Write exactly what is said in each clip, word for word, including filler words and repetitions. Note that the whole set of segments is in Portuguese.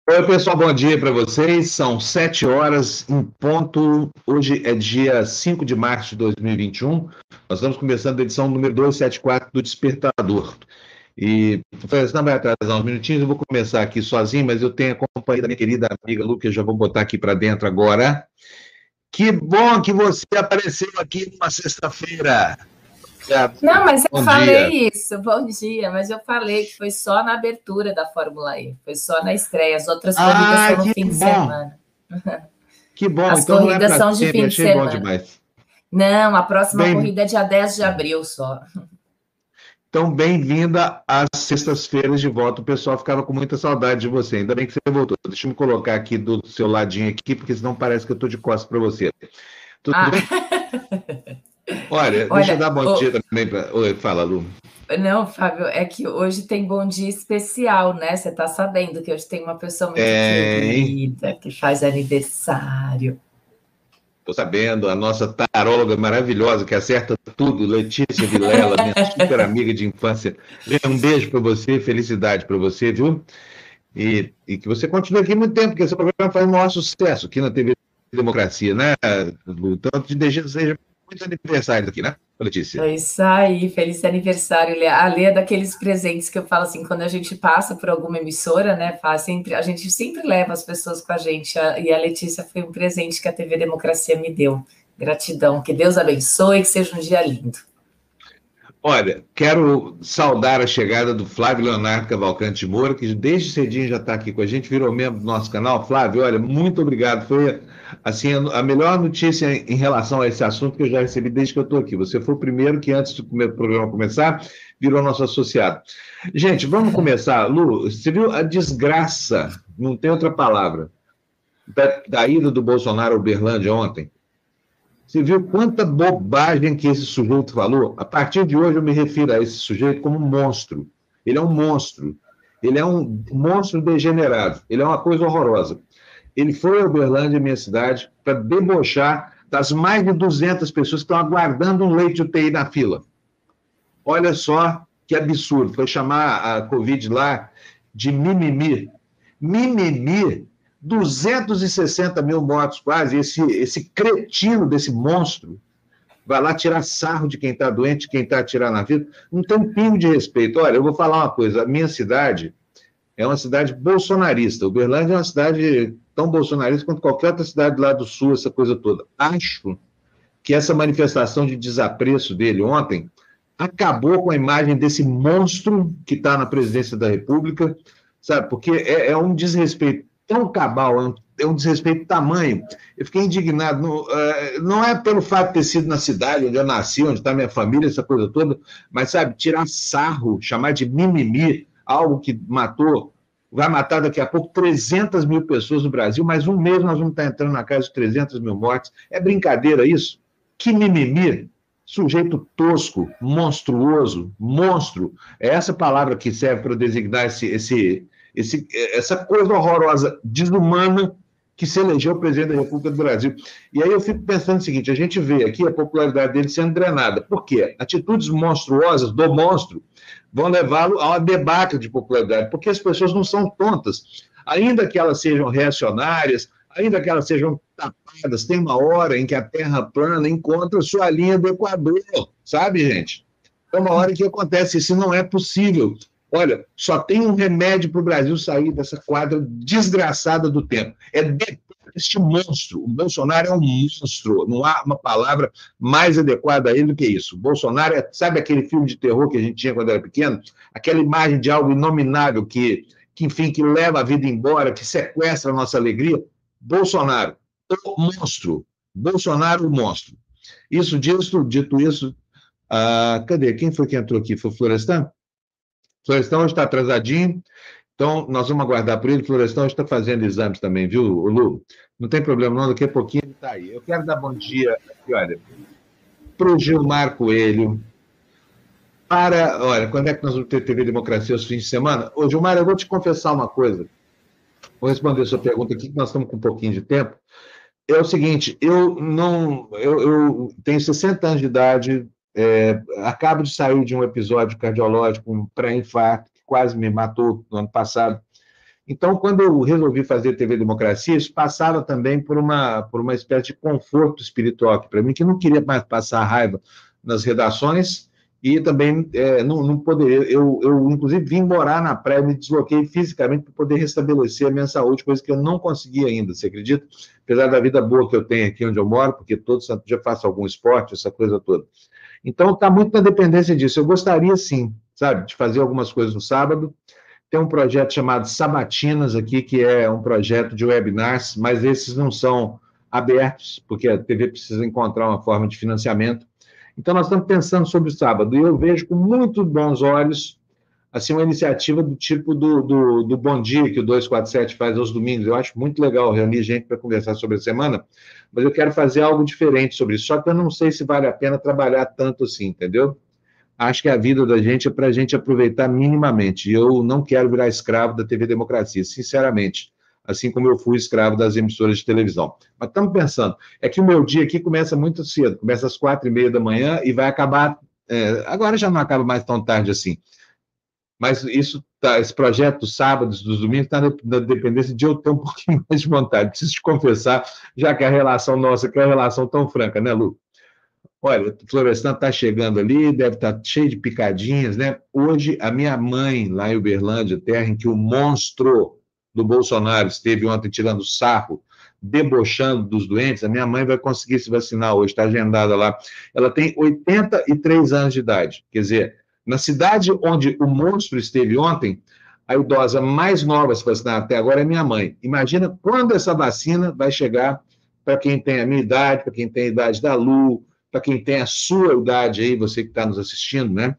Oi, pessoal, bom dia para vocês. São sete horas em ponto. Hoje é dia cinco de março de dois mil e vinte e um. Nós estamos começando a edição número duzentos e setenta e quatro do Despertador. E você não vai atrasar uns minutinhos, eu vou começar aqui sozinho, mas eu tenho a companhia da minha querida amiga Lu, que eu já vou botar aqui para dentro agora. Que bom que você apareceu aqui numa sexta-feira. Não, mas eu Bom falei dia. isso, bom dia, mas eu falei que foi só na abertura da Fórmula E, foi só na estreia, as outras corridas Ah, são no que fim de bom. semana. Que bom, As então não é corridas para são de sempre, fim de achei bom semana. demais. Não, a próxima Bem, corrida é dia dez de abril só. Então, bem-vinda às sextas-feiras de volta. O pessoal ficava com muita saudade de você. Ainda bem que você voltou. Deixa eu me colocar aqui do seu ladinho aqui, porque senão parece que eu estou de costas para você. Tudo Ah. bem? Olha, deixa eu Olha, dar bom o... dia também para... Oi, fala, Lu. Não, Fábio, é que hoje tem bom dia especial, né? Você está sabendo que hoje tem uma pessoa muito Tem. querida que faz aniversário. Estou sabendo, a nossa taróloga maravilhosa, que acerta tudo, Letícia Vilela, minha super amiga de infância. Um beijo para você, felicidade para você, viu? E, e que você continue aqui muito tempo, porque esse programa faz um maior sucesso aqui na T V Democracia, né, Lu? Então, te desejo muitos aniversários aqui, né, Letícia? É isso aí, feliz aniversário, Lê. A Lê é daqueles presentes que eu falo assim, quando a gente passa por alguma emissora, né, faz sempre, a gente sempre leva as pessoas com a gente, e a Letícia foi um presente que a T V Democracia me deu. Gratidão, que Deus abençoe, que seja um dia lindo. Olha, quero saudar a chegada do Flávio Leonardo Cavalcante de Moura, que desde cedinho já está aqui com a gente, virou membro do nosso canal. Flávio, olha, muito obrigado. Foi assim, a melhor notícia em relação a esse assunto que eu já recebi desde que eu estou aqui. Você foi o primeiro que, antes do programa começar, virou nosso associado. Gente, vamos começar. Lu, você viu a desgraça, não tem outra palavra, da, da ida do Bolsonaro ao Uberlândia ontem? Você viu quanta bobagem que esse sujeito falou? A partir de hoje eu me refiro a esse sujeito como um monstro. Ele é um monstro. Ele é um monstro degenerado. Ele é uma coisa horrorosa. Ele foi a Uberlândia, minha cidade, para debochar das mais de duzentas pessoas que estão aguardando um leite de U T I na fila. Olha só que absurdo. Foi chamar a Covid lá de mimimi. Mimimi? duzentos e sessenta mil mortos quase, esse, esse cretino desse monstro vai lá tirar sarro de quem está doente, de quem está atirando na vida, não tem um pingo de respeito. Olha, eu vou falar uma coisa, a minha cidade é uma cidade bolsonarista, Uberlândia é uma cidade tão bolsonarista quanto qualquer outra cidade lá do sul, essa coisa toda. Acho que essa manifestação de desapreço dele ontem acabou com a imagem desse monstro que está na presidência da República, sabe, porque é, é um desrespeito tão cabal, é um, é um desrespeito tamanho. Eu fiquei indignado. Não, uh, não é pelo fato de ter sido na cidade onde eu nasci, onde está minha família, essa coisa toda, mas, sabe, tirar sarro, chamar de mimimi, algo que matou, vai matar daqui a pouco trezentas mil pessoas no Brasil, mas um mês nós vamos estar entrando na casa de trezentas mil mortes. É brincadeira isso? Que mimimi? Sujeito tosco, monstruoso, monstro. É essa palavra que serve para designar esse... esse Esse, essa coisa horrorosa, desumana, que se elegeu presidente da República do Brasil. E aí eu fico pensando o seguinte, a gente vê aqui a popularidade dele sendo drenada. Por quê? Atitudes monstruosas do monstro vão levá-lo a uma debacle de popularidade, porque as pessoas não são tontas. Ainda que elas sejam reacionárias, ainda que elas sejam tapadas, tem uma hora em que a Terra plana encontra sua linha do Equador, sabe, gente? É uma hora em que acontece, isso não é possível. Olha, só tem um remédio para o Brasil sair dessa quadra desgraçada do tempo. É deter este monstro. O Bolsonaro é um monstro. Não há uma palavra mais adequada a ele do que isso. O Bolsonaro é, sabe aquele filme de terror que a gente tinha quando era pequeno? Aquela imagem de algo inominável que, que enfim, que leva a vida embora, que sequestra a nossa alegria? Bolsonaro, o monstro. Bolsonaro, o monstro. Isso dito, dito isso, ah, cadê? Quem foi que entrou aqui? Foi o Florestan? Florestan hoje está atrasadinho, então nós vamos aguardar por ele. Florestan hoje está fazendo exames também, viu, Lu? Não tem problema não, daqui a pouquinho ele está aí. Eu quero dar bom dia, aqui, olha, para o Gilmar Coelho, para, olha, quando é que nós vamos ter T V Democracia aos fins de semana? Ô, Gilmar, eu vou te confessar uma coisa, vou responder a sua pergunta aqui, que nós estamos com um pouquinho de tempo. É o seguinte, eu não, eu, eu tenho sessenta anos de idade, é, acabo de sair de um episódio cardiológico, um pré-infarto, que quase me matou no ano passado. Então, quando eu resolvi fazer T V Democracia, isso passava também por uma, por uma espécie de conforto espiritual aqui para mim, que não queria mais passar raiva nas redações e também é, não, não poderia. Eu, eu, inclusive, vim morar na praia, me desloquei fisicamente para poder restabelecer a minha saúde, coisa que eu não consegui ainda, você acredita? Apesar da vida boa que eu tenho aqui onde eu moro, porque todo santo dia faço algum esporte, essa coisa toda. Então, está muito na dependência disso. Eu gostaria, sim, sabe, de fazer algumas coisas no sábado. Tem um projeto chamado Sabatinas aqui, que é um projeto de webinars, mas esses não são abertos, porque a T V precisa encontrar uma forma de financiamento. Então, nós estamos pensando sobre o sábado, e eu vejo com muito bons olhos assim, uma iniciativa do tipo do, do, do Bom Dia, que o duzentos e quarenta e sete faz aos domingos. Eu acho muito legal reunir gente para conversar sobre a semana, mas eu quero fazer algo diferente sobre isso, só que eu não sei se vale a pena trabalhar tanto assim, entendeu? Acho que a vida da gente é para a gente aproveitar minimamente. E eu não quero virar escravo da T V Democracia, sinceramente. Assim como eu fui escravo das emissoras de televisão. Mas estamos pensando, é que o meu dia aqui começa muito cedo, começa às quatro e meia da manhã e vai acabar. É, agora já não acaba mais tão tarde assim. Mas isso tá, esse projeto dos sábados, dos domingos, está na, na dependência de eu ter um pouquinho mais de vontade. Preciso te confessar, já que a relação nossa que é uma relação tão franca, né, Lu? Olha, o Florestan está chegando ali, deve estar cheio de picadinhas, né? Hoje, a minha mãe, lá em Uberlândia, terra em que o monstro do Bolsonaro esteve ontem tirando sarro, debochando dos doentes, a minha mãe vai conseguir se vacinar hoje, está agendada lá. Ela tem oitenta e três anos de idade, quer dizer, na cidade onde o monstro esteve ontem, a idosa mais nova a se vacinar até agora é minha mãe. Imagina quando essa vacina vai chegar para quem tem a minha idade, para quem tem a idade da Lu, para quem tem a sua idade aí, você que está nos assistindo, né?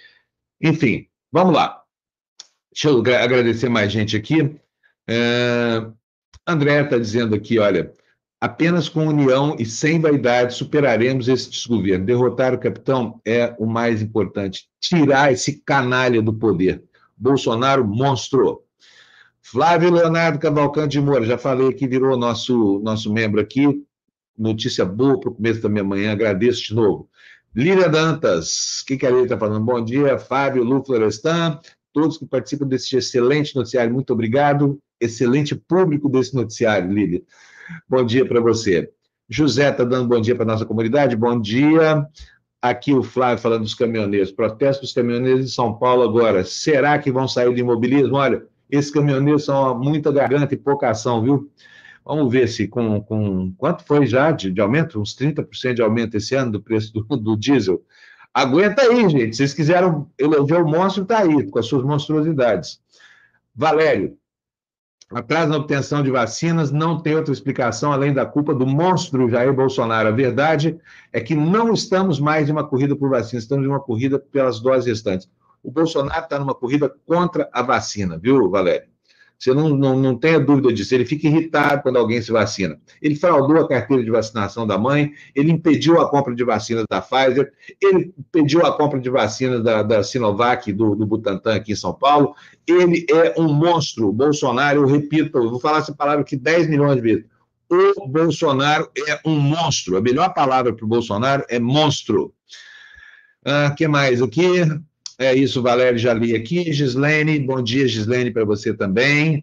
Enfim, vamos lá. Deixa eu agradecer mais gente aqui. É... André está dizendo aqui, olha, apenas com união e sem vaidade superaremos esse desgoverno. Derrotar o capitão é o mais importante. Tirar esse canalha do poder. Bolsonaro, monstro. Flávio Leonardo Cavalcante de Moura, já falei que virou nosso, nosso membro aqui. Notícia boa para o começo da minha manhã, agradeço de novo. Lília Dantas, o que, que a Lília está falando? Bom dia, Fábio, Lu Florestan, todos que participam desse excelente noticiário, muito obrigado. Excelente público desse noticiário, Lília. Bom dia para você. José está dando bom dia para a nossa comunidade, bom dia. Aqui o Flávio falando dos caminhoneiros, protesto dos caminhoneiros em São Paulo agora. Será que vão sair do imobilismo? Olha, esses caminhoneiros são muita garganta e pouca ação, viu? Vamos ver se com, com quanto foi já de, de aumento? Uns trinta por cento de aumento esse ano do preço do, do diesel. Aguenta aí, gente. Se vocês quiseram elogiar o monstro, está aí, com as suas monstruosidades. Valério, atraso na obtenção de vacinas não tem outra explicação além da culpa do monstro Jair Bolsonaro. A verdade é que não estamos mais em uma corrida por vacinas, estamos em uma corrida pelas doses restantes. O Bolsonaro está numa corrida contra a vacina, viu, Valério? Você não, não, não tenha dúvida disso. Ele fica irritado quando alguém se vacina. Ele fraudou a carteira de vacinação da mãe, ele impediu a compra de vacinas da Pfizer, ele impediu a compra de vacinas da, da Sinovac, do, do Butantan aqui em São Paulo. Ele é um monstro. Bolsonaro, eu repito, eu vou falar essa palavra aqui dez milhões de vezes. O Bolsonaro é um monstro. A melhor palavra para o Bolsonaro é monstro. O ah, que mais aqui? É isso, Valério, já li aqui. Gislene, bom dia, Gislene, para você também.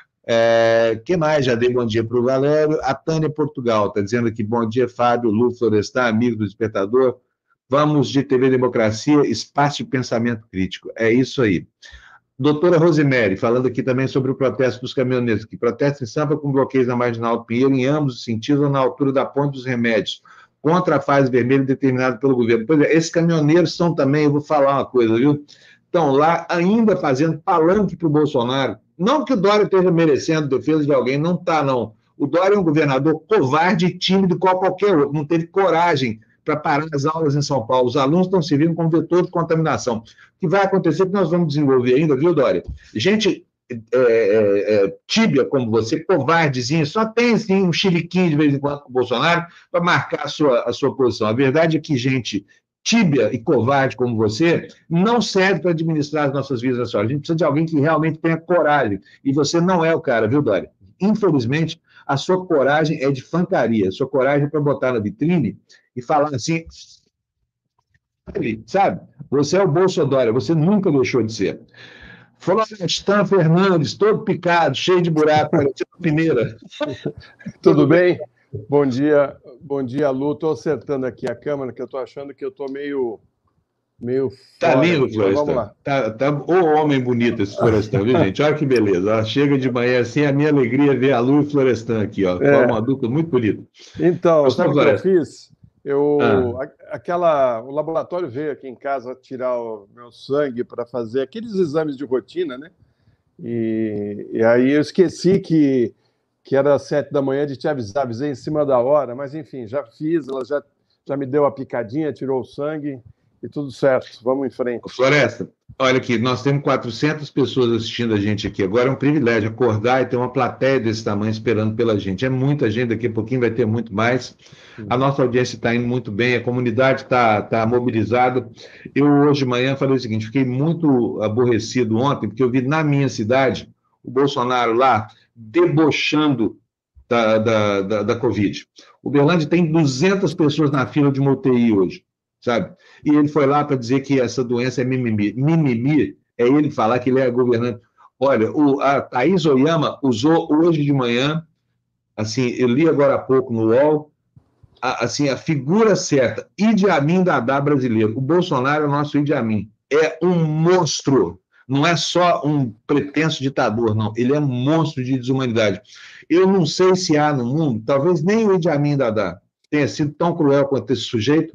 É, que mais? Já dei bom dia para o Valério. A Tânia Portugal está dizendo aqui, bom dia, Fábio, Lu Florestan, amigo do Despertador. Vamos de T V Democracia, espaço de pensamento crítico. É isso aí. Doutora Rosemary, falando aqui também sobre o protesto dos caminhoneiros, que protestam em Sampa com bloqueios na Marginal do Pinheiro, em ambos os sentidos, ou na altura da Ponte dos Remédios, contra a fase vermelha determinada pelo governo. Pois é, esses caminhoneiros são também, eu vou falar uma coisa, viu? Estão lá ainda fazendo palanque para o Bolsonaro. Não que o Dória esteja merecendo defesa de alguém, não está, não. O Dória é um governador covarde e tímido igual qualquer outro, não teve coragem para parar as aulas em São Paulo. Os alunos estão se vendo como vetor de contaminação. O que vai acontecer é que nós vamos desenvolver ainda, viu, Dória? Gente é, é, é, tíbia como você, covardezinho, só tem assim, um chiliquinho de vez em quando com o Bolsonaro para marcar a sua, a sua posição. A verdade é que gente tíbia e covarde como você não serve para administrar as nossas vidas nacionais. A gente precisa de alguém que realmente tenha coragem. E você não é o cara, viu, Dória? Infelizmente, a sua coragem é de fancaria. A sua coragem é para botar na vitrine e falar assim, sabe? Você é o Bolsonaro, você nunca deixou de ser. Florestan Fernandes, todo picado, cheio de buraco, parecendo peneira. Tudo bem? Bom dia, bom dia, Lu. Estou acertando aqui a câmera, que eu estou achando que eu estou meio, meio Tá fora lindo, aqui. Vamos Florestan. lá. Tá, tá... Ô, homem bonito esse Florestan, viu, gente? Olha que beleza. Ela chega de manhã assim, a minha alegria é ver a Lu e o Florestan aqui, ó. É. Forma uma dupla muito bonita. Então, Gostou, sabe o que eu Florestan? fiz? Eu, Ah. a- aquela, o laboratório veio aqui em casa tirar o meu sangue para fazer aqueles exames de rotina, né? E, e aí eu esqueci que, que era sete da manhã de te avisar, avisei em cima da hora, mas enfim, já fiz, ela já, já me deu a picadinha, tirou o sangue e tudo certo. Vamos em frente. Floresta, olha aqui, nós temos quatrocentas pessoas assistindo a gente aqui. Agora é um privilégio acordar e ter uma plateia desse tamanho esperando pela gente. É muita gente, daqui a pouquinho vai ter muito mais. A nossa audiência está indo muito bem, a comunidade está tá mobilizada. Eu, hoje de manhã, falei o seguinte: fiquei muito aborrecido ontem, porque eu vi na minha cidade o Bolsonaro lá debochando da, da, da, da Covid. O Uberlândia tem duzentas pessoas na fila de uma U T I hoje, sabe? E ele foi lá para dizer que essa doença é mimimi. Mimimi é ele falar que ele é governante. Olha, o, a Thaís Oyama usou hoje de manhã, assim, eu li agora há pouco no U O L, a, assim, a figura certa, Idi Amin Dada brasileiro. O Bolsonaro é o nosso Idi Amin. É um monstro. Não é só um pretenso ditador, não. Ele é um monstro de desumanidade. Eu não sei se há no mundo, talvez nem o Idi Amin Dada tenha sido tão cruel quanto esse sujeito,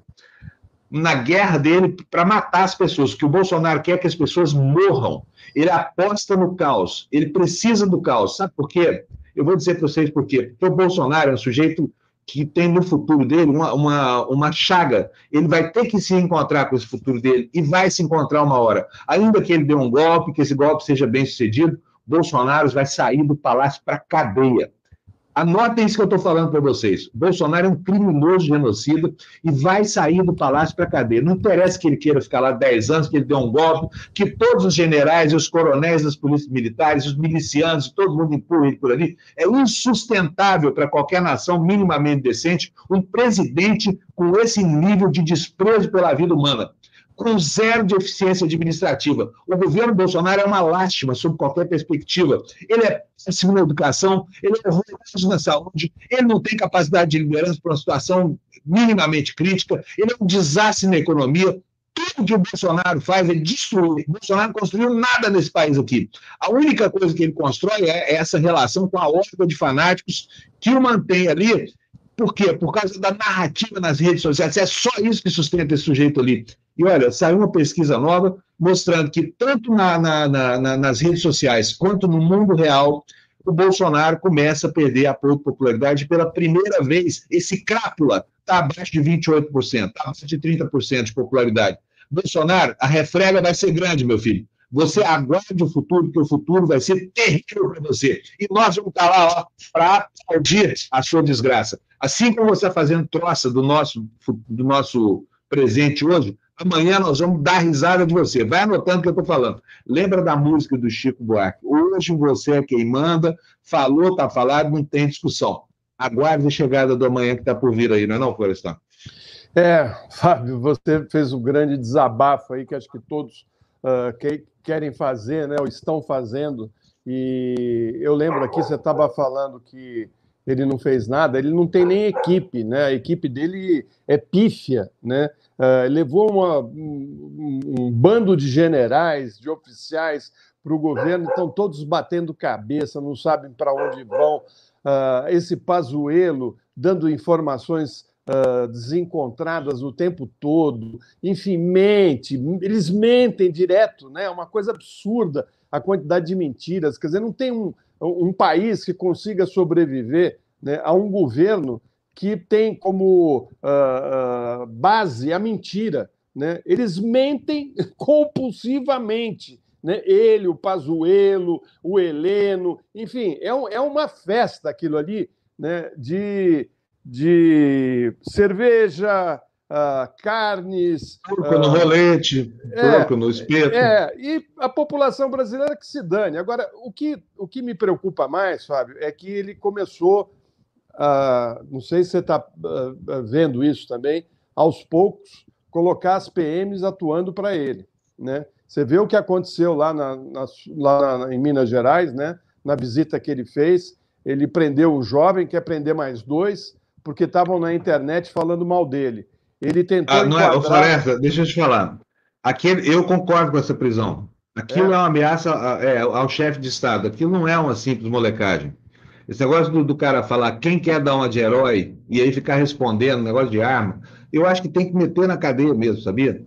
na guerra dele para matar as pessoas, que o Bolsonaro quer que as pessoas morram. Ele aposta no caos, ele precisa do caos. Sabe por quê? Eu vou dizer para vocês por quê. Porque o Bolsonaro é um sujeito que tem no futuro dele uma, uma, uma chaga. Ele vai ter que se encontrar com esse futuro dele e vai se encontrar uma hora. Ainda que ele dê um golpe, que esse golpe seja bem sucedido, Bolsonaro vai sair do palácio para a cadeia. Anotem isso que eu estou falando para vocês. Bolsonaro é um criminoso genocida e vai sair do palácio para a cadeia. Não interessa que ele queira ficar lá dez anos, que ele dê um golpe, que todos os generais e os coronéis das polícias militares, os milicianos, todo mundo empurra ele por ali. É insustentável para qualquer nação minimamente decente um presidente com esse nível de desprezo pela vida humana, com zero de eficiência administrativa. O governo Bolsonaro é uma lástima sob qualquer perspectiva. Ele é péssimo na educação, ele é horroroso na saúde, ele não tem capacidade de liderança para uma situação minimamente crítica, ele é um desastre na economia. Tudo que o Bolsonaro faz é destruir. O Bolsonaro não construiu nada nesse país aqui. A única coisa que ele constrói é essa relação com a horda de fanáticos que o mantém ali. Por quê? Por causa da narrativa nas redes sociais. É só isso que sustenta esse sujeito ali. E olha, saiu uma pesquisa nova mostrando que tanto na, na, na, nas redes sociais quanto no mundo real, o Bolsonaro começa a perder apoio de popularidade pela primeira vez. Esse crápula está abaixo de vinte e oito por cento, está abaixo de trinta por cento de popularidade. Bolsonaro, a refrega vai ser grande, meu filho. Você aguarde o futuro, porque o futuro vai ser terrível para você. E nós vamos estar lá para aplaudir a sua desgraça. Assim como você está fazendo troça do nosso, do nosso presente hoje, amanhã nós vamos dar risada de você. Vai anotando o que eu estou falando. Lembra da música do Chico Buarque? Hoje você é quem manda, falou, está falado, não tem discussão. Aguarde a chegada do amanhã que está por vir aí, não é não, Florestan? É, Fábio, você fez um grande desabafo aí que acho que todos uh, que, querem fazer, né, ou estão fazendo. E eu lembro aqui, você estava falando que ele não fez nada, ele não tem nem equipe, né? A equipe dele é pífia, né? Uh, levou uma, um, um bando de generais, de oficiais para o governo, estão todos batendo cabeça, não sabem para onde vão. Uh, esse Pazuello dando informações uh, desencontradas o tempo todo, enfim, mente, eles mentem direto, né? É uma coisa absurda a quantidade de mentiras, quer dizer, não tem um, um país que consiga sobreviver, né, a um governo que tem como uh, uh, base a mentira, né? Eles mentem compulsivamente, né? Ele, o Pazuello, o Heleno, enfim, é, um, é uma festa aquilo ali, né? de, de cerveja, uh, carnes... Porco uh, no rolete, é, porco no espeto. É, e a população brasileira que se dane. Agora, o que, o que me preocupa mais, Fábio, é que ele começou, uh, não sei se você está uh, vendo isso também, aos poucos, colocar as P Ms atuando para ele, né? Você vê o que aconteceu lá, na, na, lá na, em Minas Gerais, né? Na visita que ele fez. Ele prendeu o jovem, quer prender mais dois, porque estavam na internet falando mal dele. Ele tentou Ah, não é, ô, enquadrar... Floresta, deixa eu te falar. Aquele, eu concordo com essa prisão. Aquilo é, É. uma ameaça a- é, ao chefe de Estado. Aquilo não é uma simples molecagem. Esse negócio do, do cara falar quem quer dar uma de herói e aí ficar respondendo, negócio de arma, eu acho que tem que meter na cadeia mesmo, sabia?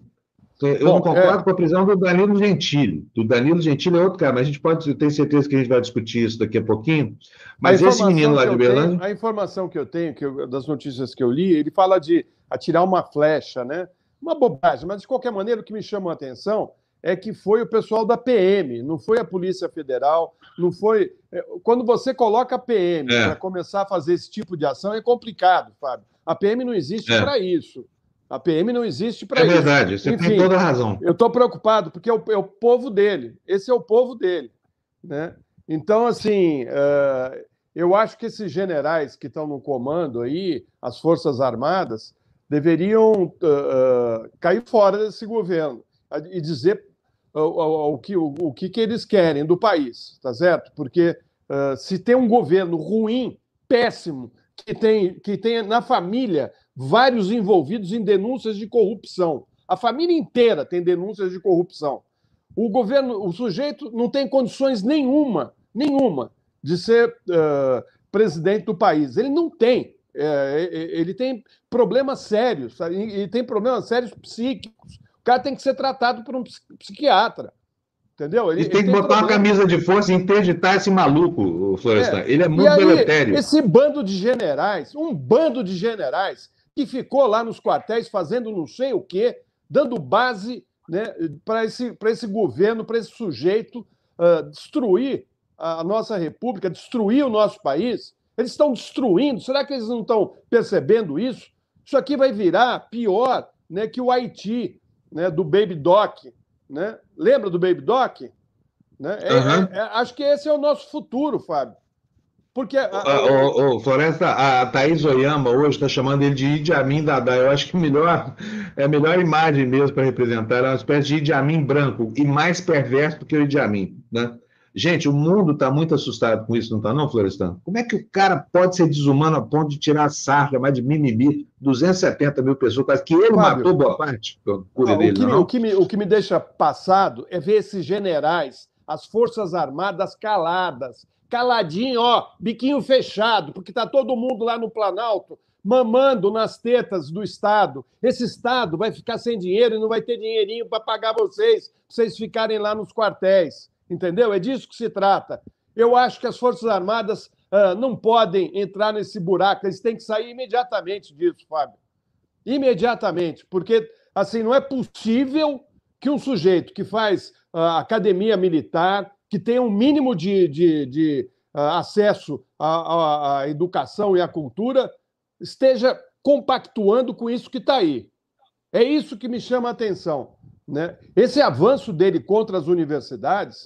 Eu não Bom, concordo é, com a prisão do Danilo Gentili. Do Danilo Gentili é outro cara, mas a gente pode ter certeza que a gente vai discutir isso daqui a pouquinho. a Mas esse menino informação lá que de eu tenho, Berlândia. a informação que eu tenho, que eu- das notícias que eu li, ele fala de atirar uma flecha, né? Uma bobagem, mas de qualquer maneira o que me chama a atenção é que foi o pessoal da P M, não foi a Polícia Federal, não foi. é, Quando você coloca a P M para É, começar a fazer esse tipo de ação, é complicado, Fábio. A P M não existe é, para isso. A P M não existe é para isso. verdade, você tem Enfim, toda a razão. eu estou preocupado, porque é o, é o povo dele. Esse é o povo dele, né? Então, assim, eh, eu acho que esses generais que estão no comando aí, as Forças Armadas, deveriam eh, eh, cair fora desse governo e dizer o, o, o que, o, o que, que eles querem do país, tá certo? Porque eh, se tem um governo ruim, péssimo, que tem, que tem na família vários envolvidos em denúncias de corrupção. A família inteira tem denúncias de corrupção. O governo, o sujeito não tem condições nenhuma, nenhuma, de ser uh, presidente do país. Ele não tem. É, ele tem problemas sérios, sabe? E tem problemas sérios psíquicos. O cara tem que ser tratado por um psiquiatra. Entendeu? Ele, E ele tem que tem botar uma problema. camisa de força e interditar esse maluco, Florestan. É. Ele é E muito aí, deletério. esse bando de generais, um bando de generais que ficou lá nos quartéis fazendo não sei o quê, dando base, né, para esse, para esse governo, para esse sujeito uh, destruir a nossa república, destruir o nosso país. Eles estão destruindo. Será que eles não estão percebendo isso? Isso aqui vai virar pior, né, que o Haiti, né, do Baby Doc. Né? Lembra do Baby Doc? Né? É, Uhum. é, é, acho que esse é o nosso futuro, Fábio. Porque. A, a, Ô, ô, Floresta, a Thaís Oyama hoje está chamando ele de Idi Amin Dada. Eu acho que melhor, é a melhor imagem mesmo para representar. É uma espécie de Idi Amin branco e mais perverso do que o Idi Amin. Né? Gente, o mundo está muito assustado com isso, não está, não, Florestan? Como é que o cara pode ser desumano a ponto de tirar a sarja, mais de mimimi, duzentas e setenta mil pessoas, quase que ele Fábio, matou boa parte da cura ah, dele, o, que não, me, não? o, que me, o que me deixa passado é ver esses generais, as Forças Armadas caladas, caladinho, ó, biquinho fechado, porque está todo mundo lá no Planalto mamando nas tetas do Estado. Esse Estado vai ficar sem dinheiro e não vai ter dinheirinho para pagar vocês, para vocês ficarem lá nos quartéis. Entendeu? É disso que se trata. Eu acho que as Forças Armadas uh, não podem entrar nesse buraco, eles têm que sair imediatamente disso, Fábio. Imediatamente, porque assim não é possível que um sujeito que faz uh, academia militar, que tem um mínimo de, de, de uh, acesso à, à, à educação e à cultura, esteja compactuando com isso que está aí. É isso que me chama a atenção. Né? Esse avanço dele contra as universidades,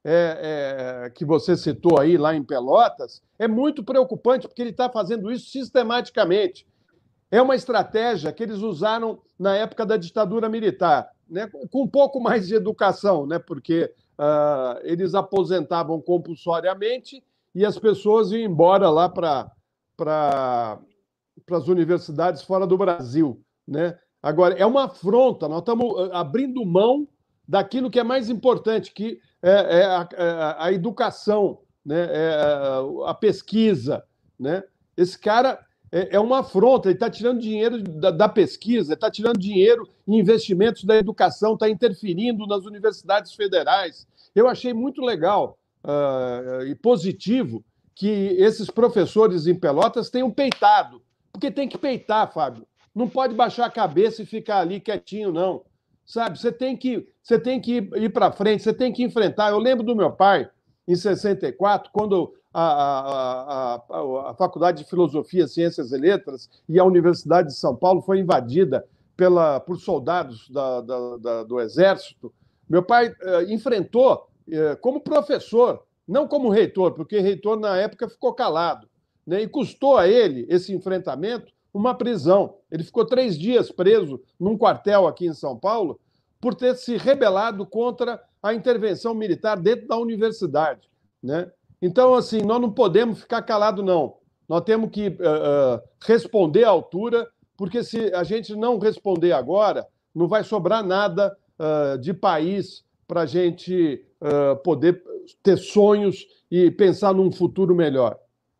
é, é, que você citou aí lá em Pelotas, é muito preocupante, porque ele está fazendo isso sistematicamente. É uma estratégia que eles usaram na época da ditadura militar, né? Com um pouco mais de educação, né? Porque uh, eles aposentavam compulsoriamente e as pessoas iam embora lá para para as universidades fora do Brasil. Né? Agora, é uma afronta, nós estamos abrindo mão daquilo que é mais importante, que é, é a, é a educação, né? É a pesquisa. Né? Esse cara é, é uma afronta, ele está tirando dinheiro da, da pesquisa, está tirando dinheiro em investimentos da educação, está interferindo nas universidades federais. Eu achei muito legal uh, e positivo que esses professores em Pelotas tenham peitado, porque tem que peitar, Fábio. Não pode baixar a cabeça e ficar ali quietinho, não. Sabe, você tem que, você tem que ir, ir para frente, você tem que enfrentar. Eu lembro do meu pai, em sessenta e quatro, quando a, a, a, a Faculdade de Filosofia, Ciências e Letras e a Universidade de São Paulo foi invadida pela, por soldados da, da, da, do Exército. Meu pai eh, enfrentou eh, como professor, não como reitor, porque reitor, na época, ficou calado. Né? E custou a ele, esse enfrentamento, uma prisão. Ele ficou três dias preso num quartel aqui em São Paulo, por ter se rebelado contra a intervenção militar dentro da universidade, né? Então, assim, nós não podemos ficar calados, não. Nós temos que uh, uh, responder à altura, porque se a gente não responder agora, não vai sobrar nada uh, de país para a gente uh, poder ter sonhos e pensar num futuro melhor.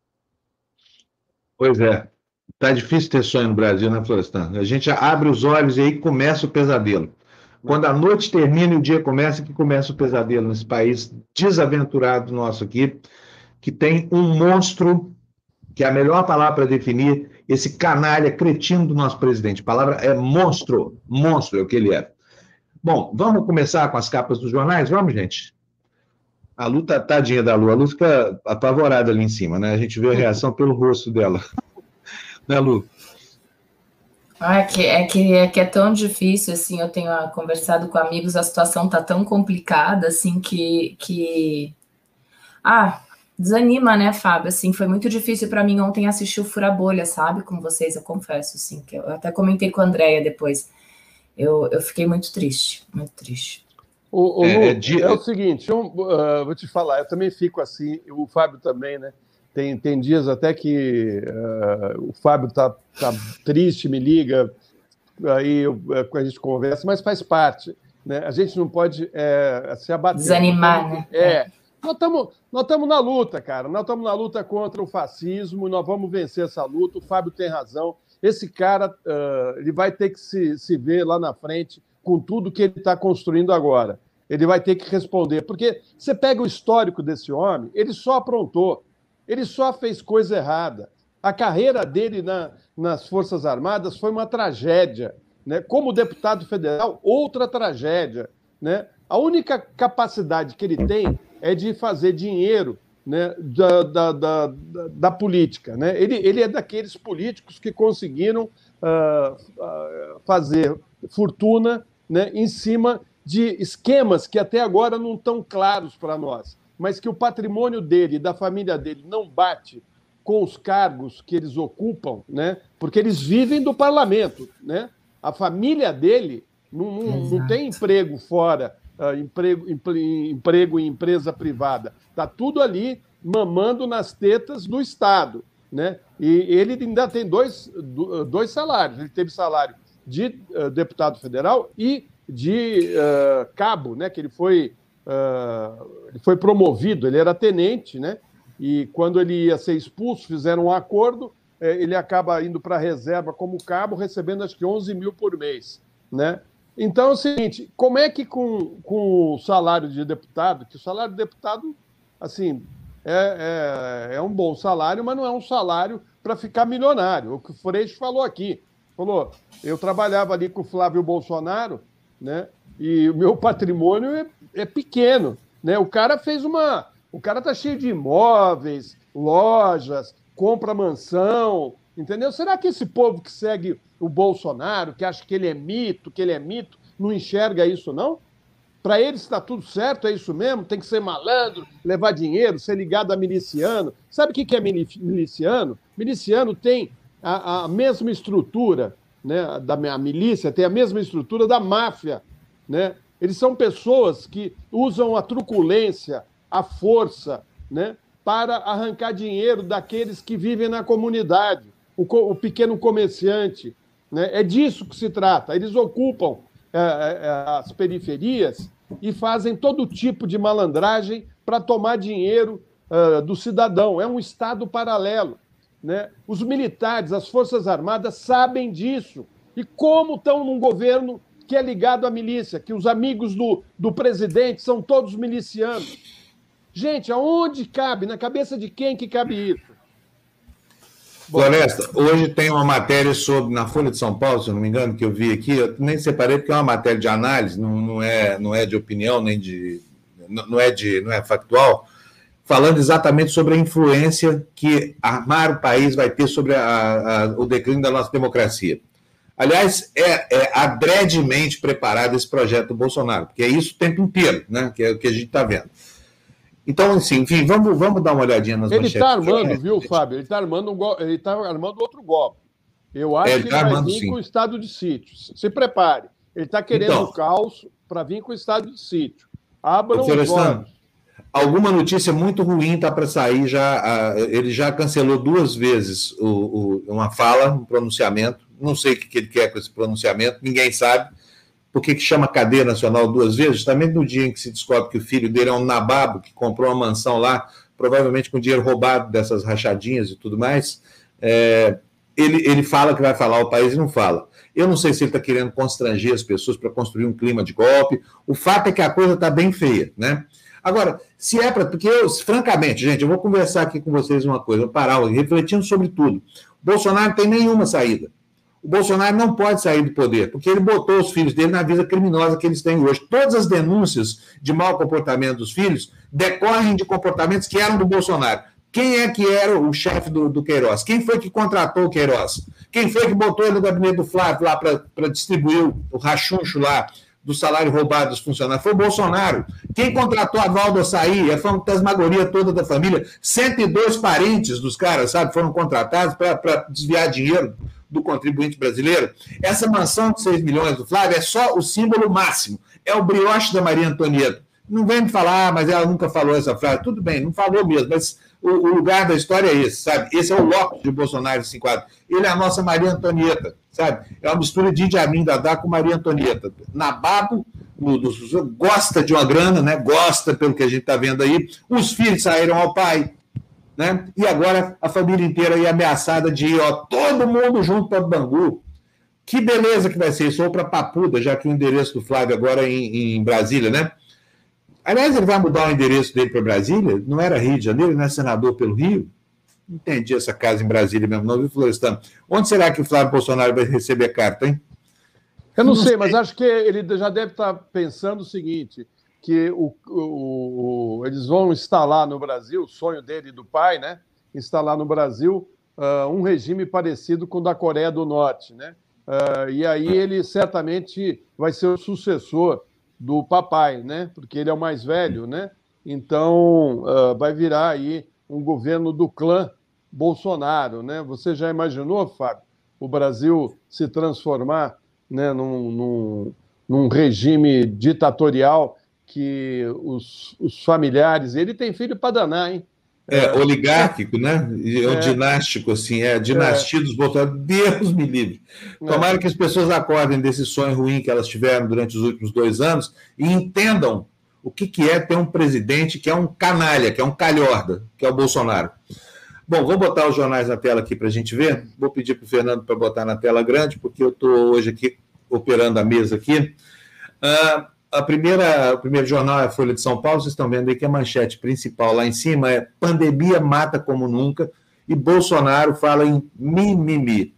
Pois é. Está difícil ter sonho no Brasil, né, Florestan? A gente abre os olhos e aí começa o pesadelo. Quando a noite termina e o dia começa, que começa o pesadelo nesse país desaventurado nosso aqui, que tem um monstro, que é a melhor palavra para definir esse canalha cretino do nosso presidente. A palavra é monstro. Monstro é o que ele é. Bom, vamos começar com as capas dos jornais? Vamos, gente? A Lu, tá, tadinha da Lu, a Lu fica apavorada ali em cima, né? A gente vê a reação pelo rosto dela. Né, Lu? Ah, é, que, é, que, é que é tão difícil, assim, eu tenho ah, conversado com amigos, a situação tá tão complicada, assim, que... que... Ah, desanima, né, Fábio? Assim, foi muito difícil para mim ontem assistir o Fura Bolha, sabe? Com vocês, eu confesso, assim, que eu até comentei com a Andréia depois. Eu, eu fiquei muito triste, muito triste. O, o é, Lu, é, de... é o seguinte, eu uh, vou te falar, eu também fico assim, o Fábio também, né? Tem, tem dias até que uh, o Fábio está tá triste, me liga, aí eu, a gente conversa, mas faz parte, né? A gente não pode é, se abater. Desanimar, né? É. Nós estamos nós estamos na luta, cara. Nós estamos na luta contra o fascismo, nós vamos vencer essa luta. O Fábio tem razão. Esse cara uh, ele vai ter que se, se ver lá na frente com tudo que ele está construindo agora. Ele vai ter que responder. Porque você pega o histórico desse homem, ele só aprontou. Ele só fez coisa errada. A carreira dele na, nas Forças Armadas foi uma tragédia, né? Como deputado federal, outra tragédia, né? A única capacidade que ele tem é de fazer dinheiro, né, da, da, da, da política, né? Ele, ele é daqueles políticos que conseguiram uh, uh, fazer fortuna, né, em cima de esquemas que até agora não estão claros para nós, mas que o patrimônio dele e da família dele não bate com os cargos que eles ocupam, né? Porque eles vivem do parlamento, né? A família dele não, não, não tem emprego fora, uh, emprego, empre, emprego em empresa privada. Está tudo ali mamando nas tetas do Estado, né? E ele ainda tem dois, dois salários. Ele teve salário de uh, deputado federal e de uh, cabo, né? Que ele foi... Uh, ele foi promovido, ele era tenente, né? E quando ele ia ser expulso, fizeram um acordo, eh, ele acaba indo para a reserva como cabo, recebendo acho que onze mil por mês, né? Então é o seguinte, como é que com, com o salário de deputado, que o salário de deputado, assim, é, é, é um bom salário, mas não é um salário para ficar milionário. O que o Freixo falou aqui, falou, eu trabalhava ali com o Flávio Bolsonaro, né? E o meu patrimônio é, é pequeno, né? O cara fez uma... O cara tá cheio de imóveis, lojas, compra mansão, entendeu? Será que esse povo que segue o Bolsonaro, que acha que ele é mito, que ele é mito, não enxerga isso, não? Para eles está tudo certo, é isso mesmo? Tem que ser malandro, levar dinheiro, ser ligado a miliciano. Sabe o que é miliciano? Miliciano tem a, a mesma estrutura, né, da a milícia, tem a mesma estrutura da máfia, né? Eles são pessoas que usam a truculência, a força, né, para arrancar dinheiro daqueles que vivem na comunidade, o, o pequeno comerciante, né? É disso que se trata. Eles ocupam é, é, as periferias e fazem todo tipo de malandragem para tomar dinheiro uh, do cidadão. É um Estado paralelo, né? Os militares, as Forças Armadas sabem disso. E como estão num governo que é ligado à milícia, que os amigos do, do presidente são todos milicianos. Gente, aonde cabe? Na cabeça de quem que cabe isso? Bom, Floresta, hoje tem uma matéria sobre, na Folha de São Paulo, se eu não me engano, que eu vi aqui, eu nem separei porque é uma matéria de análise, não, não, é, não é de opinião, nem de... Não é, de, não é factual, falando exatamente sobre a influência que armar o país vai ter sobre a, a, o declínio da nossa democracia. Aliás, é, é adredemente preparado esse projeto do Bolsonaro, porque é isso o tempo inteiro, né? Que é o que a gente está vendo. Então, assim, enfim, vamos, vamos dar uma olhadinha nas manchetes. Ele está armando, é, viu, Fábio? Ele está armando, um tá armando outro golpe. Eu acho é, que ele tá vai armando, vir sim. com o estado de sítio. Se prepare. Ele está querendo Então, o caos para vir com o estado de sítio. Abram os Florestan, olhos. alguma notícia muito ruim está para sair. Já, a, ele já cancelou duas vezes o, o, uma fala, um pronunciamento. Não sei o que, que ele quer com esse pronunciamento, ninguém sabe. Por que, que chama cadeia nacional duas vezes? Justamente no dia em que se descobre que o filho dele é um nababo que comprou uma mansão lá, provavelmente com dinheiro roubado dessas rachadinhas e tudo mais. É, ele, ele fala que vai falar o país e não fala. Eu não sei se ele está querendo constranger as pessoas para construir um clima de golpe. O fato é que a coisa está bem feia, né? Agora, se é para... Porque, eu, francamente, gente, eu vou conversar aqui com vocês uma coisa, vou parar, refletindo sobre tudo. O Bolsonaro não tem nenhuma saída. O Bolsonaro não pode sair do poder, porque ele botou os filhos dele na vida criminosa que eles têm hoje. Todas as denúncias de mau comportamento dos filhos decorrem de comportamentos que eram do Bolsonaro. Quem é que era o chefe do, do Queiroz? Quem foi que contratou o Queiroz? Quem foi que botou ele no gabinete do Flávio lá para distribuir o, o rachuncho lá do salário roubado dos funcionários? Foi o Bolsonaro. Quem contratou a Valdo Açaí? A fantasmagoria toda da família. cento e dois parentes dos caras, sabe, foram contratados para desviar dinheiro do contribuinte brasileiro. Essa mansão de seis milhões do Flávio é só o símbolo máximo. É o brioche da Maria Antonieta. Não vem me falar, ah, mas ela nunca falou essa frase. Tudo bem, não falou mesmo, mas o, o lugar da história é esse, sabe? Esse é o locus de Bolsonaro, esse quadro. Ele é a nossa Maria Antonieta, sabe? É uma mistura de Idi Amin Dada com Maria Antonieta. Nababo, no, no, gosta de uma grana, né? Gosta, pelo que a gente está vendo aí. Os filhos saíram ao pai, né? E agora a família inteira aí ameaçada de ir, ó, todo mundo junto para Bangu. Que beleza que vai ser isso, ou para Papuda, já que o endereço do Flávio agora é em, em Brasília, né? Aliás, ele vai mudar o endereço dele para Brasília? Não era Rio de Janeiro, não é senador pelo Rio? Não entendi essa casa em Brasília mesmo, não, viu, Florestan? Onde será que o Flávio Bolsonaro vai receber carta, hein? Eu não, não sei, sei, mas acho que ele já deve estar pensando o seguinte, que o, o, o, eles vão instalar no Brasil, o sonho dele e do pai, né? Instalar no Brasil uh, um regime parecido com o da Coreia do Norte, né? Uh, e aí ele certamente vai ser o sucessor do papai, né? Porque ele é o mais velho, né? Então uh, vai virar aí um governo do clã Bolsonaro, né? Você já imaginou, Fábio, o Brasil se transformar, né, num, num, num regime ditatorial que os, os familiares... Ele tem filho para danar, hein? É, é oligárquico, né? É, é dinástico, assim, é a dinastia é. dos Bolsonaro. Deus me livre. Tomara é. que as pessoas acordem desse sonho ruim que elas tiveram durante os últimos dois anos e entendam o que, que é ter um presidente que é um canalha, que é um calhorda, que é o Bolsonaro. Bom, vou botar os jornais na tela aqui para a gente ver. Vou pedir para o Fernando para botar na tela grande, porque eu estou hoje aqui operando a mesa aqui. Uh, a primeira, o primeiro jornal é a Folha de São Paulo. Vocês estão vendo aí que a manchete principal lá em cima é pandemia mata como nunca e Bolsonaro fala em mimimi.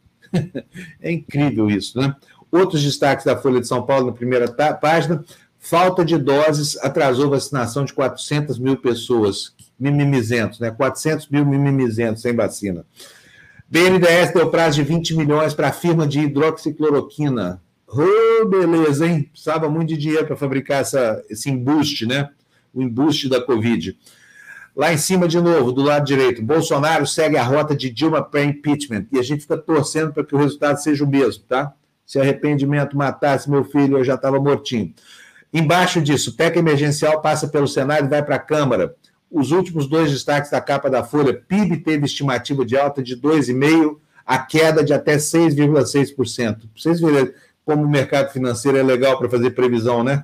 É incrível isso, né? Outros destaques da Folha de São Paulo na primeira página: falta de doses atrasou vacinação de quatrocentas mil pessoas. Mimimizentos, né? quatrocentos mil mimimizentos sem vacina. B N D E S deu prazo de vinte milhões para a firma de hidroxicloroquina. Oh, beleza, hein? Precisava muito de dinheiro para fabricar essa, esse embuste, né? O embuste da Covid. Lá em cima, de novo, do lado direito, Bolsonaro segue a rota de Dilma pré-impeachment. E a gente fica torcendo para que o resultado seja o mesmo, tá? Se arrependimento matasse meu filho, eu já estava mortinho. Embaixo disso, P E C emergencial passa pelo Senado e vai para a Câmara. Os últimos dois destaques da capa da Folha: P I B teve estimativa de alta de dois vírgula cinco por cento, a queda de até seis vírgula seis por cento. Para vocês verem como o mercado financeiro é legal para fazer previsão, né?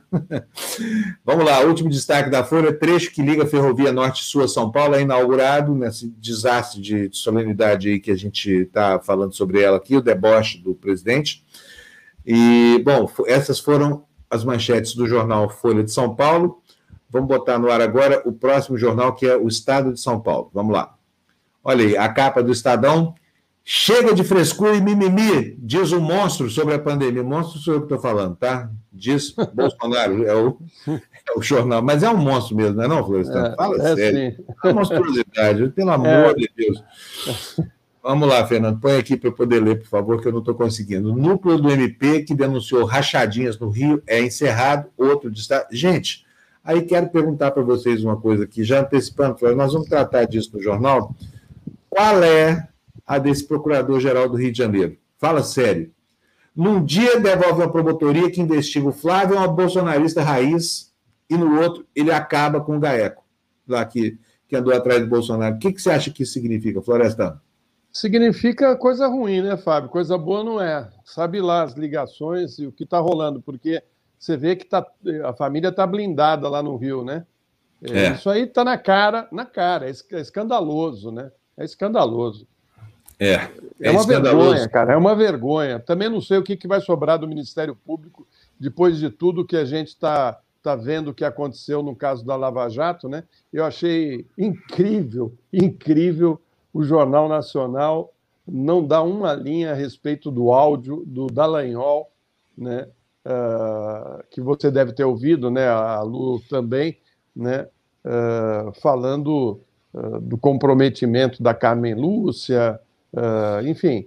Vamos lá, último destaque da Folha: trecho que liga a Ferrovia Norte-Sul a São Paulo é inaugurado nesse desastre de solenidade aí que a gente está falando sobre ela aqui, o deboche do presidente. E, bom, essas foram as manchetes do jornal Folha de São Paulo. Vamos botar no ar agora o próximo jornal, que é o Estado de São Paulo. Vamos lá. Olha aí, a capa do Estadão. Chega de frescura e mimimi, diz o monstro sobre a pandemia. Monstro sou eu que estou falando, tá? Diz Bolsonaro, é o, é o jornal. Mas é um monstro mesmo, não é não, Florestan? É, Fala é sério. Sim. É uma monstruosidade, pelo amor é. de Deus. Vamos lá, Fernando, põe aqui para eu poder ler, por favor, que eu não estou conseguindo. O núcleo do M P, que denunciou rachadinhas no Rio, é encerrado. Outro destaque. Gente, aí quero perguntar para vocês uma coisa aqui, já antecipando, nós vamos tratar disso no jornal. Qual é a desse procurador-geral do Rio de Janeiro? Fala sério. Num dia devolve uma promotoria que investiga o Flávio, é uma bolsonarista raiz, e no outro ele acaba com o GAECO, lá que, que andou atrás do Bolsonaro. O que, que você acha que isso significa, Florestan? Significa coisa ruim, né, Fábio? Coisa boa não é. Sabe lá as ligações e o que está rolando, porque você vê que tá, a família está blindada lá no Rio, né? É. Isso aí está na cara, na cara, é escandaloso, né? É escandaloso. É, é, é uma vergonha, cara, é uma vergonha. Também não sei o que, que vai sobrar do Ministério Público depois de tudo que a gente está tá vendo que aconteceu no caso da Lava Jato, né? Eu achei incrível, incrível o Jornal Nacional não dar uma linha a respeito do áudio do Dallagnol, né? Uh, que você deve ter ouvido, né? A Lu também, né? Uh, falando uh, do comprometimento da Carmen Lúcia, uh, enfim,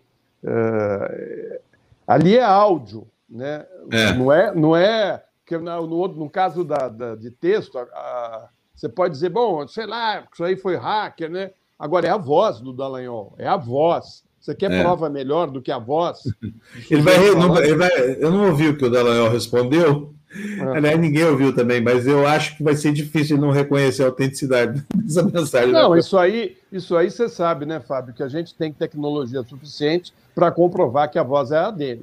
uh, ali é áudio, né? É. Não é, não é que no, no, no caso da, da, de texto, a, a, você pode dizer, bom, sei lá, isso aí foi hacker, né? Agora é a voz do Dallagnol, é a voz. Você quer é. prova melhor do que a voz? Ele vai, não, ele vai, eu não ouvi o que o Dallagnol respondeu. Ah. Aliás, ninguém ouviu também, mas eu acho que vai ser difícil não reconhecer a autenticidade dessa mensagem. Não, né? isso aí, isso aí você sabe, né, Fábio, que a gente tem tecnologia suficiente para comprovar que a voz é a dele.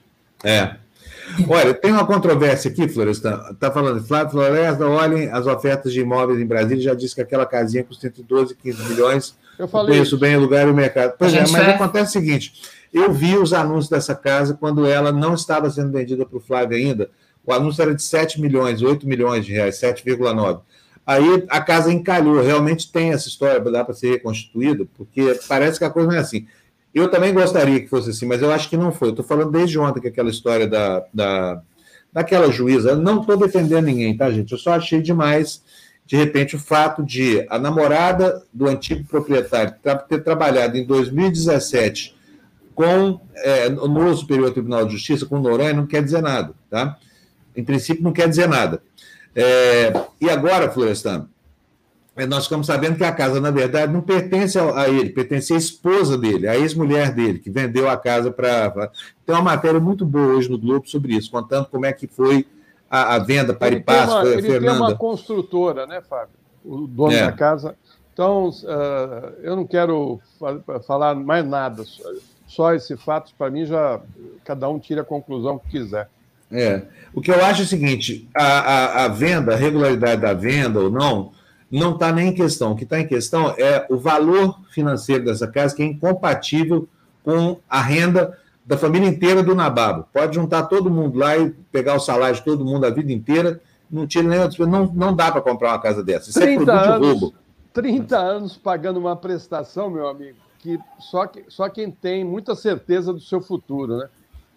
É. Olha, tem uma controvérsia aqui, Florestan. Está falando, Flávio Floresta, olhem as ofertas de imóveis em Brasília, já disse que aquela casinha custa entre doze e quinze milhões. Eu falei. Conheço bem o lugar e o mercado. Pois é, mas é... acontece o seguinte: eu vi os anúncios dessa casa quando ela não estava sendo vendida para o Flávio ainda. O anúncio era de sete milhões, oito milhões de reais, sete vírgula nove. Aí a casa encalhou. Realmente tem essa história, dá para ser reconstituída, porque parece que a coisa não é assim. Eu também gostaria que fosse assim, mas eu acho que não foi. Estou falando desde ontem que aquela história da, da, daquela juíza. Eu não estou defendendo ninguém, tá, gente? Eu só achei demais, de repente, o fato de a namorada do antigo proprietário ter trabalhado em dois mil e dezessete com, é, no Superior Tribunal de Justiça, com Noronha, não quer dizer nada, tá? Em princípio, não quer dizer nada. É, e agora, Florestan, nós ficamos sabendo que a casa, na verdade, não pertence a ele, pertence à esposa dele, à ex-mulher dele, que vendeu a casa para... Tem uma matéria muito boa hoje no Globo sobre isso, contando como é que foi a, a venda para e passo. Foi a ele Fernanda. Tem uma construtora, né, Fábio? O dono é. da casa. Então, uh, eu não quero falar mais nada. Só esse fato, para mim, já cada um tira a conclusão que quiser. É. O que eu acho é o seguinte, a, a, a venda, a regularidade da venda ou não, não está nem em questão. O que está em questão é o valor financeiro dessa casa, que é incompatível com a renda da família inteira do Nababo. Pode juntar todo mundo lá e pegar o salário de todo mundo a vida inteira, não tira nem outra, não, não dá para comprar uma casa dessa. Isso é produto anos, de roubo. trinta anos pagando uma prestação, meu amigo, que só, que só quem tem muita certeza do seu futuro, né?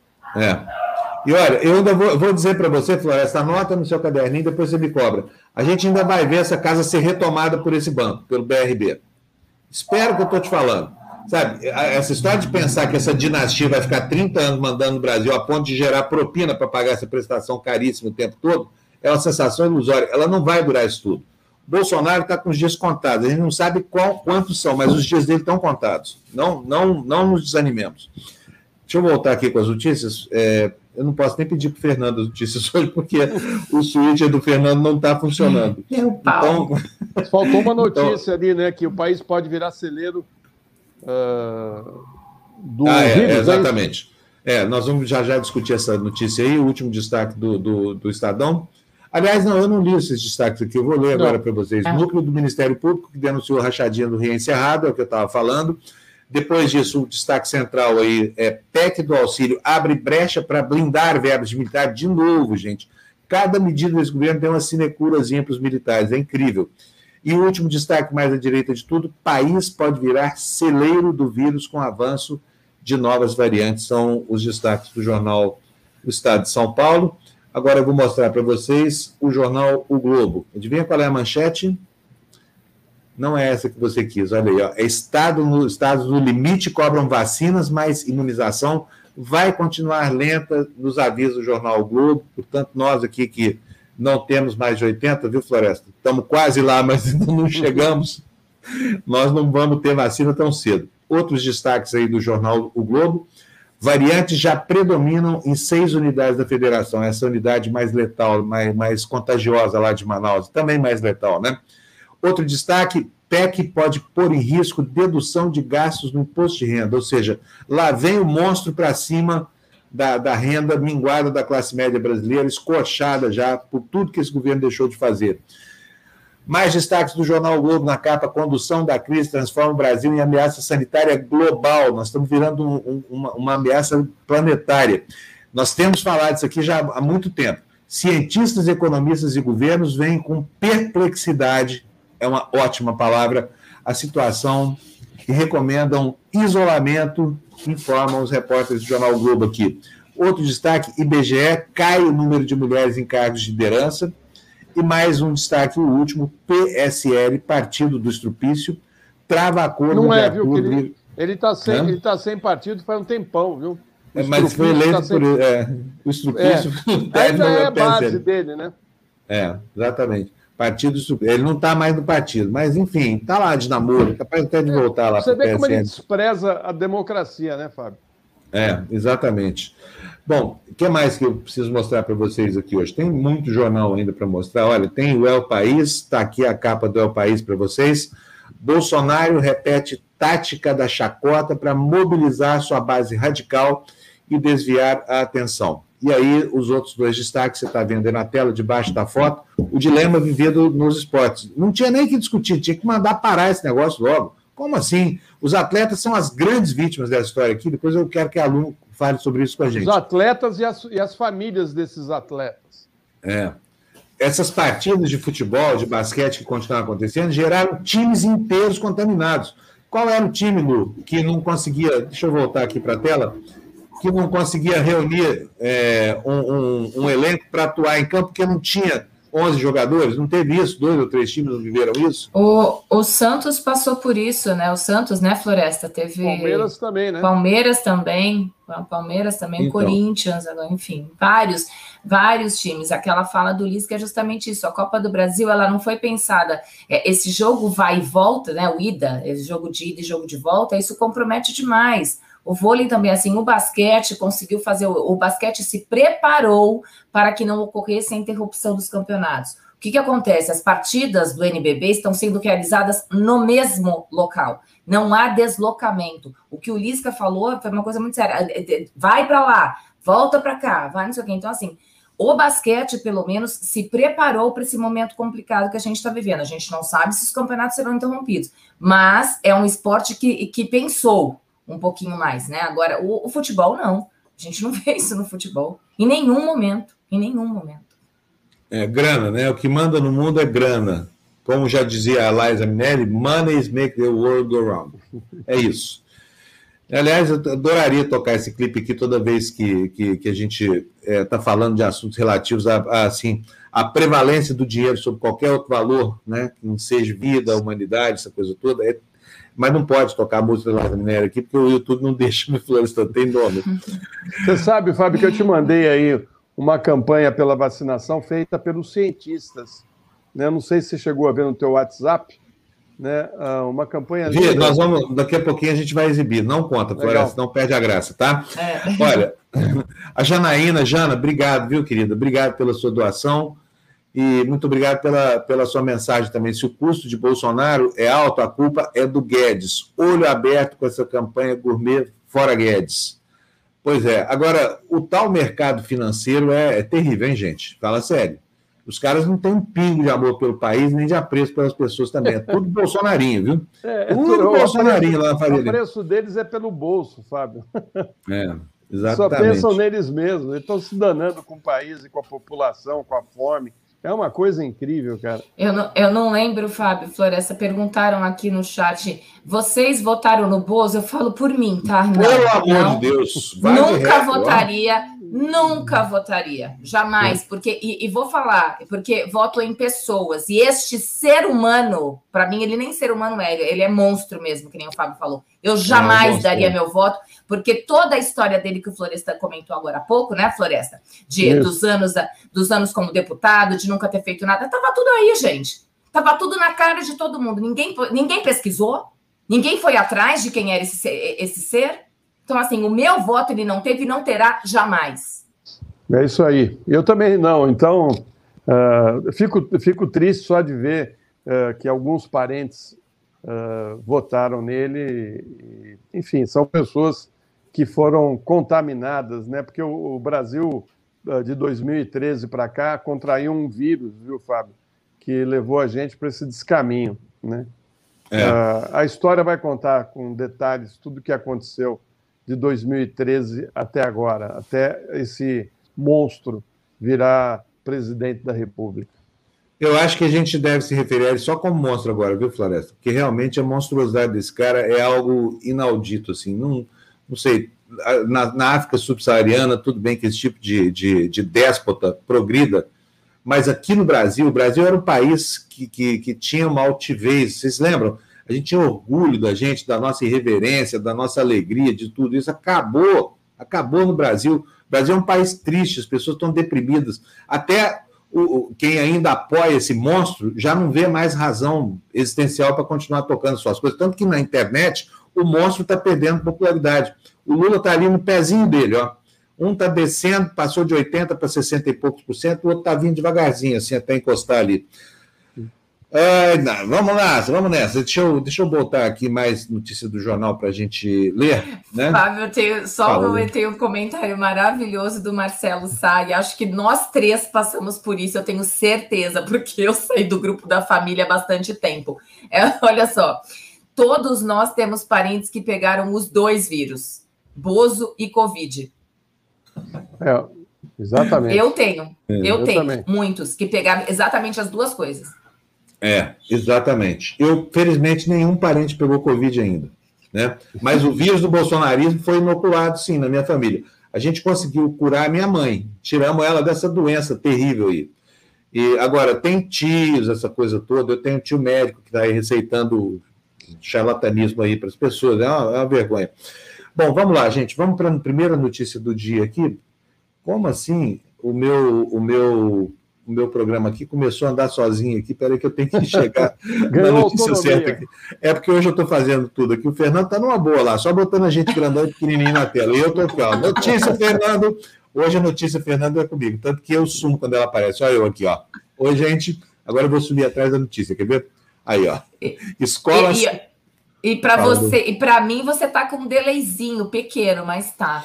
É. E olha, eu ainda vou, vou dizer para você, Floresta, anota no seu caderninho, depois você me cobra. A gente ainda vai ver essa casa ser retomada por esse banco, pelo B R B. Espero que eu estou te falando. Sabe, essa história de pensar que essa dinastia vai ficar trinta anos mandando no Brasil a ponto de gerar propina para pagar essa prestação caríssima o tempo todo, é uma sensação ilusória. Ela não vai durar isso tudo. O Bolsonaro está com os dias contados. A gente não sabe qual, quantos são, mas os dias dele estão contados. Não, não, não nos desanimemos. Deixa eu voltar aqui com as notícias. É, eu não posso nem pedir para o Fernando as notícias hoje, porque o switcher do Fernando não está funcionando. Então, faltou uma notícia então, ali, né? Que o país pode virar celeiro uh, do ah, é, vírus, é, exatamente. É, nós vamos já já discutir essa notícia aí, o último destaque do, do, do Estadão. Aliás, não, eu não li esses destaques aqui, eu vou ler agora para vocês. É. Núcleo do Ministério Público, que denunciou a rachadinha do Rio Encerrado, é o que eu estava falando. Depois disso, o destaque central aí é P E C do auxílio abre brecha para blindar verbas de militar de novo, gente. Cada medida desse governo tem uma sinecurazinha para os militares, é incrível. E o último destaque mais à direita de tudo, país pode virar celeiro do vírus com avanço de novas variantes. São os destaques do jornal O Estado de São Paulo. Agora eu vou mostrar para vocês o jornal O Globo. Adivinha qual é a manchete? Não é essa que você quis, olha aí. Ó. É Estado no, Estados no limite cobram vacinas, mas imunização vai continuar lenta, nos avisa o jornal O Globo. Portanto, nós aqui que não temos mais de oitenta, viu, Floresta? Estamos quase lá, mas ainda não chegamos. Nós não vamos ter vacina tão cedo. Outros destaques aí do jornal O Globo. Variantes já predominam em seis unidades da federação, essa unidade mais letal, mais, mais contagiosa lá de Manaus, também mais letal, né? Outro destaque, P E C pode pôr em risco dedução de gastos no imposto de renda, ou seja, lá vem o monstro para cima da, da renda minguada da classe média brasileira, escorchada já por tudo que esse governo deixou de fazer. Mais destaques do Jornal o Globo na capa: condução da crise transforma o Brasil em ameaça sanitária global. Nós estamos virando um, um, uma, uma ameaça planetária. Nós temos falado isso aqui já há muito tempo. Cientistas, economistas e governos veem com perplexidade, é uma ótima palavra, a situação e recomendam isolamento, informam os repórteres do Jornal o Globo aqui. Outro destaque, I B G E, cai o número de mulheres em cargos de liderança. E mais um destaque, o último, P S L, Partido do Estrupício, trava acordo... Não é, de viu, acordo... ele ele está sem, ele tá sem partido faz um tempão, viu? É, mas foi eleito tá sem... por... É, o Estrupício... É, ainda é a base dele, né? É, exatamente. Partido Estrupício. Ele não está mais no partido, mas, enfim, está lá de namoro, capaz até de voltar lá para o P S L. Você vê como ele despreza a democracia, né, Fábio? É, exatamente. Bom, o que mais que eu preciso mostrar para vocês aqui hoje? Tem muito jornal ainda para mostrar. Olha, tem o El País, está aqui a capa do El País para vocês. Bolsonaro repete tática da chacota para mobilizar sua base radical e desviar a atenção. E aí, os outros dois destaques, você está vendo aí na tela, debaixo da foto, o dilema vivido nos esportes. Não tinha nem que discutir, tinha que mandar parar esse negócio logo. Como assim? Os atletas são as grandes vítimas dessa história aqui. Depois eu quero que a aluno fale sobre isso com a gente. Os atletas e as, e as famílias desses atletas. É. Essas partidas de futebol, de basquete que continuam acontecendo, geraram times inteiros contaminados. Qual era o time, Lu, que não conseguia... Deixa eu voltar aqui para a tela. Que não conseguia reunir é, um, um, um elenco para atuar em campo, porque não tinha onze jogadores, não teve isso? Dois ou três times não viveram isso? O, o Santos passou por isso, né? O Santos, né, Floresta? Teve... Palmeiras também, né? Palmeiras também, Palmeiras também, então. Corinthians, enfim, vários, vários times. Aquela fala do Liz que é justamente isso, a Copa do Brasil, ela não foi pensada, é, esse jogo vai e volta, né, o ida, esse jogo de ida e jogo de volta, isso compromete demais. O vôlei também, assim, o basquete conseguiu fazer, o, o basquete se preparou para que não ocorresse a interrupção dos campeonatos. O que que acontece? As partidas do N B B estão sendo realizadas no mesmo local. Não há deslocamento. O que o Lisca falou foi uma coisa muito séria. Vai para lá, volta para cá, vai não sei o quê. Então, assim, o basquete, pelo menos, se preparou para esse momento complicado que a gente está vivendo. A gente não sabe se os campeonatos serão interrompidos, mas é um esporte que, que pensou um pouquinho mais, né? Agora, o, o futebol, não. A gente não vê isso no futebol. Em nenhum momento. Em nenhum momento. É, grana, né? O que manda no mundo é grana. Como já dizia a Liza Minnelli, money make the world go round. É isso. Aliás, eu adoraria tocar esse clipe aqui toda vez que, que, que a gente está é, falando de assuntos relativos a, a, assim, a prevalência do dinheiro sobre qualquer outro valor, né? Que não seja vida, humanidade, essa coisa toda. É, mas não pode tocar a música da Liza Minnelli aqui, porque o YouTube não deixa me florestar, tem nome. Você sabe, Fábio, que eu te mandei aí uma campanha pela vacinação feita pelos cientistas. Né? Não sei se você chegou a ver no teu WhatsApp, né? Uma campanha... Vi, nós vamos, daqui a pouquinho a gente vai exibir. Não conta, Floresta, não perde a graça, tá? É. Olha, a Janaína, Jana, obrigado, viu, querida? Obrigado pela sua doação. E muito obrigado pela, pela sua mensagem também. Se o custo de Bolsonaro é alto, a culpa é do Guedes. Olho aberto com essa campanha gourmet fora Guedes. Pois é. Agora, o tal mercado financeiro é, é terrível, hein, gente? Fala sério. Os caras não têm um pingo de amor pelo país, nem de apreço pelas pessoas também. É tudo bolsonarinho, viu? É, tudo tudo bolsonarinho lá na Faria Lima. O preço deles é pelo bolso, Fábio. É, exatamente. Só pensam neles mesmos. Eles estão se danando com o país e com a população, com a fome. É uma coisa incrível, cara. Eu não, eu não lembro, Fábio, Floresta, perguntaram aqui no chat, vocês votaram no Bozo? Eu falo por mim, tá? Não, Pelo amor não, de Deus. Vai nunca de votaria, nunca votaria, jamais, porque, e, e vou falar, porque voto em pessoas, e este ser humano, para mim, ele nem ser humano é, ele é monstro mesmo, que nem o Fábio falou. Eu jamais é, daria meu voto, porque toda a história dele que o Floresta comentou agora há pouco, né, Floresta? De, dos, anos, dos anos como deputado, de nunca ter feito nada, tava tudo aí, gente. Tava tudo na cara de todo mundo. Ninguém, ninguém pesquisou, ninguém foi atrás de quem era esse, esse ser. Então, assim, o meu voto ele não teve e não terá jamais. É isso aí. Eu também não. Então, uh, fico, fico triste só de ver uh, que alguns parentes uh, votaram nele. E, enfim, são pessoas que foram contaminadas, né? Porque o, o Brasil, uh, de dois mil e treze para cá, contraiu um vírus, viu, Fábio, que levou a gente para esse descaminho, né? É. Uh, a história vai contar com detalhes tudo o que aconteceu de dois mil e treze até agora, até esse monstro virar presidente da República. Eu acho que a gente deve se referir a ele só como monstro agora, viu, Floresta? Porque realmente a monstruosidade desse cara é algo inaudito, assim, não, não sei, na, na África subsaariana, tudo bem que esse tipo de, de, de déspota progrida, mas aqui no Brasil, o Brasil era um país que, que, que tinha uma altivez, vocês lembram? A gente tinha orgulho da gente, da nossa irreverência, da nossa alegria, de tudo isso. Acabou, acabou no Brasil. O Brasil é um país triste, as pessoas estão deprimidas. Até o, quem ainda apoia esse monstro já não vê mais razão existencial para continuar tocando suas coisas. Tanto que na internet o monstro está perdendo popularidade. O Lula está ali no pezinho dele, ó. Um está descendo, passou de oitenta para sessenta e poucos por cento, o outro está vindo devagarzinho, assim, até encostar ali. É, não, vamos lá, vamos nessa. Deixa eu, deixa eu botar aqui mais notícia do jornal para a gente ler, né? Fábio, eu tenho, só eu tenho um comentário maravilhoso do Marcelo Sá, e acho que nós três passamos por isso, eu tenho certeza, porque eu saí do grupo da família há bastante tempo. É, olha só, todos nós temos parentes que pegaram os dois vírus, Bozo e Covid. É, exatamente. Eu tenho, é, eu, eu tenho também. muitos que pegaram exatamente as duas coisas. É, exatamente. Eu, felizmente, nenhum parente pegou Covid ainda, né? Mas o vírus do bolsonarismo foi inoculado, sim, na minha família. A gente conseguiu curar a minha mãe, tiramos ela dessa doença terrível aí. E agora, tem tios, essa coisa toda, eu tenho um tio médico que está aí receitando charlatanismo aí para as pessoas, é uma, é uma vergonha. Bom, vamos lá, gente, vamos para a primeira notícia do dia aqui. Como assim o meu... O meu O meu programa aqui começou a andar sozinho aqui, peraí que eu tenho que chegar na notícia certa aqui. É porque hoje eu estou fazendo tudo aqui, o Fernando está numa boa lá, só botando a gente grandão e pequenininho na tela, e eu estou aqui, ó, notícia Fernando, hoje a notícia Fernando é comigo, tanto que eu sumo quando ela aparece, olha eu aqui, ó. Oi, gente, agora eu vou subir atrás da notícia, quer ver? Aí, ó, escolas... E, e, e para você, e para mim você está com um delayzinho pequeno, mas tá.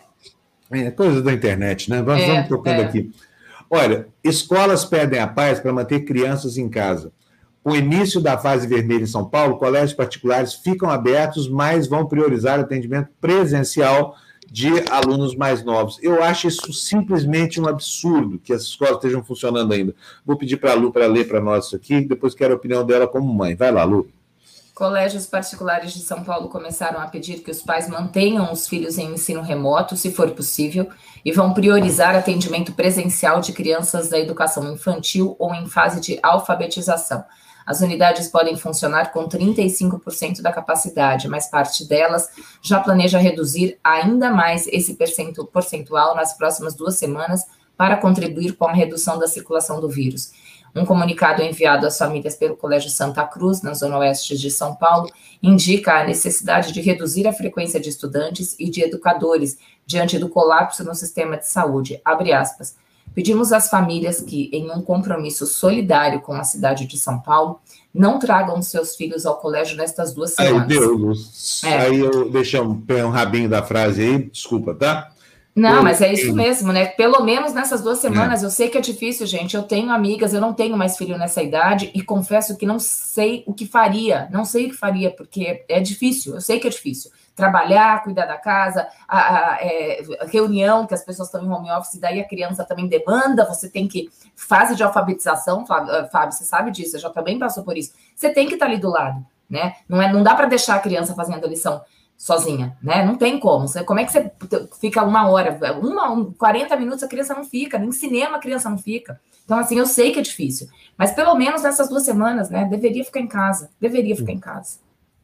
É coisa da internet, né? Vamos, é, vamos tocando é. aqui. Olha, escolas pedem a paz para manter crianças em casa. Com o início da fase vermelha em São Paulo, colégios particulares ficam abertos, mas vão priorizar o atendimento presencial de alunos mais novos. Eu acho isso simplesmente um absurdo, que as escolas estejam funcionando ainda. Vou pedir para a Lu para ler para nós isso aqui, depois quero a opinião dela como mãe. Vai lá, Lu. Colégios particulares de São Paulo começaram a pedir que os pais mantenham os filhos em ensino remoto, se for possível, e vão priorizar atendimento presencial de crianças da educação infantil ou em fase de alfabetização. As unidades podem funcionar com trinta e cinco por cento da capacidade, mas parte delas já planeja reduzir ainda mais esse percentual nas próximas duas semanas para contribuir com a redução da circulação do vírus. Um comunicado enviado às famílias pelo Colégio Santa Cruz, na zona oeste de São Paulo, indica a necessidade de reduzir a frequência de estudantes e de educadores diante do colapso no sistema de saúde. Abre aspas. Pedimos às famílias que, em um compromisso solidário com a cidade de São Paulo, não tragam seus filhos ao colégio nestas duas semanas. Aí, Deus, é. Aí eu deixei um, um rabinho da frase aí, desculpa, tá? Não, eu, mas é isso mesmo, né? Pelo menos nessas duas semanas, é. eu sei que é difícil, gente. Eu tenho amigas, eu não tenho mais filho nessa idade e confesso que não sei o que faria. Não sei o que faria, porque é difícil, eu sei que é difícil. Trabalhar, cuidar da casa, a, a, é, a reunião, que as pessoas estão em home office, daí a criança também demanda, você tem que... Fase de alfabetização, Fábio, Fábio você sabe disso, você já também passou por isso. Você tem que estar ali do lado, né? Não, é, não dá para deixar a criança fazendo a lição sozinha, né? Não tem como. Você, como é que você fica uma hora, uma, um, quarenta minutos a criança não fica, nem cinema a criança não fica. Então, assim, eu sei que é difícil, mas pelo menos nessas duas semanas, né? Deveria ficar em casa, deveria ficar em casa.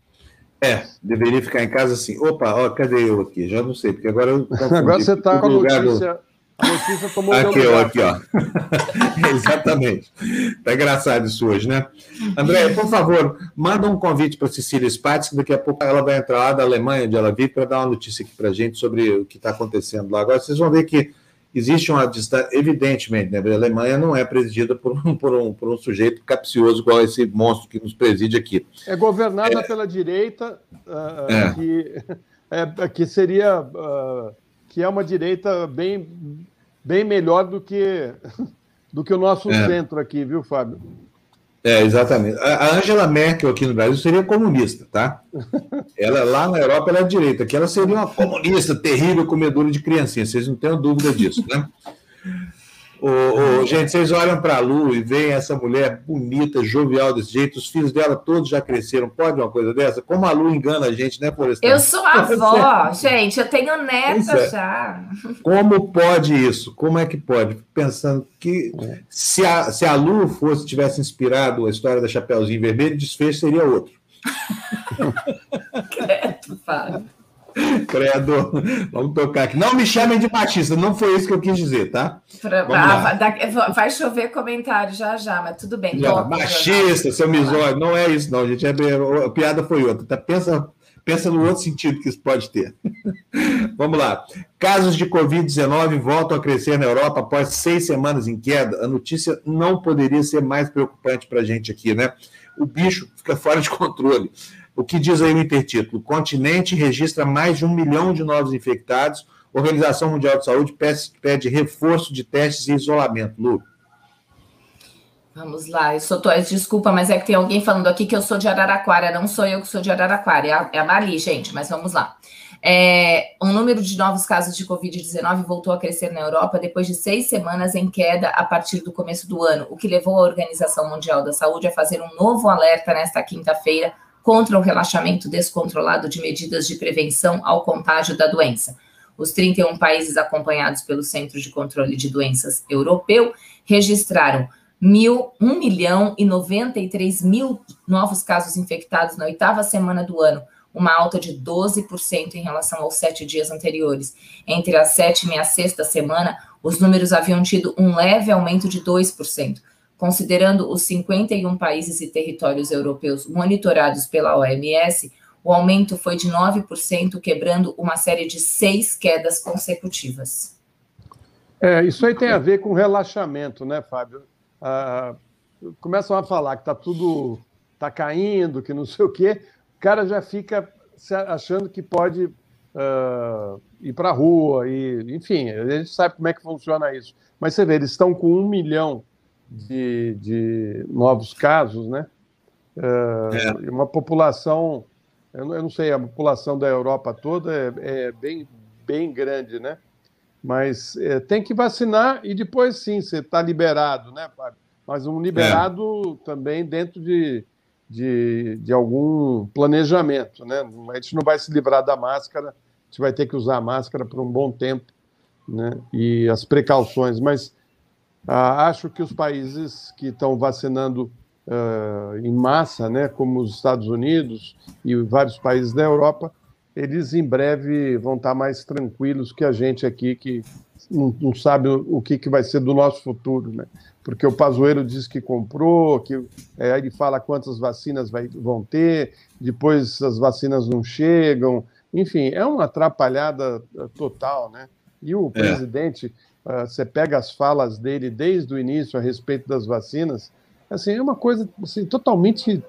É, deveria ficar em casa assim. Opa, ó, cadê eu aqui? Já não sei, porque agora eu... Agora você está com a notícia... A notícia tomou o Aqui, meu ó, lugar. aqui, ó. Exatamente. Tá engraçado isso hoje, né? André, por favor, manda um convite para Cecília Spatz, que daqui a pouco ela vai entrar lá da Alemanha, onde ela vive, para dar uma notícia aqui para a gente sobre o que está acontecendo lá. Agora, vocês vão ver que existe uma distância, evidentemente, né? A Alemanha não é presidida por um, por um, por um sujeito capcioso igual esse monstro que nos preside aqui. É governada é. pela direita, uh, é. que, é, que seria... Uh, que é uma direita bem, bem melhor do que, do que o nosso é. centro aqui, viu, Fábio? É, exatamente. A Angela Merkel aqui no Brasil seria comunista, tá? Ela, lá na Europa, ela é direita, que ela seria uma comunista terrível, comedora de criancinha, vocês não tenham dúvida disso, né? Ô, ô, gente, vocês olham para a Lu e veem essa mulher bonita, jovial desse jeito, os filhos dela todos já cresceram, pode uma coisa dessa? Como a Lu engana a gente, né, Florestan? Eu sou avó, gente, eu tenho neta é. já. Como pode isso? Como é que pode? Pensando que se a, se a Lu fosse, tivesse inspirado a história da Chapeuzinho Vermelho, o desfecho seria outro. Credo, Fábio. Credo, vamos tocar aqui. Não me chamem de machista, não foi isso que eu quis dizer, tá? Pra, ah, vai chover comentário já já, mas tudo bem. Já, machista, seu misógino, não é isso, não, gente. É, a piada foi outra. Tá? Pensa, pensa no outro sentido que isso pode ter. Vamos lá. Casos de covid dezenove voltam a crescer na Europa após seis semanas em queda. A notícia não poderia ser mais preocupante para a gente aqui, né? O bicho fica fora de controle. O que diz aí o intertítulo? O continente registra mais de um milhão de novos infectados. A Organização Mundial de Saúde pede reforço de testes e isolamento. Lu. Vamos lá. Eu sou, desculpa, mas é que tem alguém falando aqui que eu sou de Araraquara. Não sou eu que sou de Araraquara, é a, é a Mali, gente, mas vamos lá. É, o número de novos casos de covid dezenove voltou a crescer na Europa depois de seis semanas em queda a partir do começo do ano, o que levou a Organização Mundial da Saúde a fazer um novo alerta nesta quinta-feira contra o relaxamento descontrolado de medidas de prevenção ao contágio da doença. Os trinta e um países acompanhados pelo Centro de Controle de Doenças Europeu registraram mil, um milhão e noventa e três mil novos casos infectados na oitava semana do ano, uma alta de doze por cento em relação aos sete dias anteriores. Entre a sétima e a sexta semana, os números haviam tido um leve aumento de dois por cento. Considerando os cinquenta e um países e territórios europeus monitorados pela O M S, o aumento foi de nove por cento, quebrando uma série de seis quedas consecutivas. É, isso aí tem a ver com relaxamento, né, Fábio? Ah, começam a falar que está tudo tá caindo, que não sei o quê, o cara já fica achando que pode uh, ir para a rua, e, enfim, a gente sabe como é que funciona isso. Mas você vê, eles estão com um milhão De, de novos casos, né? Uh, é. Uma população, eu não, eu não sei, a população da Europa toda é, é bem, bem grande, né? Mas é, tem que vacinar e depois sim, você está liberado, né, Fábio? Mas um liberado é. também dentro de, de, de algum planejamento, né? A gente não vai se livrar da máscara, a gente vai ter que usar a máscara por um bom tempo, né? E as precauções, mas Ah, acho que os países que estão vacinando uh, em massa, né, como os Estados Unidos e vários países da Europa, eles em breve vão estar mais tranquilos que a gente aqui, que não, não sabe o que, que vai ser do nosso futuro, né? Porque o Pazuello diz que comprou, que é, ele fala quantas vacinas vai, vão ter, depois as vacinas não chegam, enfim, é uma atrapalhada total, né? E o é. presidente... Você pega as falas dele desde o início a respeito das vacinas, assim, é uma coisa assim, totalmente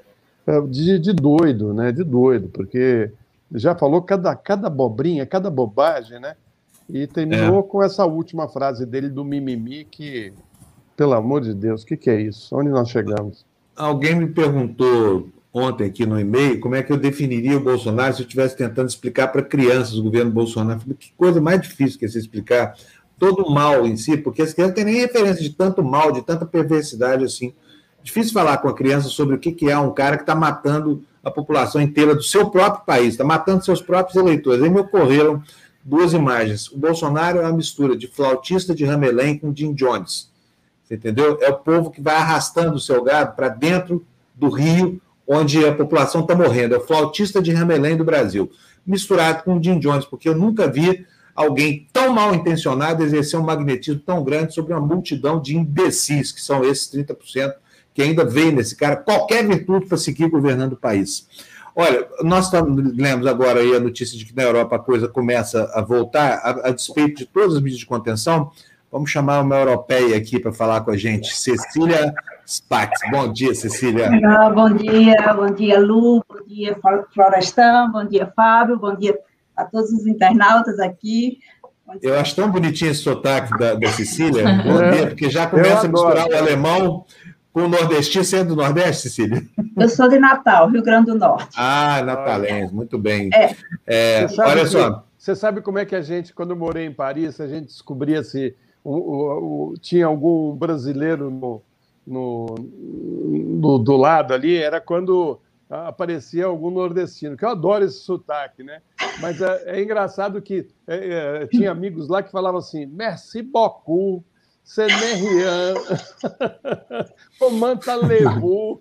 de, de doido, né? De doido, porque já falou cada, cada abobrinha, cada bobagem, né? E terminou é. com essa última frase dele do mimimi, que, pelo amor de Deus, o que, que é isso? Onde nós chegamos? Alguém me perguntou ontem aqui no e-mail como é que eu definiria o Bolsonaro se eu estivesse tentando explicar para crianças o governo Bolsonaro. Que coisa mais difícil que é se explicar todo o mal em si, porque as crianças não têm nem referência de tanto mal, de tanta perversidade assim. Difícil falar com a criança sobre o que é um cara que está matando a população inteira do seu próprio país, está matando seus próprios eleitores. Aí me ocorreram duas imagens. O Bolsonaro é uma mistura de flautista de Hamelin com Jim Jones. Você entendeu? É o povo que vai arrastando o seu gado para dentro do rio, onde a população está morrendo. É o flautista de Hamelin do Brasil, misturado com o Jim Jones, porque eu nunca vi alguém tão mal intencionado exercer um magnetismo tão grande sobre uma multidão de imbecis, que são esses trinta por cento que ainda veem nesse cara qualquer virtude para seguir governando o país. Olha, nós lemos agora aí a notícia de que na Europa a coisa começa a voltar, a, a despeito de todas as medidas de contenção. Vamos chamar uma europeia aqui para falar com a gente, Cecília Spax. Bom dia, Cecília. Ah, bom dia, bom dia, Lu, bom dia, Florestan, bom dia, Fábio, bom dia a todos os internautas aqui. Eu acho tão bonitinho esse sotaque da, da Cecília, bom dia, porque já começa a misturar o alemão com o nordestino. Você é do Nordeste, Cecília? Eu sou de Natal, Rio Grande do Norte. Ah, natalense, muito bem. É. É, olha só. Você sabe como é que a gente, quando eu morei em Paris, a gente descobria se o, o, o, tinha algum brasileiro no, no, no, do lado ali, era quando aparecia algum nordestino, que eu adoro esse sotaque, né? Mas é, é engraçado que é, é, tinha amigos lá que falavam assim, merci beaucoup, c'est rien, comment allez-vous?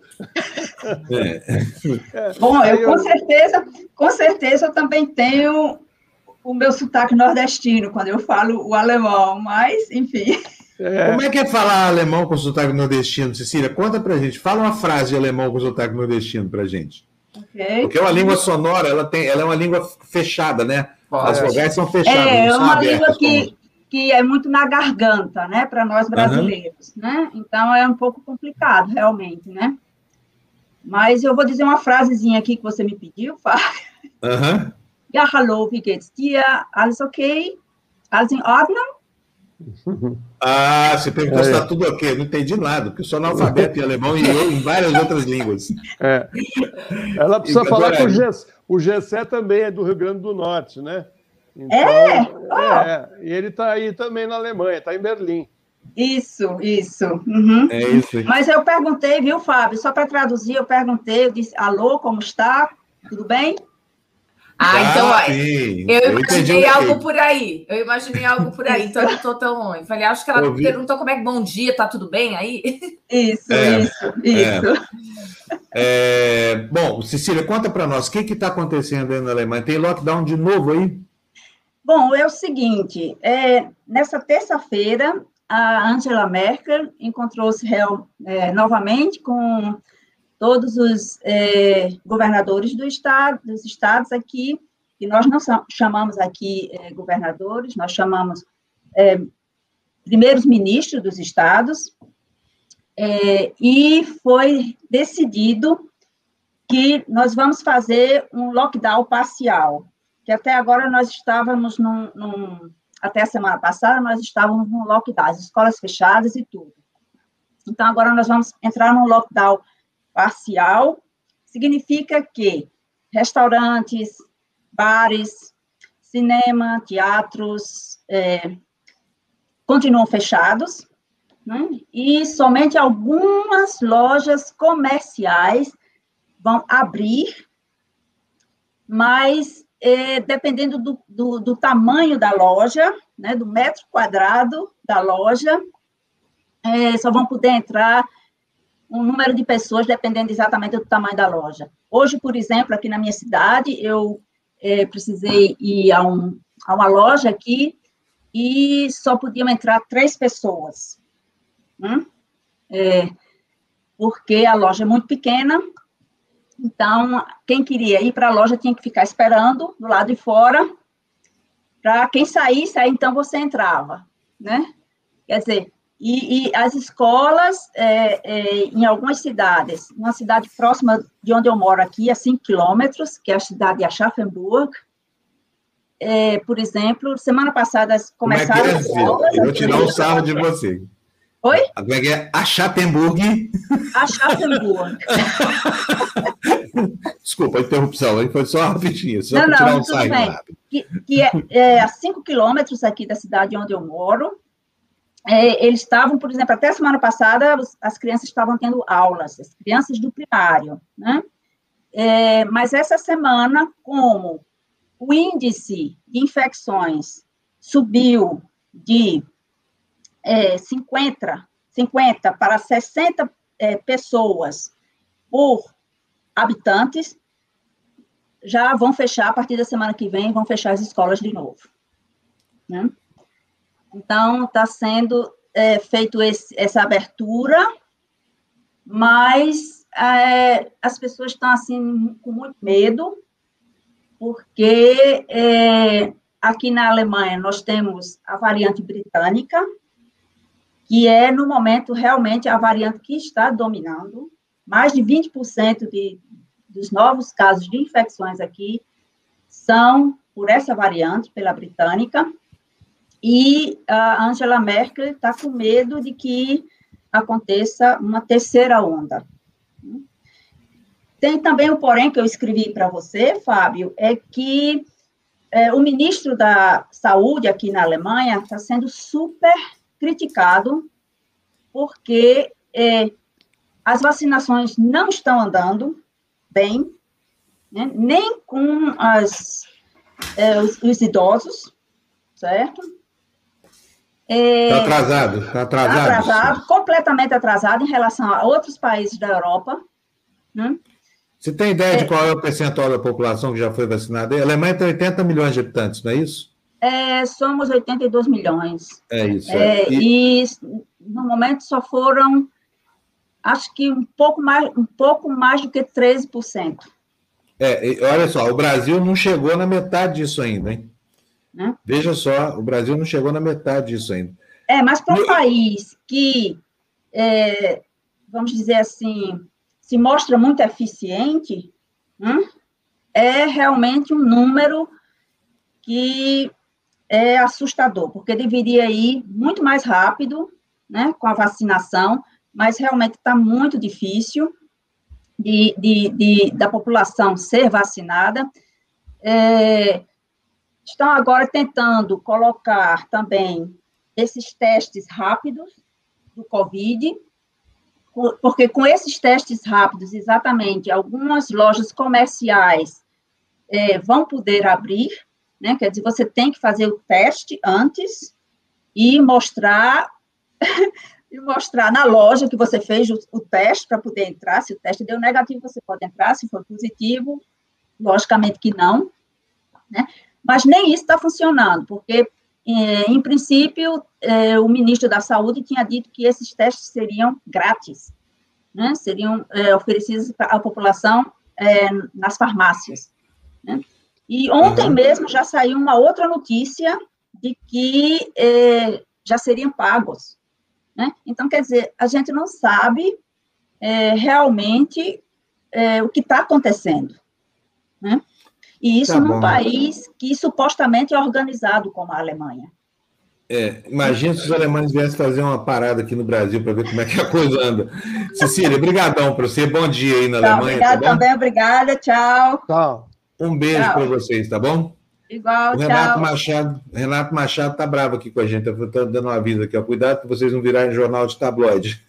É. Bom, eu, eu com certeza, com certeza eu também tenho o meu sotaque nordestino, quando eu falo o alemão, mas, enfim... É. Como é que é falar alemão com sotaque nordestino, Cecília? Conta pra gente. Fala uma frase de alemão com sotaque nordestino pra gente. Okay. Porque é uma língua sonora, ela, tem, ela é uma língua fechada, né? As vogais são fechadas. É, é uma língua que, como... que é muito na garganta, né? Para nós brasileiros, uhum. né? Então, é um pouco complicado, realmente, né? Mas eu vou dizer uma frasezinha aqui que você me pediu, Fábio. Uhum. Ja, hallo, wie geht's dir? Alles okay? Alles in Ordnung? Ah, você perguntou é. se está tudo ok. Eu não entendi nada, porque eu sou analfabeto em alemão e eu em várias outras línguas. É. Ela precisa e, falar que o, G, o Gessé também é do Rio Grande do Norte, né? Então, é? Oh. é? E ele está aí também na Alemanha, está em Berlim. Isso, isso. Uhum. É isso. Mas eu perguntei, viu, Fábio? Só para traduzir, eu perguntei, eu disse, alô, como está? Tudo bem? Ah, então, ah, ó, sim. eu, eu imaginei algo que... por aí. Eu imaginei algo por aí, então eu não estou tão ruim. Falei, acho que ela Ouvi. perguntou como é que bom dia, tá tudo bem aí? Isso, é, isso, isso. É. É, bom, Cecília, conta para nós, o que está acontecendo aí na Alemanha? Tem lockdown de novo aí? Bom, é o seguinte, é, nessa terça-feira, a Angela Merkel encontrou-se é, novamente com todos os é, governadores do estado, dos estados aqui, que nós não chamamos aqui é, governadores, nós chamamos é, primeiros ministros dos estados, é, e foi decidido que nós vamos fazer um lockdown parcial, que até agora nós estávamos num, num até a semana passada, nós estávamos num lockdown, as escolas fechadas e tudo. Então, agora nós vamos entrar num lockdown parcial, significa que restaurantes, bares, cinema, teatros, é, continuam fechados, né? E somente algumas lojas comerciais vão abrir, mas é, dependendo do, do, do tamanho da loja, né, do metro quadrado da loja, é, só vão poder entrar um número de pessoas dependendo exatamente do tamanho da loja. Hoje, por exemplo, aqui na minha cidade, eu é, precisei ir a, um, a uma loja aqui e só podiam entrar três pessoas, né? É, porque a loja é muito pequena, então, quem queria ir para a loja tinha que ficar esperando do lado de fora, para quem saísse, aí então você entrava, né? Quer dizer, E, e as escolas, é, é, em algumas cidades, uma cidade próxima de onde eu moro aqui, a cinco quilômetros, que é a cidade de Aschaffenburg, é, por exemplo, semana passada começaram Como é que é, as escolas... Eu vou tirar um sarro de você. Oi? Como é que é? Aschaffenburg. Aschaffenburg. Desculpa a interrupção, foi só rapidinho, só para tirar um sarro rápido. Que, que é, é a cinco quilômetros aqui da cidade onde eu moro. É, eles estavam, por exemplo, até a semana passada, as crianças estavam tendo aulas, as crianças do primário, né? É, mas essa semana, como o índice de infecções subiu de é, cinquenta, cinquenta para sessenta é, pessoas por habitantes, já vão fechar, a partir da semana que vem, vão fechar as escolas de novo. né? Então, está sendo é, feito esse, essa abertura, mas é, as pessoas estão, assim, com muito medo, porque é, aqui na Alemanha nós temos a variante britânica, que é, no momento, realmente a variante que está dominando. Mais de vinte por cento de, dos novos casos de infecções aqui são por essa variante, pela britânica, e a Angela Merkel está com medo de que aconteça uma terceira onda. Tem também um porém que eu escrevi para você, Fábio, é que é, o ministro da Saúde aqui na Alemanha está sendo super criticado porque é, as vacinações não estão andando bem, né, nem com as, é, os, os idosos, certo? Está é, atrasado, está atrasado. Atrasado, sim. Completamente atrasado em relação a outros países da Europa. Né? Você tem ideia é, de qual é o percentual da população que já foi vacinada? A Alemanha tem oitenta milhões de habitantes, não é isso? É, somos oitenta e dois milhões. É isso. É, é. E... e, no momento, só foram, acho que um pouco mais, um pouco mais do que treze por cento. É, olha só, o Brasil não chegou na metade disso ainda, hein? Né? Veja só, o Brasil não chegou na metade disso ainda. É, mas para um país que, é, vamos dizer assim, se mostra muito eficiente, né, é realmente um número que é assustador, porque deveria ir muito mais rápido, né, com a vacinação, mas realmente está muito difícil de, de, de, da população ser vacinada. É, estão agora tentando colocar também esses testes rápidos do Covid, porque com esses testes rápidos, exatamente, algumas lojas comerciais é, vão poder abrir, né? Quer dizer, você tem que fazer o teste antes e mostrar, e mostrar na loja que você fez o, o teste para poder entrar. Se o teste deu negativo, você pode entrar. Se for positivo, logicamente que não, né? Mas nem isso está funcionando, porque, é, em princípio, é, o ministro da Saúde tinha dito que esses testes seriam grátis, né? Seriam é, oferecidos à população é, nas farmácias, né? E ontem uhum. mesmo já saiu uma outra notícia de que é, já seriam pagos, né? Então, quer dizer, a gente não sabe é, realmente é, o que está acontecendo, né? E isso tá num país que supostamente é organizado como a Alemanha. É, imagina se os alemães viessem fazer uma parada aqui no Brasil para ver como é que a coisa anda. Cecília, brigadão para você, bom dia aí na tá, Alemanha. Obrigada tá também, obrigada, tchau. Tchau. Um beijo para vocês, tá bom? Igual, o Renato tchau. Machado, Renato Machado tá bravo aqui com a gente, eu tô dando um aviso aqui, ó, cuidado para vocês não virarem jornal de tabloide.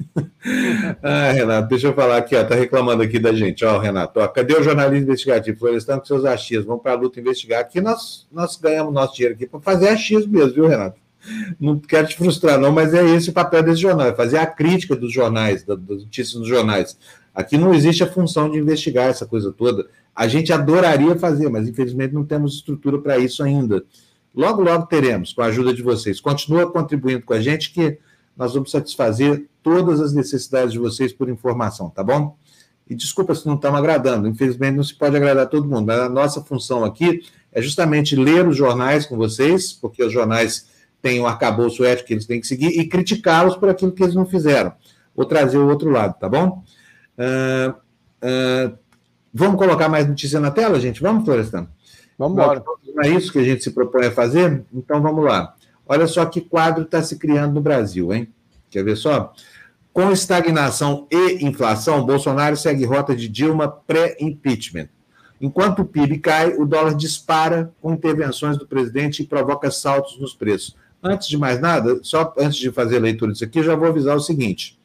Ah, Renato, deixa eu falar aqui, ó, tá reclamando aqui da gente, ó, Renato, ó, cadê o jornalismo investigativo? Florestan com seus achismos, vamos para a luta investigar. Aqui nós, nós ganhamos nosso dinheiro aqui para fazer achismo mesmo, viu, Renato? Não quero te frustrar, não, mas é esse o papel desse jornal, é fazer a crítica dos jornais, das notícias dos jornais. Aqui não existe a função de investigar essa coisa toda. A gente adoraria fazer, mas infelizmente não temos estrutura para isso ainda. Logo, logo teremos, com a ajuda de vocês. Continua contribuindo com a gente, que nós vamos satisfazer todas as necessidades de vocês por informação, tá bom? E desculpa se não estamos agradando, infelizmente não se pode agradar todo mundo, mas a nossa função aqui é justamente ler os jornais com vocês, porque os jornais têm um arcabouço ético que eles têm que seguir, e criticá-los por aquilo que eles não fizeram. Vou trazer o outro lado, tá bom? Uh, uh, vamos colocar mais notícia na tela, gente? Vamos, Florestan? Vamos embora. Não é isso que a gente se propõe a fazer? Então, vamos lá. Olha só que quadro está se criando no Brasil, hein? Quer ver só? Com estagnação e inflação, Bolsonaro segue rota de Dilma pré-impeachment. Enquanto o P I B cai, o dólar dispara com intervenções do presidente e provoca saltos nos preços. Antes de mais nada, só antes de fazer a leitura disso aqui, já vou avisar o seguinte.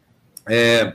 É...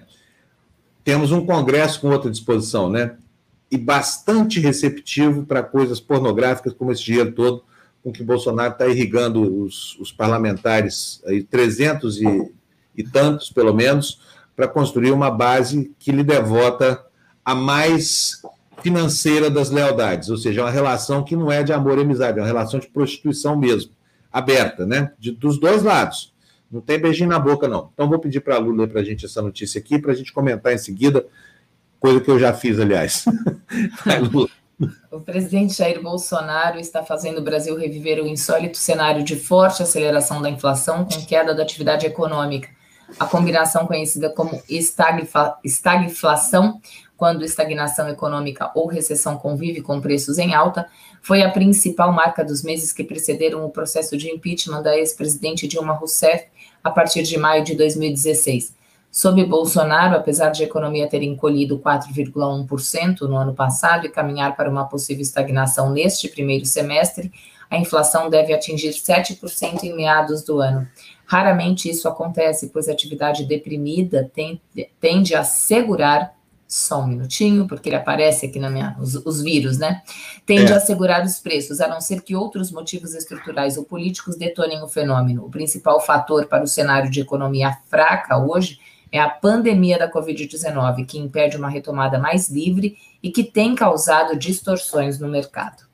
Temos um congresso com outra disposição, né? E bastante receptivo para coisas pornográficas, como esse dinheiro todo, com que Bolsonaro está irrigando os, os parlamentares, aí, trezentos e, e tantos, pelo menos, para construir uma base que lhe devota a mais financeira das lealdades, ou seja, uma relação que não é de amor e amizade, é uma relação de prostituição mesmo. aberta, né? De, dos dois lados. Não tem beijinho na boca, não. Então, vou pedir para a Lu ler para a gente essa notícia aqui, para a gente comentar em seguida, coisa que eu já fiz, aliás. Vai, Lu. O presidente Jair Bolsonaro está fazendo o Brasil reviver o insólito cenário de forte aceleração da inflação com queda da atividade econômica. A combinação conhecida como estagfla- estagflação, quando estagnação econômica ou recessão convive com preços em alta, foi a principal marca dos meses que precederam o processo de impeachment da ex-presidente Dilma Rousseff a partir de maio de dois mil e dezesseis. Sob Bolsonaro, apesar de a economia ter encolhido quatro vírgula um por cento no ano passado e caminhar para uma possível estagnação neste primeiro semestre, a inflação deve atingir sete por cento em meados do ano. Raramente isso acontece, pois a atividade deprimida tende, tende a segurar, só um minutinho, porque ele aparece aqui na minha, os, os vírus, né? Tende é. a segurar os preços, a não ser que outros motivos estruturais ou políticos detonem o fenômeno. O principal fator para o cenário de economia fraca hoje é a pandemia da covid dezenove, que impede uma retomada mais livre e que tem causado distorções no mercado.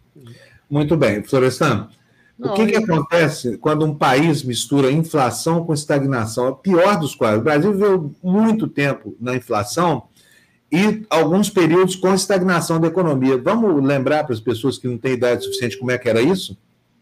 Muito bem, Florestan. O que, que acontece quando um país mistura inflação com estagnação? É o pior dos quadros. O Brasil viveu muito tempo na inflação e alguns períodos com estagnação da economia. Vamos lembrar para as pessoas que não têm idade suficiente como é que era isso?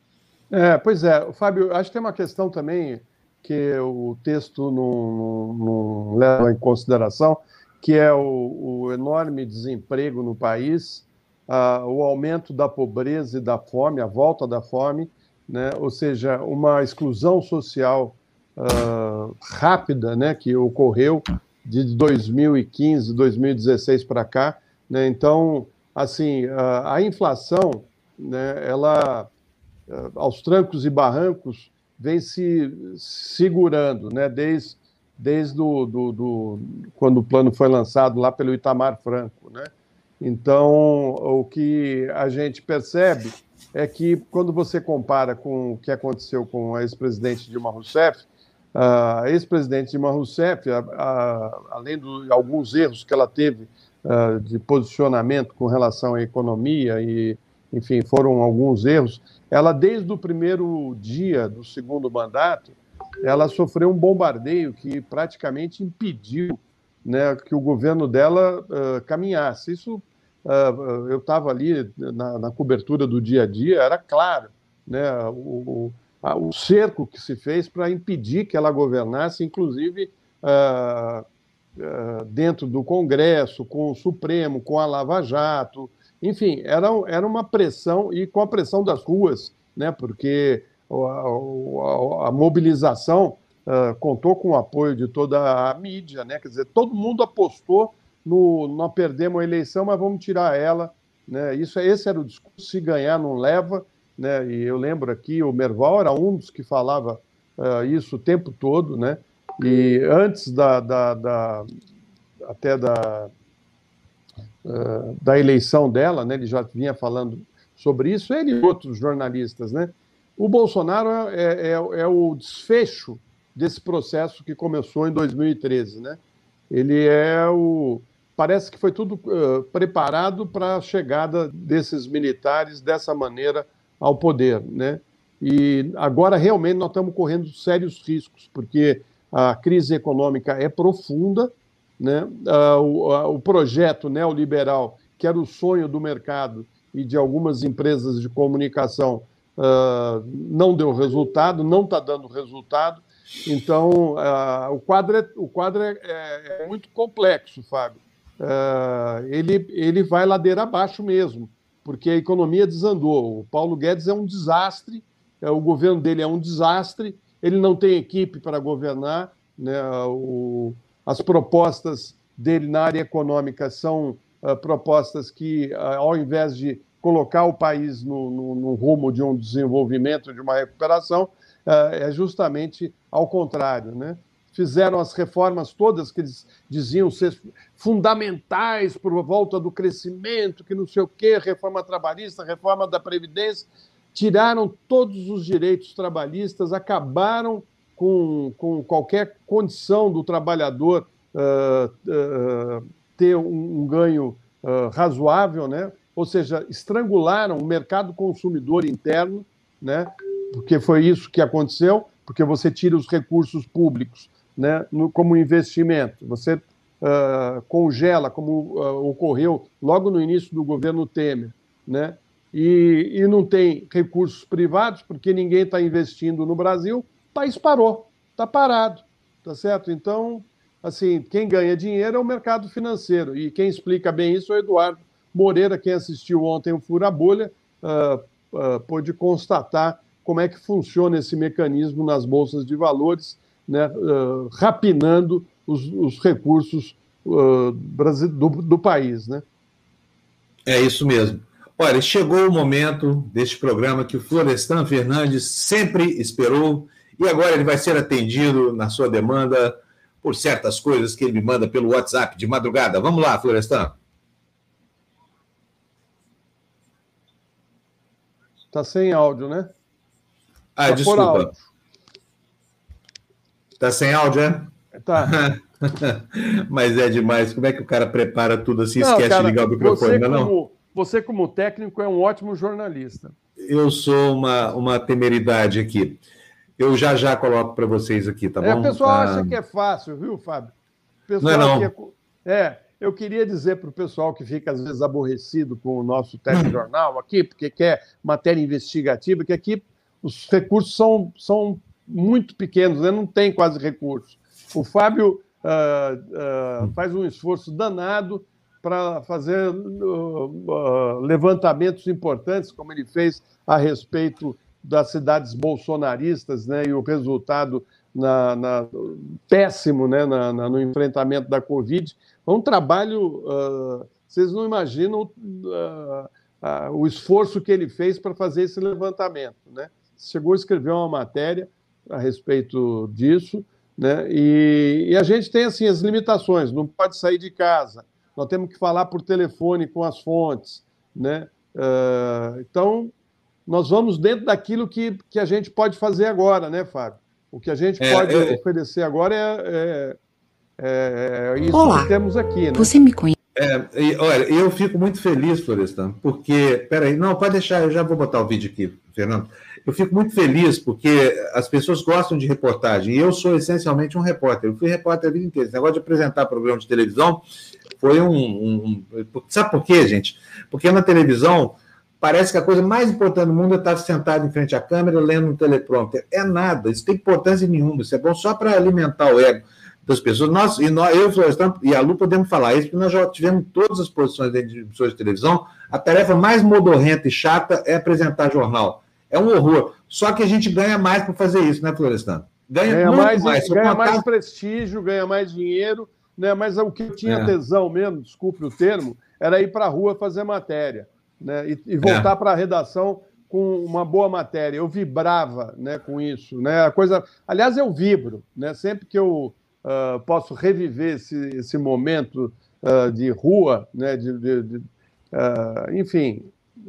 É, pois é, Fábio, acho que tem uma questão também que o texto não, não, não leva em consideração, que é o, o enorme desemprego no país, uh, o aumento da pobreza e da fome, a volta da fome, né? Ou seja, uma exclusão social uh, rápida, né, que ocorreu de dois mil e quinze, dois mil e dezesseis para cá, né? Então, assim, uh, a inflação, né, ela, uh, aos trancos e barrancos, vem se segurando, né, desde, desde do, do, do, quando o plano foi lançado lá pelo Itamar Franco, né? Então, o que a gente percebe é que, quando você compara com o que aconteceu com a ex-presidente Dilma Rousseff, a ex-presidente Dilma Rousseff, a, a, além de alguns erros que ela teve a, de posicionamento com relação à economia, e, enfim, foram alguns erros, ela, desde o primeiro dia do segundo mandato, ela sofreu um bombardeio que praticamente impediu, né, que o governo dela uh, caminhasse. Isso, uh, eu estava ali na, na cobertura do dia a dia, era claro, né, o, a, o cerco que se fez para impedir que ela governasse, inclusive uh, uh, dentro do Congresso, com o Supremo, com a Lava Jato. Enfim, era, era uma pressão, e com a pressão das ruas, né, porque a, a, a mobilização uh, contou com o apoio de toda a mídia, né, quer dizer, todo mundo apostou no não perdemos a eleição, mas vamos tirar ela, né, isso, esse era o discurso, se ganhar não leva, né, e eu lembro aqui, o Merval era um dos que falava uh, isso o tempo todo, né, e antes da, da, da até da Uh, da eleição dela, né, ele já vinha falando sobre isso, ele e outros jornalistas, né? O Bolsonaro é, é, é o desfecho desse processo que começou em dois mil e treze, né? Ele é o... Parece que foi tudo uh, preparado para a chegada desses militares dessa maneira ao poder, né? E agora realmente nós estamos correndo sérios riscos, porque a crise econômica é profunda, né? Uh, o, uh, o projeto neoliberal, que era o sonho do mercado e de algumas empresas de comunicação, uh, não deu resultado, não está dando resultado. Então, uh, o quadro, é, o quadro é, é, é muito complexo, Fábio. Uh, ele, ele vai ladeira abaixo mesmo, porque a economia desandou. O Paulo Guedes é um desastre, uh, o governo dele é um desastre, ele não tem equipe para governar, né? o As propostas dele na área econômica são uh, propostas que, uh, ao invés de colocar o país no, no, no rumo de um desenvolvimento, de uma recuperação, uh, é justamente ao contrário, né? Fizeram as reformas todas que eles diziam ser fundamentais por volta do crescimento, que não sei o quê, reforma trabalhista, reforma da Previdência, tiraram todos os direitos trabalhistas, acabaram Com, com qualquer condição do trabalhador uh, uh, ter um, um ganho uh, razoável, né? Ou seja, estrangularam o mercado consumidor interno, né? porque foi isso que aconteceu, porque você tira os recursos públicos, né, no, como investimento, você uh, congela, como uh, ocorreu logo no início do governo Temer, né, e, e não tem recursos privados, porque ninguém está investindo no Brasil, o país parou, está parado, tá certo? Então, assim, quem ganha dinheiro é o mercado financeiro, e quem explica bem isso é o Eduardo Moreira. Quem assistiu ontem o Fura Bolha uh, uh, pôde constatar como é que funciona esse mecanismo nas bolsas de valores, né, uh, rapinando os, os recursos uh, do, do país, né? É isso mesmo. Olha, chegou o momento deste programa que o Florestan Fernandes sempre esperou, e agora ele vai ser atendido na sua demanda por certas coisas que ele me manda pelo WhatsApp de madrugada. Vamos lá, Florestan. Está sem áudio, né? Ah, tá desculpa. Está sem áudio, é? Tá. Mas é demais. Como é que o cara prepara tudo assim, não, esquece cara, de ligar o microfone, você não? Como, você, como técnico, é um ótimo jornalista. Eu sou uma, uma temeridade aqui. Eu já já coloco para vocês aqui, tá é, bom? O pessoal ah... acha que é fácil, viu, Fábio? O pessoal não é, não. Que é... é, eu queria dizer para o pessoal que fica, às vezes, aborrecido com o nosso telejornal aqui, porque quer matéria investigativa, que aqui os recursos são, são muito pequenos, né? Não tem quase recursos. O Fábio uh, uh, faz um esforço danado para fazer uh, uh, levantamentos importantes, como ele fez a respeito das cidades bolsonaristas, né, e o resultado na, na, péssimo, né, na, na, no enfrentamento da Covid. É um trabalho, uh, vocês não imaginam uh, uh, o esforço que ele fez para fazer esse levantamento, né? Chegou a escrever uma matéria a respeito disso, né, e, e a gente tem assim, as limitações, não pode sair de casa, nós temos que falar por telefone com as fontes, né? Uh, então, nós vamos dentro daquilo que, que a gente pode fazer agora, né, Fábio? O que a gente é, pode é... oferecer agora é, é, é isso Olá. Que temos aqui, né? Você me conhece? É, e, olha, eu fico muito feliz, Florestan, porque... Peraí, não, pode deixar, eu já vou botar o vídeo aqui, Fernando. Eu fico muito feliz porque as pessoas gostam de reportagem, e eu sou essencialmente um repórter. Eu fui repórter a vida inteira. Esse negócio de apresentar programa de televisão foi um... um... Sabe por quê, gente? Porque na televisão... Parece que a coisa mais importante do mundo é estar sentado em frente à câmera, lendo um teleprompter. É nada, isso tem importância nenhuma, isso é bom só para alimentar o ego das pessoas. Nós, e nós, eu e a Lu podemos falar isso, porque nós já tivemos todas as posições dentro de emissoras de televisão. A tarefa mais modorrenta e chata é apresentar jornal. É um horror. Só que a gente ganha mais para fazer isso, né, Florestan? Ganha, ganha muito mais, mais. Ganha mais casa... prestígio, ganha mais dinheiro, né? Mas o que eu tinha é. tesão mesmo, desculpe o termo, era ir para a rua fazer matéria. Né, e, e voltar é. para a redação com uma boa matéria. Eu vibrava, né, com isso. Né, a coisa... Aliás, eu vibro. Né, sempre que eu uh, posso reviver esse, esse momento uh, de rua, né, de, de, de, uh, enfim,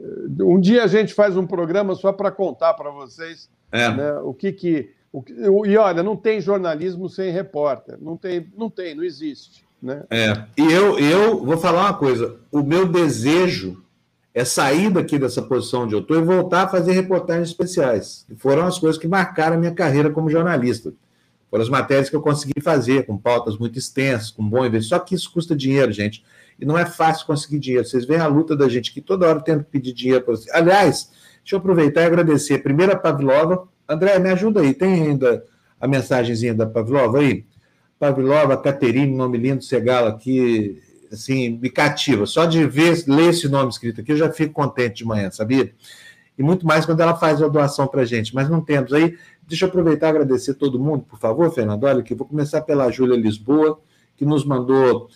um dia a gente faz um programa só para contar para vocês é. né, o que que... O, e, olha, não tem jornalismo sem repórter. Não tem, não, tem, não existe. Né? É. E eu, eu vou falar uma coisa. O meu desejo é sair daqui dessa posição onde eu estou e voltar a fazer reportagens especiais. E foram as coisas que marcaram a minha carreira como jornalista. Foram as matérias que eu consegui fazer, com pautas muito extensas, com bom investimento. Só que isso custa dinheiro, gente. E não é fácil conseguir dinheiro. Vocês veem a luta da gente aqui, toda hora tendo que pedir dinheiro para vocês. Aliás, deixa eu aproveitar e agradecer. Primeiro a Pavlova. André, me ajuda aí. Tem ainda a mensagenzinha da Pavlova aí? Pavlova, Caterine, nome lindo, Segala aqui... assim, me cativa. Só de ver, ler esse nome escrito aqui, eu já fico contente de manhã, sabia? E muito mais quando ela faz a doação para a gente. Mas não temos aí. Deixa eu aproveitar e agradecer todo mundo, por favor, Fernando. Olha aqui, vou começar pela Júlia Lisboa, que nos mandou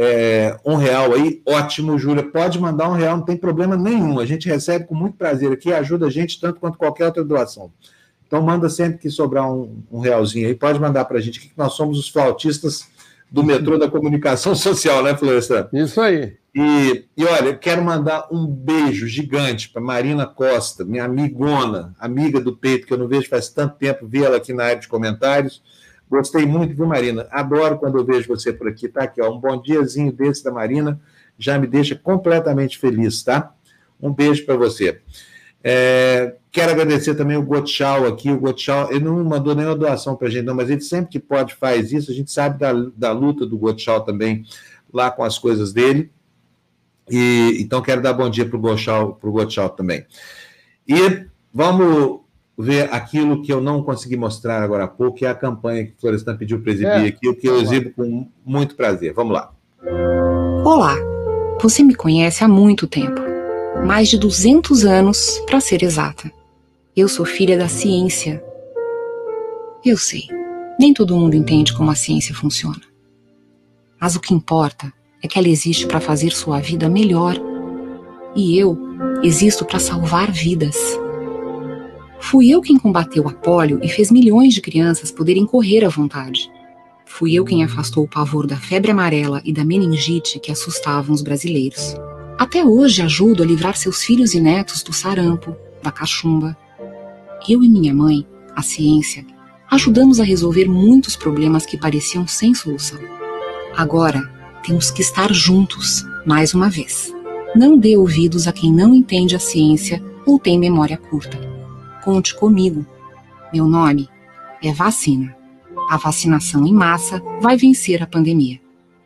é, um real aí. Ótimo, Júlia. Pode mandar um real, não tem problema nenhum. A gente recebe com muito prazer aqui, ajuda a gente tanto quanto qualquer outra doação. Então, manda sempre que sobrar um, um realzinho aí. Pode mandar para a gente aqui, que nós somos os flautistas do metrô da comunicação social, né, Florestan? Isso aí. E, e olha, eu quero mandar um beijo gigante para Marina Costa, minha amigona, amiga do peito, que eu não vejo faz tanto tempo, vi ela aqui na área de comentários. Gostei muito, viu, Marina? Adoro quando eu vejo você por aqui. Tá aqui, ó, um bom diazinho desse da Marina, já me deixa completamente feliz, tá? Um beijo para você. É, quero agradecer também o Gotchal aqui. O Gotchal, ele não mandou nenhuma doação para a gente, não, mas ele sempre que pode faz isso. A gente sabe da, da luta do Gotchal também, lá com as coisas dele. E, então, quero dar bom dia para o Gotchal, pro Gotchal também. E vamos ver aquilo que eu não consegui mostrar agora há pouco, que é a campanha que o Florestan pediu para exibir é, aqui, o que eu exibo com muito prazer. Vamos lá. Olá, você me conhece há muito tempo, mais de duzentos anos, para ser exata. Eu sou filha da ciência. Eu sei, nem todo mundo entende como a ciência funciona. Mas o que importa é que ela existe para fazer sua vida melhor. E eu existo para salvar vidas. Fui eu quem combateu a pólio e fez milhões de crianças poderem correr à vontade. Fui eu quem afastou o pavor da febre amarela e da meningite que assustavam os brasileiros. Até hoje ajudo a livrar seus filhos e netos do sarampo, da cachumba. Eu e minha mãe, a ciência, ajudamos a resolver muitos problemas que pareciam sem solução. Agora, temos que estar juntos, mais uma vez. Não dê ouvidos a quem não entende a ciência ou tem memória curta. Conte comigo. Meu nome é vacina. A vacinação em massa vai vencer a pandemia.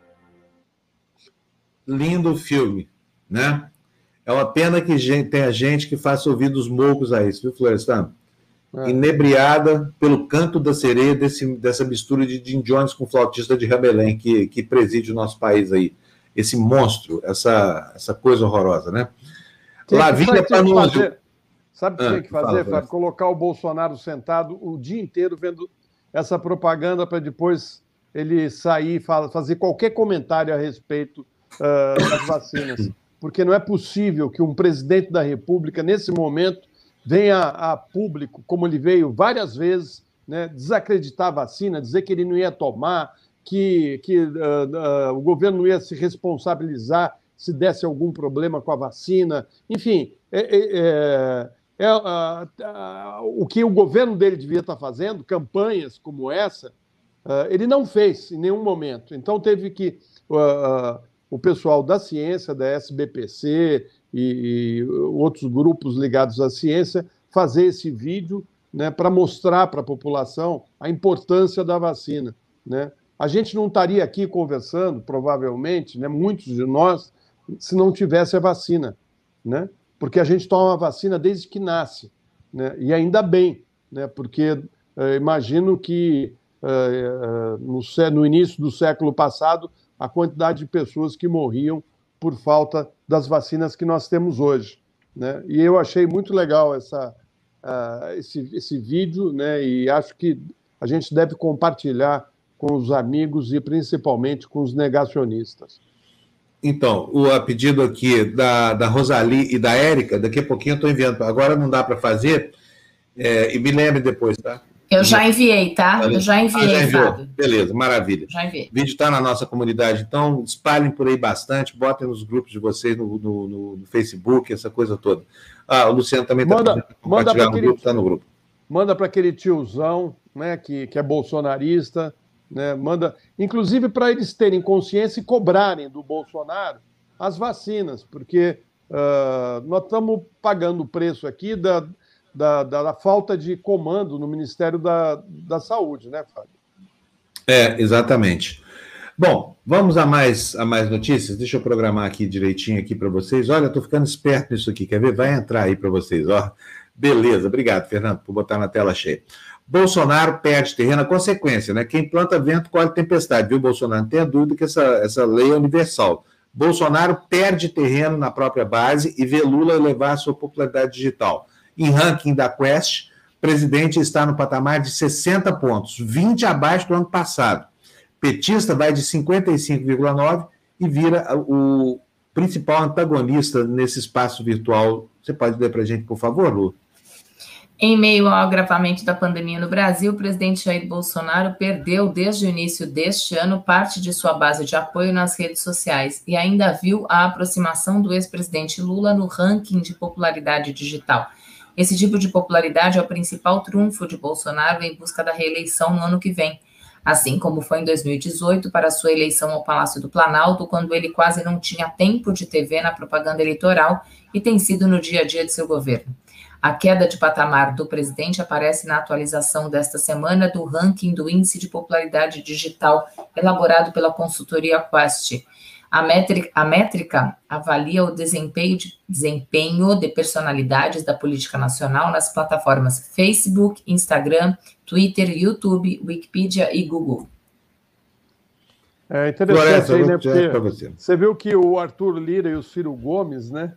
Lindo filme, né? É uma pena que tenha gente que faça ouvidos moucos a isso, viu, Florestan? É. Inebriada pelo canto da sereia desse, dessa mistura de Jim Jones com flautista de Rabelém, que, que preside o nosso país aí. Esse monstro, essa, essa coisa horrorosa, né? Lavínia Panunzio. Sabe o que ah, tinha que fazer, Fábio? Colocar o Bolsonaro sentado o dia inteiro vendo essa propaganda para depois ele sair e fazer qualquer comentário a respeito uh, das vacinas. Porque não é possível que um presidente da República, nesse momento, venha a público, como ele veio várias vezes, né, desacreditar a vacina, dizer que ele não ia tomar, que, que uh, uh, o governo não ia se responsabilizar se desse algum problema com a vacina. Enfim, é, é, é, uh, uh, o que o governo dele devia estar fazendo, campanhas como essa, uh, ele não fez em nenhum momento. Então teve que uh, uh, o pessoal da ciência, da S B P C e, e outros grupos ligados à ciência fazer esse vídeo, né, para mostrar para a população a importância da vacina, né? A gente não estaria aqui conversando, provavelmente, né, muitos de nós, se não tivesse a vacina, né? Porque a gente toma a vacina desde que nasce, né? E ainda bem, né? Porque eh, imagino que eh, no, no início do século passado, a quantidade de pessoas que morriam por falta das vacinas que nós temos hoje, né? E eu achei muito legal essa, uh, esse, esse vídeo, né? E acho que a gente deve compartilhar com os amigos e principalmente com os negacionistas. Então, o a pedido aqui da, da Rosali e da Érica, daqui a pouquinho eu estou enviando. Agora não dá para fazer, é, e me lembre depois, tá? Eu já enviei, tá? Eu já enviei, ah, já Fábio. Beleza, maravilha. Já enviei. O vídeo está na nossa comunidade, então espalhem por aí bastante, botem nos grupos de vocês, no, no, no Facebook, essa coisa toda. Ah, o Luciano também está compartilhando no aquele, grupo, está no grupo. Manda para aquele tiozão, né, que, que é bolsonarista, né, manda, inclusive para eles terem consciência e cobrarem do Bolsonaro as vacinas, porque uh, nós estamos pagando o preço aqui da, da, da, da falta de comando no Ministério da, da Saúde, né, Fábio? É, exatamente. Bom, vamos a mais, a mais notícias. Deixa eu programar aqui direitinho aqui para vocês. Olha, estou ficando esperto nisso aqui, quer ver? Vai entrar aí para vocês, ó. Beleza, obrigado, Fernando, por botar na tela cheia. Bolsonaro perde terreno, a consequência, né? Quem planta vento colhe tempestade, viu, Bolsonaro? Não tenha dúvida que essa, essa lei é universal. Bolsonaro perde terreno na própria base e vê Lula elevar a sua popularidade digital. Em ranking da Quest, o presidente está no patamar de sessenta pontos, vinte abaixo do ano passado. Petista vai de cinquenta e cinco vírgula nove e vira o principal antagonista nesse espaço virtual. Você pode ler para a gente, por favor, Lu? Em meio ao agravamento da pandemia no Brasil, o presidente Jair Bolsonaro perdeu desde o início deste ano parte de sua base de apoio nas redes sociais e ainda viu a aproximação do ex-presidente Lula no ranking de popularidade digital. Esse tipo de popularidade é o principal trunfo de Bolsonaro em busca da reeleição no ano que vem, assim como foi em dois mil e dezoito para sua eleição ao Palácio do Planalto, quando ele quase não tinha tempo de T V na propaganda eleitoral e tem sido no dia a dia de seu governo. A queda de patamar do presidente aparece na atualização desta semana do ranking do Índice de Popularidade Digital, elaborado pela consultoria Quest. A métrica, a métrica avalia o desempenho de, desempenho de personalidades da política nacional nas plataformas Facebook, Instagram, Twitter, YouTube, Wikipedia e Google. É interessante aí, né? Porque você. você viu que o Arthur Lira e o Ciro Gomes, né?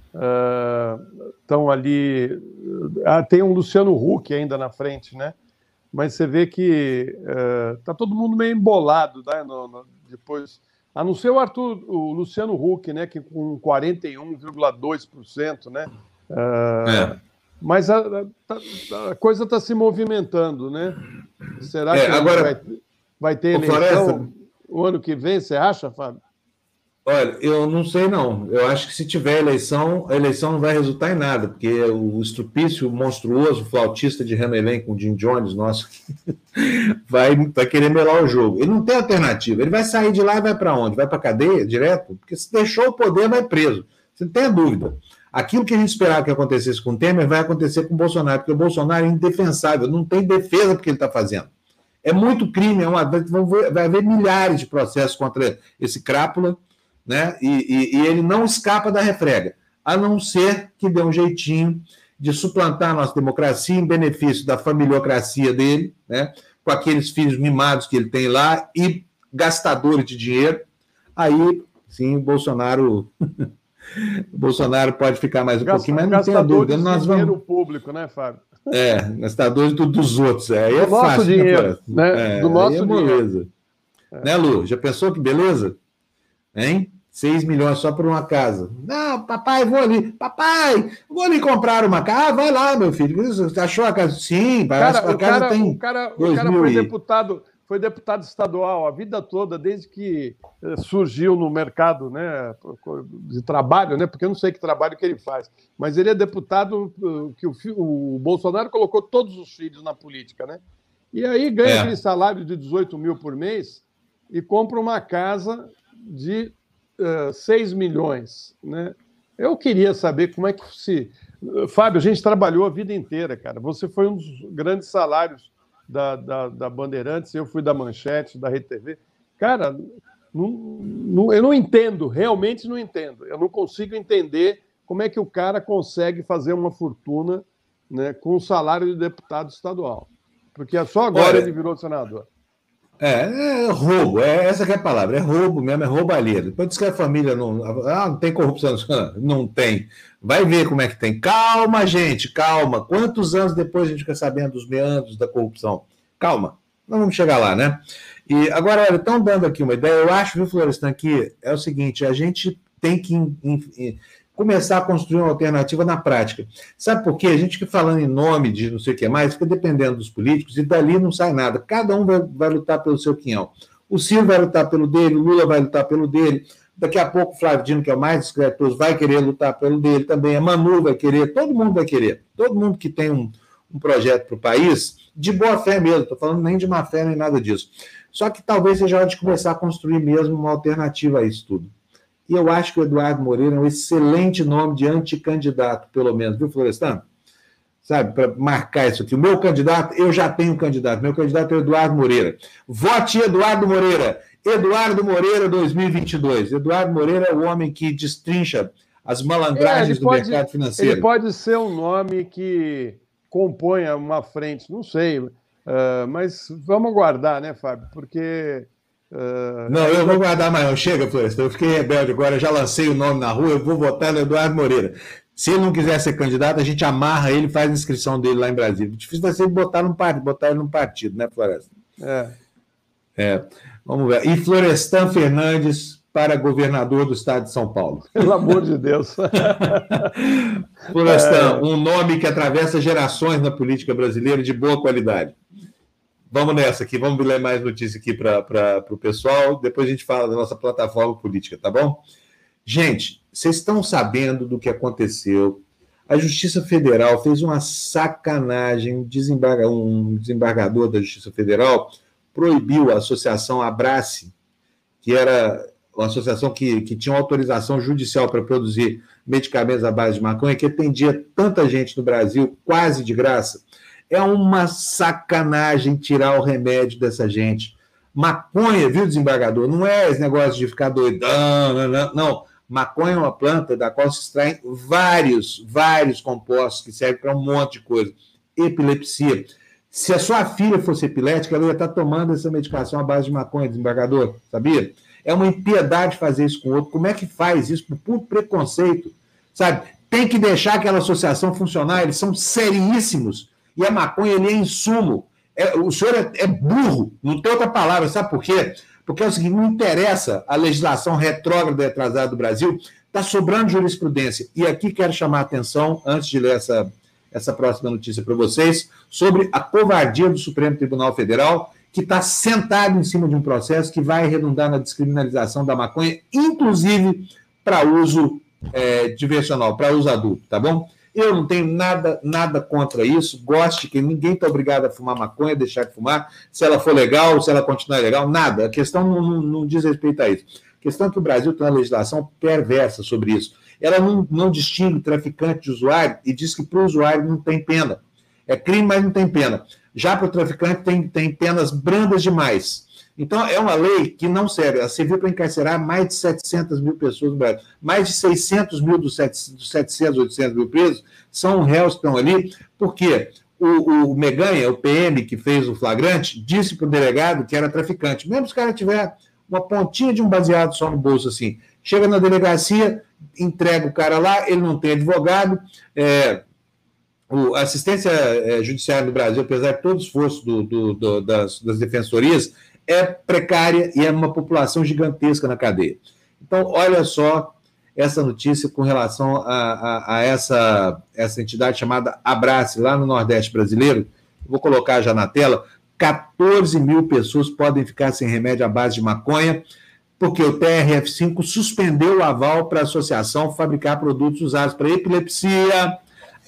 Estão uh, ali. Uh, tem um Luciano Huck ainda na frente, né? Mas você vê que está uh, todo mundo meio embolado, né? No, no, depois, a não ser o Arthur, o Luciano Huck, né? Que com quarenta e um vírgula dois por cento, né? Uh, é. Mas a, a, a coisa está se movimentando, né? Será é, que agora, vai, vai ter eleição Floresta, o ano que vem? Você acha, Fábio? Olha, eu não sei não. Eu acho que se tiver eleição, a eleição não vai resultar em nada, porque o estrupício monstruoso, flautista de Hamelin com o Jim Jones, nosso, vai, vai querer melar o jogo. Ele não tem alternativa. Ele vai sair de lá e vai para onde? Vai para a cadeia direto? Porque se deixou o poder, vai preso. Você não tem dúvida. Aquilo que a gente esperava que acontecesse com o Temer vai acontecer com o Bolsonaro, porque o Bolsonaro é indefensável, não tem defesa do que ele está fazendo. É muito crime, é uma, vai haver milhares de processos contra esse crápula, né? E, e, e ele não escapa da refrega, a não ser que dê um jeitinho de suplantar a nossa democracia em benefício da familiocracia dele, né? Com aqueles filhos mimados que ele tem lá e gastadores de dinheiro. Aí, sim, o Bolsonaro, o Bolsonaro pode ficar mais um Gasta, pouquinho, mas não tenha dúvida. Nós de vamos... dinheiro público, né, Fábio? É, gastadores do, dos outros. Aí é do fácil, nosso dinheiro, né? É, do nosso é beleza. É. Né, Lu? Já pensou que beleza? Hein? seis milhões só por uma casa. Não, papai, vou ali. Papai, vou ali comprar uma casa. Ah, vai lá, meu filho. Você achou a casa? Sim, cara, a o casa cara, tem o cara, o cara foi, deputado, foi deputado estadual a vida toda, desde que surgiu no mercado, né, de trabalho, né, porque eu não sei que trabalho que ele faz, mas ele é deputado que o, o Bolsonaro colocou todos os filhos na política, né? E aí ganha é. aquele salário de dezoito mil por mês e compra uma casa de Uh, seis milhões, né? Eu queria saber como é que se... Fábio, a gente trabalhou a vida inteira, cara. Você foi um dos grandes salários da, da, da Bandeirantes, eu fui da Manchete, da Rede T V. Cara, não, não, eu não entendo, realmente não entendo. Eu não consigo entender como é que o cara consegue fazer uma fortuna, né, com o salário de deputado estadual. Porque só agora Olha... ele virou senador. É, é roubo, é, essa que é a palavra, é roubo mesmo, é roubalheira. Depois diz que a família não. Ah, não tem corrupção, não tem. Vai ver como é que tem. Calma, gente, calma. Quantos anos depois a gente fica sabendo dos meandros da corrupção? Calma, não vamos chegar lá, né? E agora, olha, estão dando aqui uma ideia, eu acho, viu, Florestan, que é o seguinte: a gente tem que in, in, começar a construir uma alternativa na prática. Sabe por quê? A gente fica falando em nome de não sei o que mais, fica dependendo dos políticos e dali não sai nada. Cada um vai, vai lutar pelo seu quinhão. O Ciro vai lutar pelo dele, o Lula vai lutar pelo dele, daqui a pouco o Flávio Dino, que é o mais discreto, vai querer lutar pelo dele também, a Manu vai querer, todo mundo vai querer. Todo mundo que tem um, um projeto para o país, de boa fé mesmo, estou falando nem de má fé nem nada disso. Só que talvez seja hora de começar a construir mesmo uma alternativa a isso tudo. E eu acho que o Eduardo Moreira é um excelente nome de anticandidato, pelo menos, viu, Florestan? Sabe, para marcar isso aqui. O meu candidato, eu já tenho um candidato. Meu candidato é o Eduardo Moreira. Vote Eduardo Moreira. Eduardo Moreira dois mil e vinte e dois. Eduardo Moreira é o homem que destrincha as malandragens é, do pode, mercado financeiro. Ele pode ser um nome que componha uma frente, não sei, uh, mas vamos aguardar, né, Fábio? Porque... Uh, não, eu vou guardar mais não. Chega, Florestan, eu fiquei rebelde agora, já lancei o nome na rua, eu vou votar no Eduardo Moreira. Se ele não quiser ser candidato, a gente amarra ele e faz a inscrição dele lá em Brasília. O difícil vai ser botar, num, botar ele num partido, né, Florestan? É. É. Vamos ver. E Florestan Fernandes para governador do estado de São Paulo. Pelo amor de Deus. Florestan, é... um nome que atravessa gerações na política brasileira de boa qualidade. Vamos nessa aqui, vamos ler mais notícia aqui para o pessoal, depois a gente fala da nossa plataforma política, tá bom? Gente, vocês estão sabendo do que aconteceu? A Justiça Federal fez uma sacanagem, desembarga, um desembargador da Justiça Federal proibiu a associação Abrace, que era uma associação que, que tinha uma autorização judicial para produzir medicamentos à base de maconha, que atendia tanta gente no Brasil, quase de graça. É uma sacanagem tirar o remédio dessa gente. Maconha, viu, desembargador? Não é esse negócio de ficar doidão, não, não, não. Maconha é uma planta da qual se extraem vários, vários compostos que servem para um monte de coisa. Epilepsia. Se a sua filha fosse epilética, ela ia estar tomando essa medicação à base de maconha, desembargador, sabia? É uma impiedade fazer isso com o outro. Como é que faz isso? Por puro preconceito, sabe? Tem que deixar aquela associação funcionar, eles são seríssimos. E a maconha, ele é insumo. É, o senhor é, é burro, não tem outra palavra, sabe por quê? Porque é o seguinte, não interessa a legislação retrógrada e atrasada do Brasil, está sobrando jurisprudência. E aqui quero chamar a atenção, antes de ler essa, essa próxima notícia para vocês, sobre a covardia do Supremo Tribunal Federal, que está sentado em cima de um processo que vai redundar na descriminalização da maconha, inclusive para uso é, diversional, para uso adulto, tá bom? Eu não tenho nada, nada contra isso, goste que ninguém está obrigado a fumar maconha, deixar de fumar, se ela for legal, se ela continuar legal, nada. A questão não, não, não diz respeito a isso. A questão é que o Brasil tem uma legislação perversa sobre isso. Ela não, não distingue traficante de usuário e diz que para o usuário não tem pena. É crime, mas não tem pena. Já para o traficante tem, tem penas brandas demais. Então, é uma lei que não serve. Ela serviu para encarcerar mais de setecentas mil pessoas no Brasil. Mais de seiscentos mil dos setecentos, oitocentos mil presos são réus que estão ali, porque o, o Meganha, o P M que fez o flagrante, disse para o delegado que era traficante. Mesmo se o cara tiver uma pontinha de um baseado só no bolso, assim, chega na delegacia, entrega o cara lá, ele não tem advogado, é, a assistência judiciária no Brasil, apesar de todo o esforço do, do, do, das, das defensorias, é precária e é uma população gigantesca na cadeia. Então, olha só essa notícia com relação a, a, a essa, essa entidade chamada Abrace, lá no Nordeste brasileiro. Vou colocar já na tela. quatorze mil pessoas podem ficar sem remédio à base de maconha, porque o T R F cinco suspendeu o aval para a associação fabricar produtos usados para epilepsia,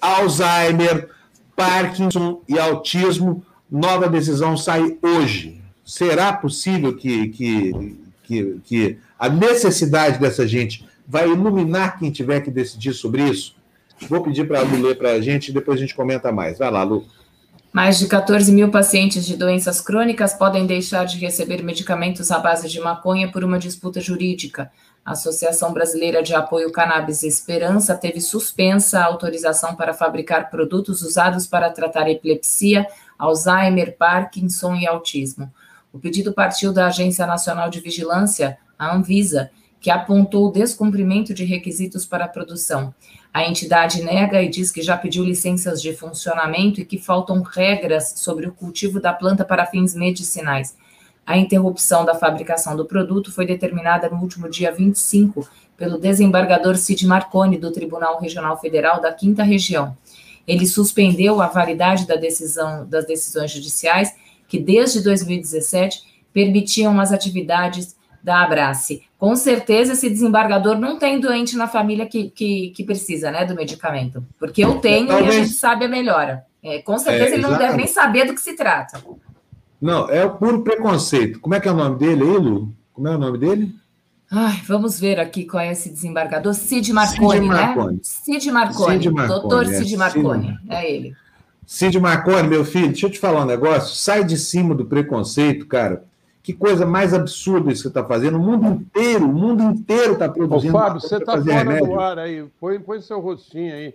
Alzheimer, Parkinson e autismo. Nova decisão sai hoje. Será possível que, que, que, que a necessidade dessa gente vai iluminar quem tiver que decidir sobre isso? Vou pedir para a Lu ler para a gente e depois a gente comenta mais. Vai lá, Lu. Mais de quatorze mil pacientes de doenças crônicas podem deixar de receber medicamentos à base de maconha por uma disputa jurídica. A Associação Brasileira de Apoio Cannabis Esperança teve suspensa a autorização para fabricar produtos usados para tratar epilepsia, Alzheimer, Parkinson e autismo. O pedido partiu da Agência Nacional de Vigilância, a Anvisa, que apontou o descumprimento de requisitos para a produção. A entidade nega e diz que já pediu licenças de funcionamento e que faltam regras sobre o cultivo da planta para fins medicinais. A interrupção da fabricação do produto foi determinada no último dia vinte e cinco pelo desembargador Cid Marconi, do Tribunal Regional Federal da Quinta Região. Ele suspendeu a validade da decisão, das decisões judiciais que desde dois mil e dezessete permitiam as atividades da Abrace. Com certeza esse desembargador não tem doente na família que, que, que precisa, né, do medicamento, porque eu tenho Talvez... e a gente sabe a melhora. É, com certeza é, ele não deve nem saber do que se trata. Não, é o puro preconceito. Como é que é o nome dele aí, Lu? Como é o nome dele? Ai, vamos ver aqui qual é esse desembargador. Cid Marconi, Cid Marconi. né? Cid Marconi, Cid Marconi doutor é, Cid Marconi, Cid... é ele. Cid Marconi, meu filho, deixa eu te falar um negócio. Sai de cima do preconceito, cara. Que coisa mais absurda isso que você está fazendo. O mundo inteiro, o mundo inteiro está produzindo. Ô, Fábio, você está fora remédio. do ar aí. Põe, põe seu rostinho aí.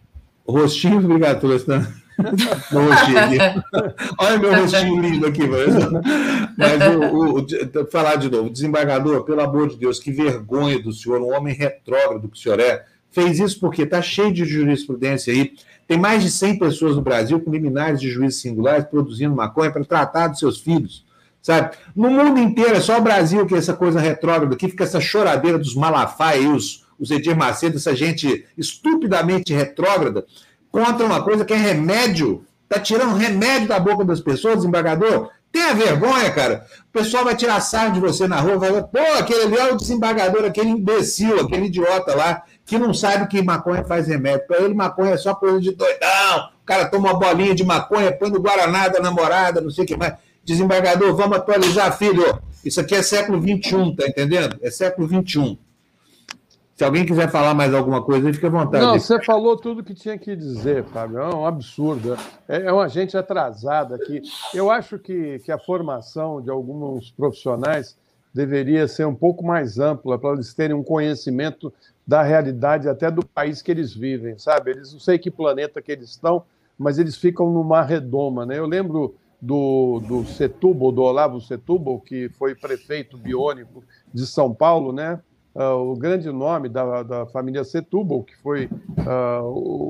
O rostinho, obrigado, Tulestano. Meu rostinho aqui. Olha meu rostinho lindo aqui. Mas, o, o, falar de novo, desembargador, pelo amor de Deus, que vergonha do senhor, um homem retrógrado que o senhor é. Fez isso porque está cheio de jurisprudência aí. Tem mais de cem pessoas no Brasil com liminares de juízes singulares produzindo maconha para tratar dos seus filhos, sabe? No mundo inteiro, é só o Brasil que é essa coisa retrógrada, que fica essa choradeira dos Malafaia, os, os Edir Macedo, essa gente estupidamente retrógrada, contra uma coisa que é remédio. Está tirando remédio da boca das pessoas, desembargador? Tenha vergonha, cara. O pessoal vai tirar sarro de você na rua, vai falar, pô, aquele ali é o desembargador, aquele imbecil, aquele idiota lá, que não sabe que maconha faz remédio. Para ele, maconha é só coisa de doidão. O cara toma uma bolinha de maconha, põe no Guaraná da namorada, não sei o que mais. Desembargador, vamos atualizar, filho. Isso aqui é século vinte e um, tá entendendo? É século vinte e um. Se alguém quiser falar mais alguma coisa, fica à vontade. Não, você falou tudo que tinha que dizer, Fábio. É um absurdo. É, é uma gente atrasada aqui. Eu acho que, que a formação de alguns profissionais deveria ser um pouco mais ampla, para eles terem um conhecimento da realidade até do país que eles vivem, sabe? Eles não sei que planeta que eles estão, mas eles ficam numa redoma, né? Eu lembro do, do Setúbal, do Olavo Setúbal, que foi prefeito biônico de São Paulo, né? Uh, o grande nome da, da família Setúbal, que foi uh,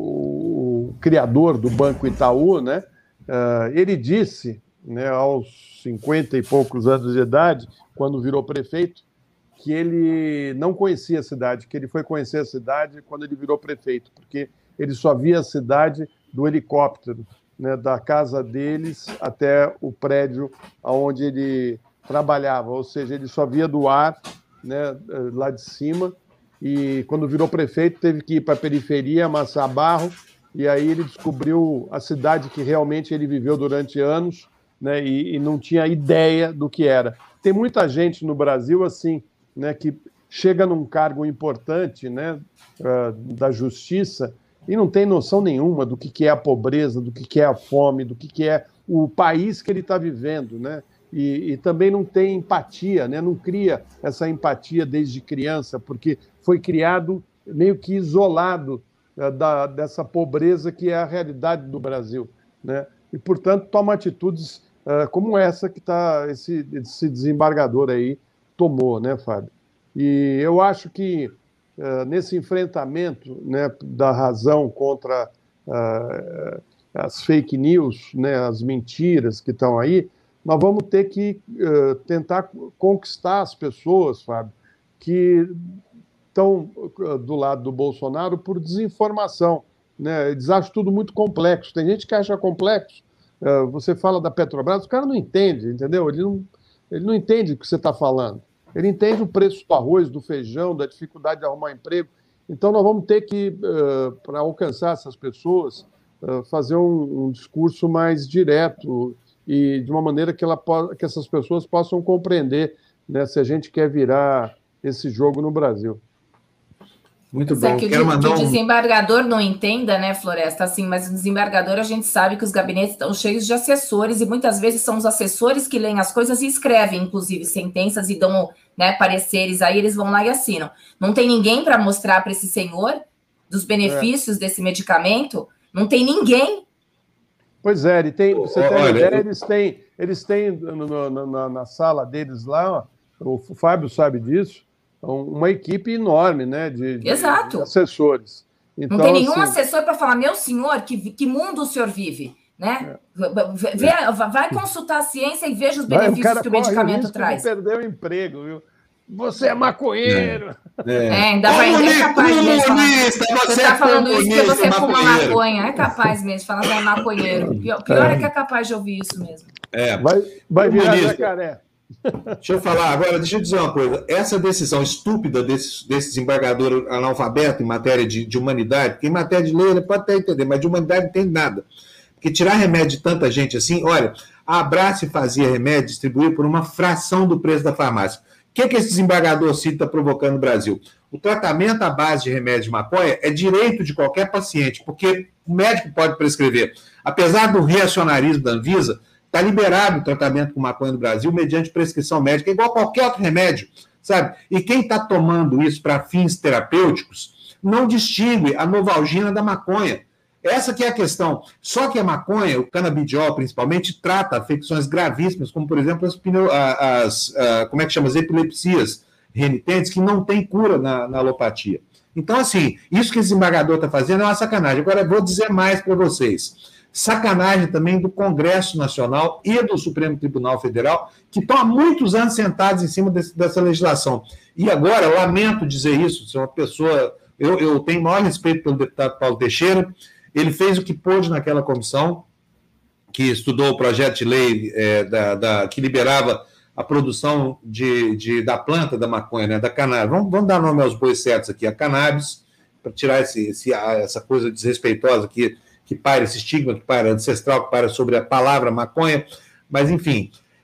o, o criador do Banco Itaú, né? Uh, ele disse, né, aos cinquenta e poucos anos de idade, quando virou prefeito, que ele não conhecia a cidade, que ele foi conhecer a cidade quando ele virou prefeito, porque ele só via a cidade do helicóptero, né, da casa deles até o prédio onde ele trabalhava, ou seja, ele só via do ar, né, lá de cima, e quando virou prefeito teve que ir para a periferia, amassar barro, e aí ele descobriu a cidade que realmente ele viveu durante anos, né, e, e não tinha ideia do que era. Tem muita gente no Brasil assim, né, que chega num cargo importante, né, uh, da justiça e não tem noção nenhuma do que, que é a pobreza, do que, que é a fome, do que, que é o país que ele está vivendo, né? E, e também não tem empatia, né? Não cria essa empatia desde criança, porque foi criado meio que isolado uh, da, dessa pobreza que é a realidade do Brasil, né? E, portanto, toma atitudes uh, como essa que tá, esse, esse desembargador aí tomou, né, Fábio? E eu acho que uh, nesse enfrentamento, né, da razão contra uh, as fake news, né, as mentiras que estão aí, nós vamos ter que uh, tentar conquistar as pessoas, Fábio, que estão uh, do lado do Bolsonaro por desinformação, né? Eles acham tudo muito complexo. Tem gente que acha complexo. Uh, você fala da Petrobras, o cara não entende, entendeu? Ele não, ele não entende o que você está falando. Ele entende o preço do arroz, do feijão, da dificuldade de arrumar emprego. Então, nós vamos ter que, uh, para alcançar essas pessoas, uh, fazer um, um discurso mais direto e de uma maneira que, ela po- que essas pessoas possam compreender, né, se a gente quer virar esse jogo no Brasil. Muito bom. Que, Quero o, mandar que o um... desembargador não entenda, né, Floresta, assim, mas o desembargador a gente sabe que os gabinetes estão cheios de assessores e muitas vezes são os assessores que leem as coisas e escrevem, inclusive, sentenças e dão, né, pareceres, aí eles vão lá e assinam. Não tem ninguém para mostrar para esse senhor dos benefícios é. desse medicamento? Não tem ninguém. Pois é, ele tem, você tem Olha, ideia, eu... eles têm, eles têm no, no, na, na sala deles lá, ó, o Fábio sabe disso, uma equipe enorme, né, de, de, Exato. de assessores. Então, não tem nenhum assim... assessor para falar, meu senhor, que, que mundo o senhor vive, né? É. Vê, vai consultar a ciência e veja os benefícios vai, o que o medicamento o traz. Ele perdeu o emprego, viu? Você é maconheiro. É, é ainda vai, é capaz mesmo. Falar, você está falando isso porque você fuma maconha. É capaz mesmo de falar que é maconheiro. Pior, pior é. é que é capaz de ouvir isso mesmo. É. Vai, vai virar jacaré. Deixa eu falar agora, deixa eu dizer uma coisa. Essa decisão estúpida desse, desse desembargador analfabeto em matéria de, de humanidade, porque em matéria de lei ele pode até entender, mas de humanidade não tem nada. Porque tirar remédio de tanta gente assim, olha, a Abrace fazia remédio distribuído por uma fração do preço da farmácia. O que, que esse desembargador Cid está provocando no Brasil? O tratamento à base de remédio de maconha é direito de qualquer paciente, porque o médico pode prescrever. Apesar do reacionarismo da Anvisa, está liberado o tratamento com maconha no Brasil mediante prescrição médica, igual qualquer outro remédio, sabe? E quem está tomando isso para fins terapêuticos não distingue a novalgina da maconha. Essa que é a questão. Só que a maconha, o canabidiol principalmente, trata afecções gravíssimas, como, por exemplo, as, as, as como é que chama? As epilepsias renitentes, que não tem cura na, na alopatia. Então, assim, isso que esse desembargador está fazendo é uma sacanagem. Agora, eu vou dizer mais para vocês. Sacanagem também do Congresso Nacional e do Supremo Tribunal Federal, que estão há muitos anos sentados em cima desse, dessa legislação. E agora, eu lamento dizer isso, sou uma pessoa... Eu, eu tenho maior respeito pelo deputado Paulo Teixeira. Ele fez o que pôde naquela comissão, que estudou o projeto de lei é, da, da, que liberava a produção de, de, da planta da maconha, né, da cannabis. Vamos, vamos dar nome aos bois certos aqui, a cannabis, para tirar esse, esse, essa coisa desrespeitosa que, que paira, esse estigma que paira ancestral, que paira sobre a palavra maconha. Mas, enfim,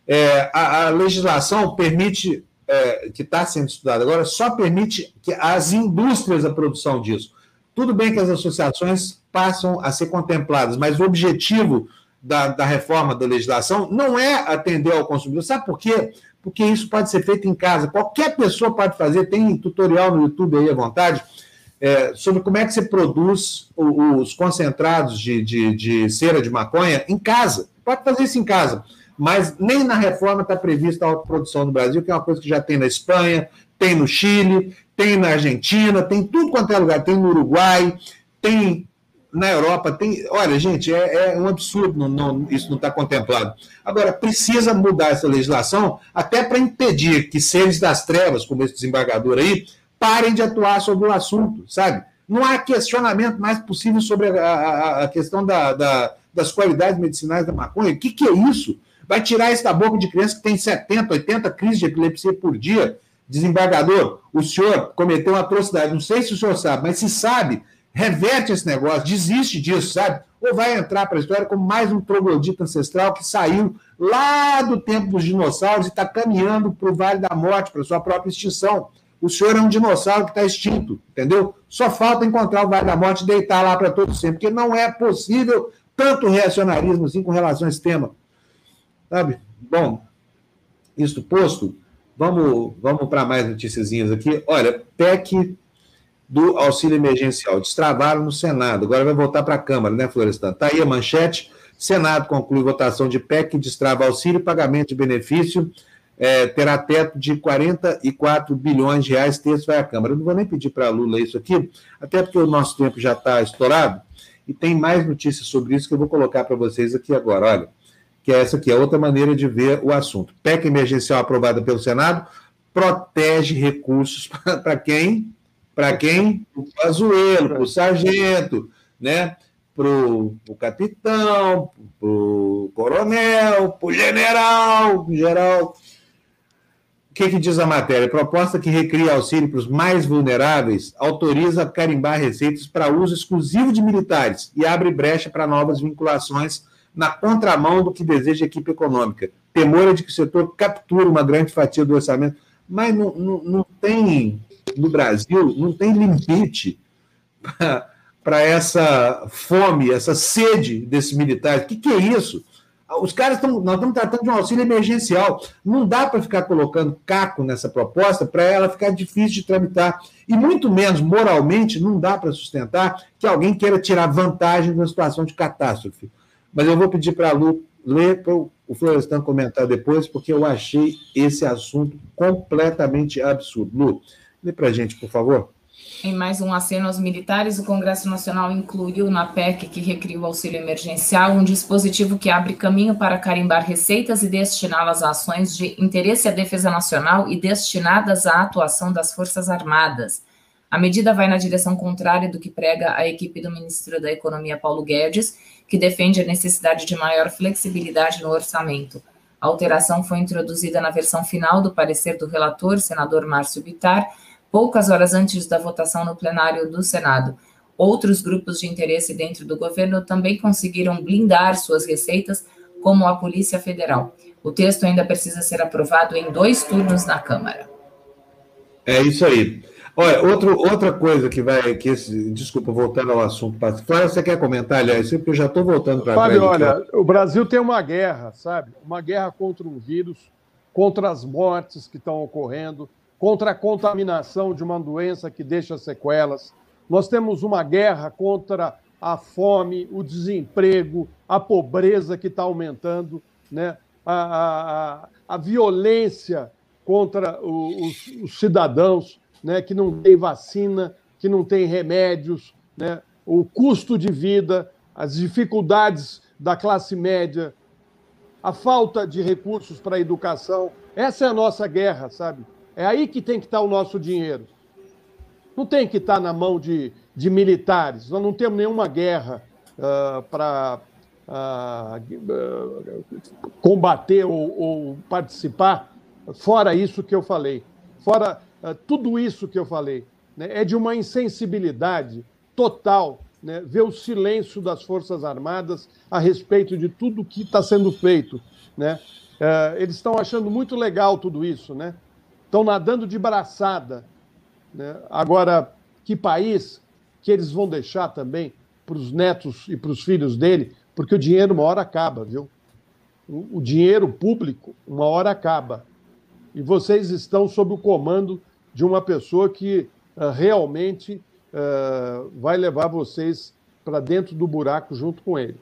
É, a, a legislação permite, é, que está sendo estudada agora, só permite que as indústrias a produção disso. Tudo bem que as associações passam a ser contempladas, mas o objetivo da, da reforma da legislação não é atender ao consumidor. Sabe por quê? Porque isso pode ser feito em casa. Qualquer pessoa pode fazer, tem tutorial no YouTube aí à vontade, é, sobre como é que você produz os concentrados de, de, de cera de maconha em casa. Pode fazer isso em casa. Mas nem na reforma está prevista a autoprodução no Brasil, que é uma coisa que já tem na Espanha, tem no Chile, tem na Argentina, tem tudo quanto é lugar, tem no Uruguai, tem na Europa, tem... Olha, gente, é, é um absurdo, não, não, isso não está contemplado. Agora, precisa mudar essa legislação até para impedir que seres das trevas, como esse desembargador aí, parem de atuar sobre o assunto, sabe? Não há questionamento mais possível sobre a, a, a questão da, da, das qualidades medicinais da maconha. O que, que é isso? Vai tirar isso da boca de criança que tem setenta, oitenta crises de epilepsia por dia? Desembargador, o senhor cometeu uma atrocidade, não sei se o senhor sabe, mas se sabe, reverte esse negócio, desiste disso, sabe? Ou vai entrar para a história como mais um troglodita ancestral que saiu lá do tempo dos dinossauros e está caminhando para o Vale da Morte, para a sua própria extinção. O senhor é um dinossauro que está extinto, entendeu? Só falta encontrar o Vale da Morte e deitar lá para todo sempre, porque não é possível tanto reacionarismo assim com relação a esse tema. Sabe? Bom, isto posto, vamos, vamos para mais noticiazinhas aqui. Olha, P E C do auxílio emergencial, destravaram no Senado, agora vai voltar para a Câmara, né, Florestan? Está aí a manchete, Senado conclui votação de P E C que destrava auxílio e pagamento de benefício, é, terá teto de quarenta e quatro bilhões de reais, texto vai à Câmara. Eu não vou nem pedir para a Lula isso aqui, até porque o nosso tempo já está estourado, e tem mais notícias sobre isso que eu vou colocar para vocês aqui agora, olha, que é essa aqui, é outra maneira de ver o assunto. P E C emergencial aprovada pelo Senado protege recursos para quem? Para quem? Para o Pazuello, para o sargento, né? Para o capitão, para o coronel, para o general, geral. O que, que diz a matéria? Proposta que recria auxílio para os mais vulneráveis autoriza carimbar receitas para uso exclusivo de militares e abre brecha para novas vinculações na contramão do que deseja a equipe econômica. Temor é de que o setor capture uma grande fatia do orçamento, mas não, não, não tem, no Brasil, não tem limite para essa fome, essa sede desses militares. O que, que é isso? Os caras estão, nós estamos tratando de um auxílio emergencial. Não dá para ficar colocando caco nessa proposta para ela ficar difícil de tramitar. E muito menos, moralmente, não dá para sustentar que alguém queira tirar vantagem de uma situação de catástrofe. Mas eu vou pedir para a Lu ler para o Florestan comentar depois, porque eu achei esse assunto completamente absurdo. Lu, lê para a gente, por favor. Em mais um aceno aos militares, o Congresso Nacional incluiu na P E C que recria o auxílio emergencial um dispositivo que abre caminho para carimbar receitas e destiná-las a ações de interesse à defesa nacional e destinadas à atuação das Forças Armadas. A medida vai na direção contrária do que prega a equipe do ministro da Economia, Paulo Guedes, que defende a necessidade de maior flexibilidade no orçamento. A alteração foi introduzida na versão final do parecer do relator, senador Márcio Bittar, poucas horas antes da votação no plenário do Senado. Outros grupos de interesse dentro do governo também conseguiram blindar suas receitas, como a Polícia Federal. O texto ainda precisa ser aprovado em dois turnos na Câmara. É isso aí. Olha, outro, outra coisa que vai... Que esse, desculpa, voltando ao assunto. Flávio, você quer comentar, aliás, porque eu já estou voltando para trás. Fábio, olha, o Brasil tem uma guerra, sabe? Uma guerra contra um vírus, contra as mortes que estão ocorrendo, contra a contaminação de uma doença que deixa sequelas. Nós temos uma guerra contra a fome, o desemprego, a pobreza que está aumentando, né? a, a, a violência contra os, os cidadãos, né? Que não tem vacina, que não tem remédios, né? O custo de vida, as dificuldades da classe média, a falta de recursos para a educação. Essa é a nossa guerra, sabe? É aí que tem que estar o nosso dinheiro. Não tem que estar na mão de, de militares. Nós não temos nenhuma guerra uh, para uh, uh, combater ou, ou participar, fora isso que eu falei. Fora uh, tudo isso que eu falei. Né? É de uma insensibilidade total, né, ver o silêncio das Forças Armadas a respeito de tudo que está sendo feito, né? É, eles estão achando muito legal tudo isso, né? Estão nadando de braçada, né? Agora, que país que eles vão deixar também para os netos e para os filhos dele, porque o dinheiro uma hora acaba, viu? O, o dinheiro público uma hora acaba. E vocês estão sob o comando de uma pessoa que uh, realmente uh, vai levar vocês para dentro do buraco junto com ele.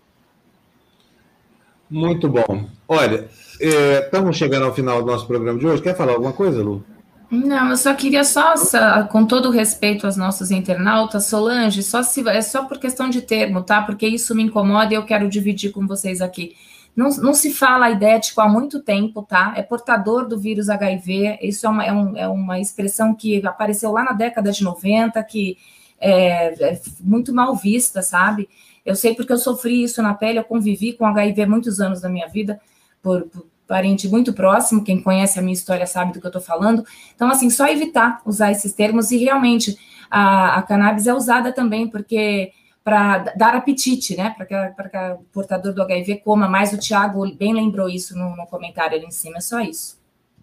Muito bom. Olha, é, estamos chegando ao final do nosso programa de hoje. Quer falar alguma coisa, Lu? Não, eu só queria só, com todo o respeito aos nossos internautas, Solange, só se, é só por questão de termo, tá? Porque isso me incomoda e eu quero dividir com vocês aqui. Não, não se fala aidético há muito tempo, tá? É portador do vírus H I V, isso é uma, é um, é uma expressão que apareceu lá na década de noventa, que é, é muito mal vista, sabe? Eu sei porque eu sofri isso na pele, eu convivi com H I V muitos anos da minha vida, por, por parente muito próximo, quem conhece a minha história sabe do que eu estou falando. Então, assim, só evitar usar esses termos, e realmente a, a cannabis é usada também porque para dar apetite, né, para que, que o portador do H I V coma mais. O Tiago bem lembrou isso no, no comentário ali em cima, é só isso.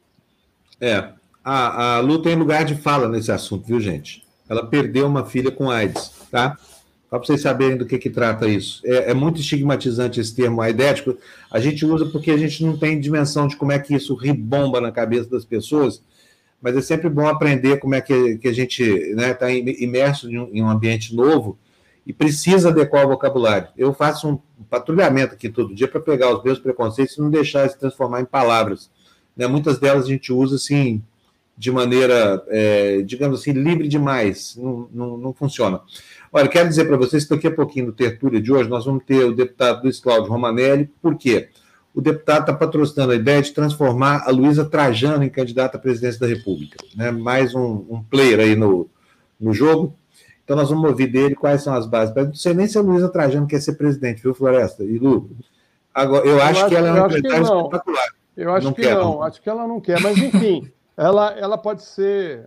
É, a, a Lu tem lugar de fala nesse assunto, viu, gente? Ela perdeu uma filha com AIDS, tá? Só para vocês saberem do que, que trata isso. É, é muito estigmatizante esse termo aidético. A gente usa porque a gente não tem dimensão de como é que isso ribomba na cabeça das pessoas, mas é sempre bom aprender como é que, que a gente está, né, imerso em um, em um ambiente novo e precisa adequar o vocabulário. Eu faço um patrulhamento aqui todo dia para pegar os meus preconceitos e não deixar se transformar em palavras, né? Muitas delas a gente usa assim, de maneira, é, digamos assim, livre demais. Não, não, não funciona. Olha, quero dizer para vocês que daqui a pouquinho no Tertúlia de hoje nós vamos ter o deputado Luiz Cláudio Romanelli. Por quê? O deputado está patrocinando a ideia de transformar a Luísa Trajano em candidata à presidência da República, né? Mais um, um player aí no, no jogo. Então nós vamos ouvir dele quais são as bases. Não sei nem se a Luísa Trajano quer ser presidente, viu, Floresta e Lu? Agora, eu, eu acho, acho que ela é uma empresária espetacular. Eu acho não que quer, não, não. acho que ela não quer, mas enfim, ela, ela pode ser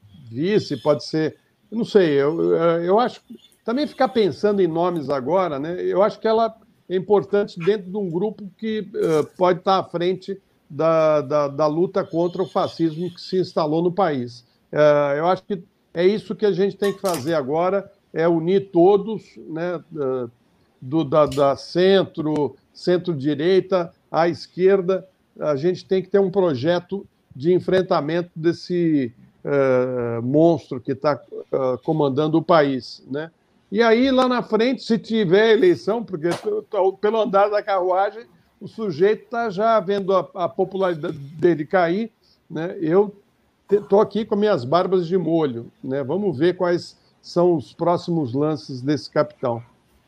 vice, pode ser... Não sei, eu, eu acho... Também ficar pensando em nomes agora, né? Eu acho que ela é importante dentro de um grupo que uh, pode estar à frente da, da, da luta contra o fascismo que se instalou no país. Uh, eu acho que é isso que a gente tem que fazer agora, é unir todos, né? Uh, do, da, da centro, centro-direita à esquerda. A gente tem que ter um projeto de enfrentamento desse uh, monstro que está uh, comandando o país, né? E aí, lá na frente, se tiver eleição, porque pelo andar da carruagem, o sujeito está já vendo a, a popularidade dele cair, né? Eu estou aqui com minhas barbas de molho, né? Vamos ver quais são os próximos lances desse capitão.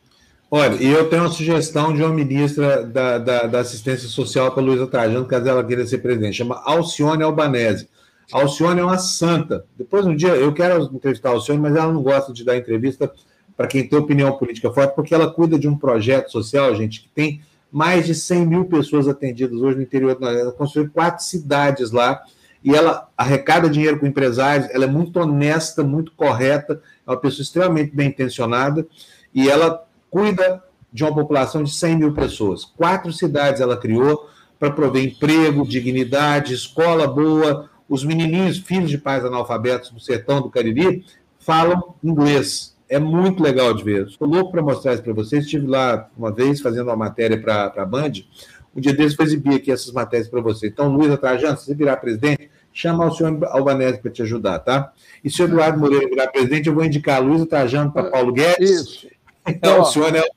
Olha, e eu tenho uma sugestão de uma ministra da, da, da assistência social para a Luísa Trajano, caso ela queira ser presidente, chama Alcione Albanese. A Alcione é uma santa. Depois, um dia, eu quero entrevistar a Alcione, mas ela não gosta de dar entrevista para quem tem opinião política forte, porque ela cuida de um projeto social, gente, que tem mais de cem mil pessoas atendidas hoje no interior. Ela construiu quatro cidades lá, e ela arrecada dinheiro com empresários, ela é muito honesta, muito correta, é uma pessoa extremamente bem intencionada, e ela cuida de uma população de cem mil pessoas. Quatro cidades ela criou para prover emprego, dignidade, escola boa. Os menininhos, filhos de pais analfabetos do sertão do Cariri, falam inglês. É muito legal de ver. Estou louco para mostrar isso para vocês. Estive lá uma vez fazendo uma matéria para a Band. Um dia desses eu exibir aqui essas matérias para você. Então, Luísa Trajano, se você virar presidente, chama o senhor Albanese para te ajudar, tá? E se o Eduardo Moreira virar presidente, eu vou indicar a Luísa Trajano para Paulo Guedes. Isso. Então, o senhor é...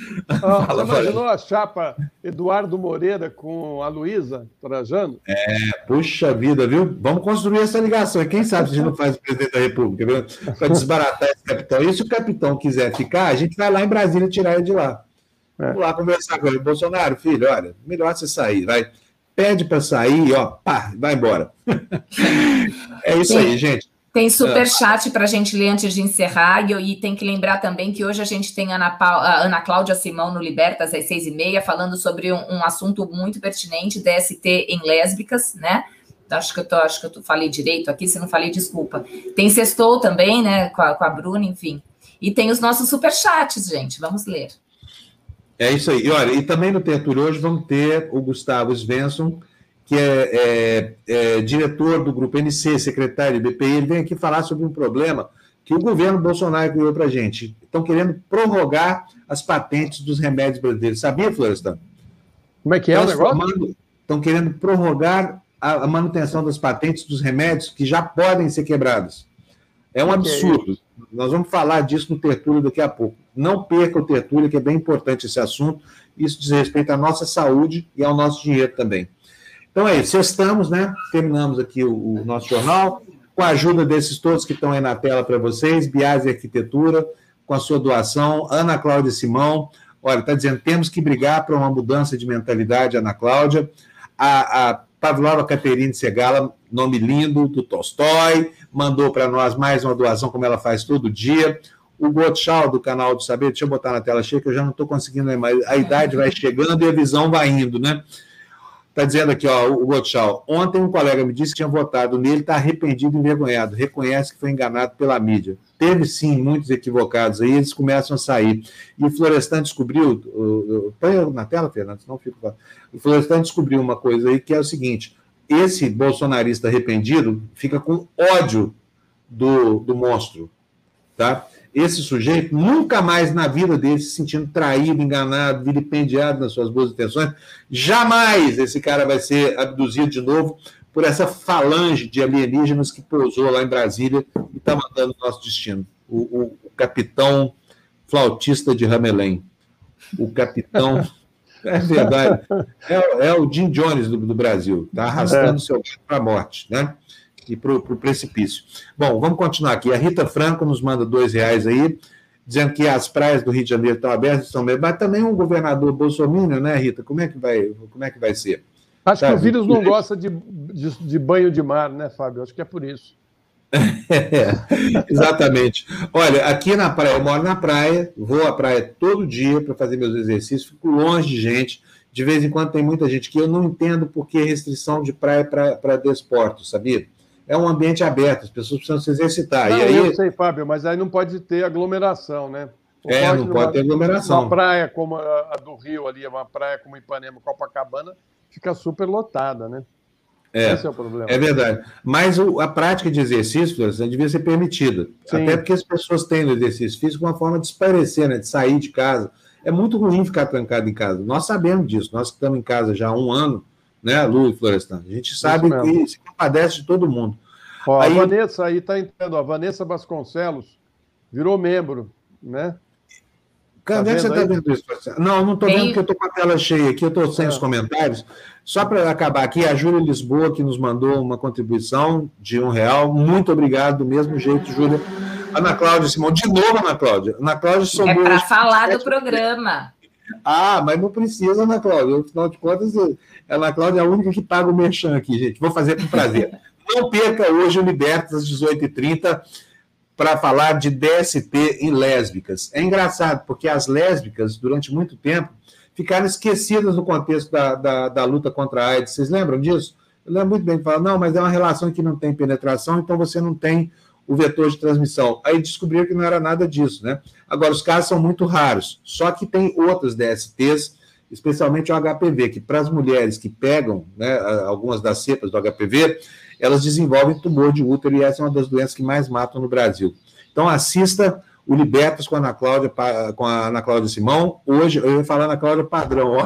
Ah, fala, você imaginou a chapa Eduardo Moreira com a Luísa Trajano? É, puxa vida, viu? Vamos construir essa ligação. E quem sabe se a gente não faz o presidente da República, viu? Para desbaratar esse capitão. E se o capitão quiser ficar, a gente vai lá em Brasília tirar ele de lá. É. Vamos lá conversar com ele. Bolsonaro, filho, olha, melhor você sair, vai. Pede para sair, ó, pá, vai embora. É isso Sim. aí, gente. Tem superchat para a gente ler antes de encerrar, e, e tem que lembrar também que hoje a gente tem a Ana, a Ana Cláudia Simão no Libertas às seis e meia, falando sobre um, um assunto muito pertinente, D S T em lésbicas, né? Acho que eu, tô, acho que eu tô, falei direito aqui, se não falei, desculpa. Tem Sextou também, né, com a, com a Bruna, enfim. E tem os nossos superchats, gente, vamos ler. É isso aí. E olha, e também no Tertúlio hoje vamos ter o Gustavo Svensson, que é, é, é diretor do Grupo N C, secretário de B P I, ele vem aqui falar sobre um problema que o governo Bolsonaro criou para a gente. Estão querendo prorrogar as patentes dos remédios brasileiros. Sabia, Florestan? Como é que é o negócio? Estão querendo prorrogar a, a manutenção das patentes dos remédios que já podem ser quebradas. É um absurdo. Nós vamos falar disso no Tertúlio daqui a pouco. Não perca o Tertúlio, que é bem importante esse assunto. Isso diz respeito à nossa saúde e ao nosso dinheiro também. Então é isso. Estamos, né? Terminamos aqui o, o nosso jornal, com a ajuda desses todos que estão aí na tela para vocês, Biase Arquitetura, com a sua doação, Ana Cláudia Simão. Olha, está dizendo, temos que brigar para uma mudança de mentalidade, Ana Cláudia. A, a Pavlova Caterine Segala, nome lindo, do Tolstói, mandou para nós mais uma doação, como ela faz todo dia. O Gottschall, do canal do Saber, deixa eu botar na tela cheia, que eu já não estou conseguindo ler mais. A idade vai chegando e a visão vai indo, né? Está dizendo aqui, ó, o Gottschall, ontem um colega me disse que tinha votado nele, está arrependido e envergonhado, reconhece que foi enganado pela mídia. Teve, sim, muitos equivocados aí, eles começam a sair. E o Florestan descobriu, põe na tela, Fernando, senão fico... O Florestan descobriu uma coisa aí, que é o seguinte, esse bolsonarista arrependido fica com ódio do, do monstro, tá? Esse sujeito nunca mais na vida dele se sentindo traído, enganado, vilipendiado nas suas boas intenções, jamais esse cara vai ser abduzido de novo por essa falange de alienígenas que pousou lá em Brasília e está mandando o nosso destino. O, o, o capitão flautista de Ramelém. O capitão... É verdade. É, é o Jim Jones do, do Brasil. Está arrastando é. seu gato para a morte, né? E para o precipício. Bom, vamos continuar aqui. A Rita Franco nos manda dois reais aí, dizendo que as praias do Rio de Janeiro estão abertas, estão mesmo, mas também um governador bolsominion, né, Rita? Como é que vai, como é, que vai ser? Acho Sabe? que o vírus não gosta de, de, de banho de mar, né, Fábio? Acho que é por isso. É, exatamente. Olha, aqui na praia, eu moro na praia, vou à praia todo dia para fazer meus exercícios, fico longe de gente, de vez em quando tem muita gente que eu não entendo por que restrição de praia para desporto, sabia? É um ambiente aberto, as pessoas precisam se exercitar. Não, e aí... Eu sei, Fábio, mas aí não pode ter aglomeração, né? Não é, pode, não pode ter aglomeração. Uma praia como a do Rio ali, uma praia como Ipanema, Copacabana, fica super lotada, né? É, Esse é o problema. É verdade. Mas o, a prática de exercício, Florestan, devia ser permitida. Sim. Até porque as pessoas têm no exercício físico uma forma de espairecer, né? De sair de casa. É muito ruim ficar trancado em casa. Nós sabemos disso. Nós que estamos em casa já há um ano, né, Lu e Florestan? A gente sabe que se compadece de todo mundo. Ó, aí... A Vanessa aí está entrando, a Vanessa Vasconcelos virou membro, né? Cadê tá que você está vendo isso? Não, não estou vendo porque eu estou com a tela cheia aqui, eu estou sem é. os comentários. Só para acabar aqui, a Júlia Lisboa, que nos mandou uma contribuição de um real. Muito obrigado, do mesmo jeito, Júlia. Ana Cláudia Simão, de novo, Ana Cláudia. Ana Cláudia somou... É para falar do programa. Ah, mas não precisa, Ana Cláudia. Afinal de contas, a Ana Cláudia é a única que paga o merchan aqui, gente. Vou fazer com prazer. Não perca hoje o Libertas às dezoito e trinta para falar de D S T em lésbicas. É engraçado, porque as lésbicas, durante muito tempo, ficaram esquecidas no contexto da, da, da luta contra a AIDS. Vocês lembram disso? Eu lembro muito bem que falaram, não, mas é uma relação que não tem penetração, então você não tem o vetor de transmissão. Aí descobriram que não era nada disso, né? Agora, os casos são muito raros, só que tem outras D S Ts, especialmente o H P V, que para as mulheres que pegam, né, algumas das cepas do H P V, elas desenvolvem tumor de útero, e essa é uma das doenças que mais matam no Brasil. Então, assista o Libertas com a Ana Cláudia, com a Ana Cláudia Simão. Hoje, eu ia falar Ana Cláudia Padrão, ó.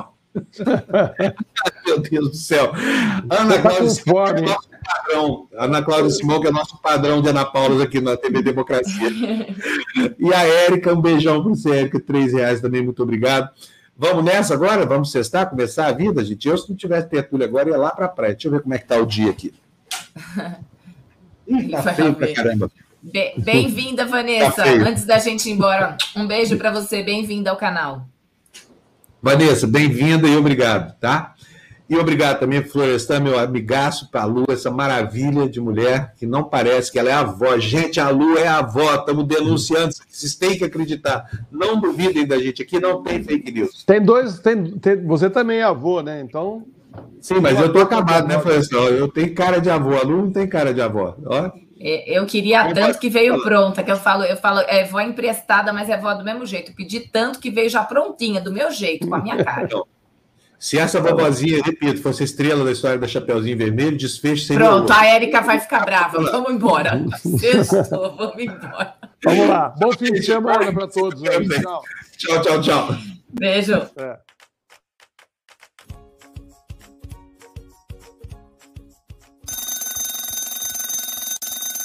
Meu Deus do céu. Ana Cláudia Simão, que é nosso padrão. Ana Cláudia Simão, que é nosso padrão de Ana Paula aqui na T V Democracia. E a Érica, um beijão para você, Érica, três reais também, muito obrigado. Vamos nessa agora? Vamos sextar, começar a vida, gente? Eu, se não tivesse tertúlia agora, ia lá para a praia. Deixa eu ver como é que está o dia aqui. Ih, tá feio pra caramba. Bem-vinda, Vanessa. Tá Antes da gente ir embora, um beijo para você. Bem-vinda ao canal. Vanessa, bem-vinda e obrigado, tá? E obrigado também para o Florestan, meu amigaço, para a Lu, essa maravilha de mulher, que não parece que ela é a avó. Gente, a Lu é a avó, estamos denunciando, vocês têm que acreditar. Não duvidem da gente aqui, não tem fake news. Tem dois, tem, tem, você também é avô, né? Então... Sim, mas eu tô acabado, né, Florestan? Eu tenho cara de avó, a Lu não tem cara de avó, ó. Eu queria tanto que veio pronta, que eu falo, eu falo, é vó emprestada, mas é vó do mesmo jeito. Eu pedi tanto que veio já prontinha, do meu jeito, com a minha cara. Não. Se essa vovozinha, repito, fosse a estrela da história da Chapeuzinho Vermelho, desfecho seria... Pronto, a Érica vai ficar brava. Vamos embora. Sextou, vamos embora. Vamos lá. Bom fim de semana para todos. Aí. Tchau, tchau, tchau. tchau. Beijo. É.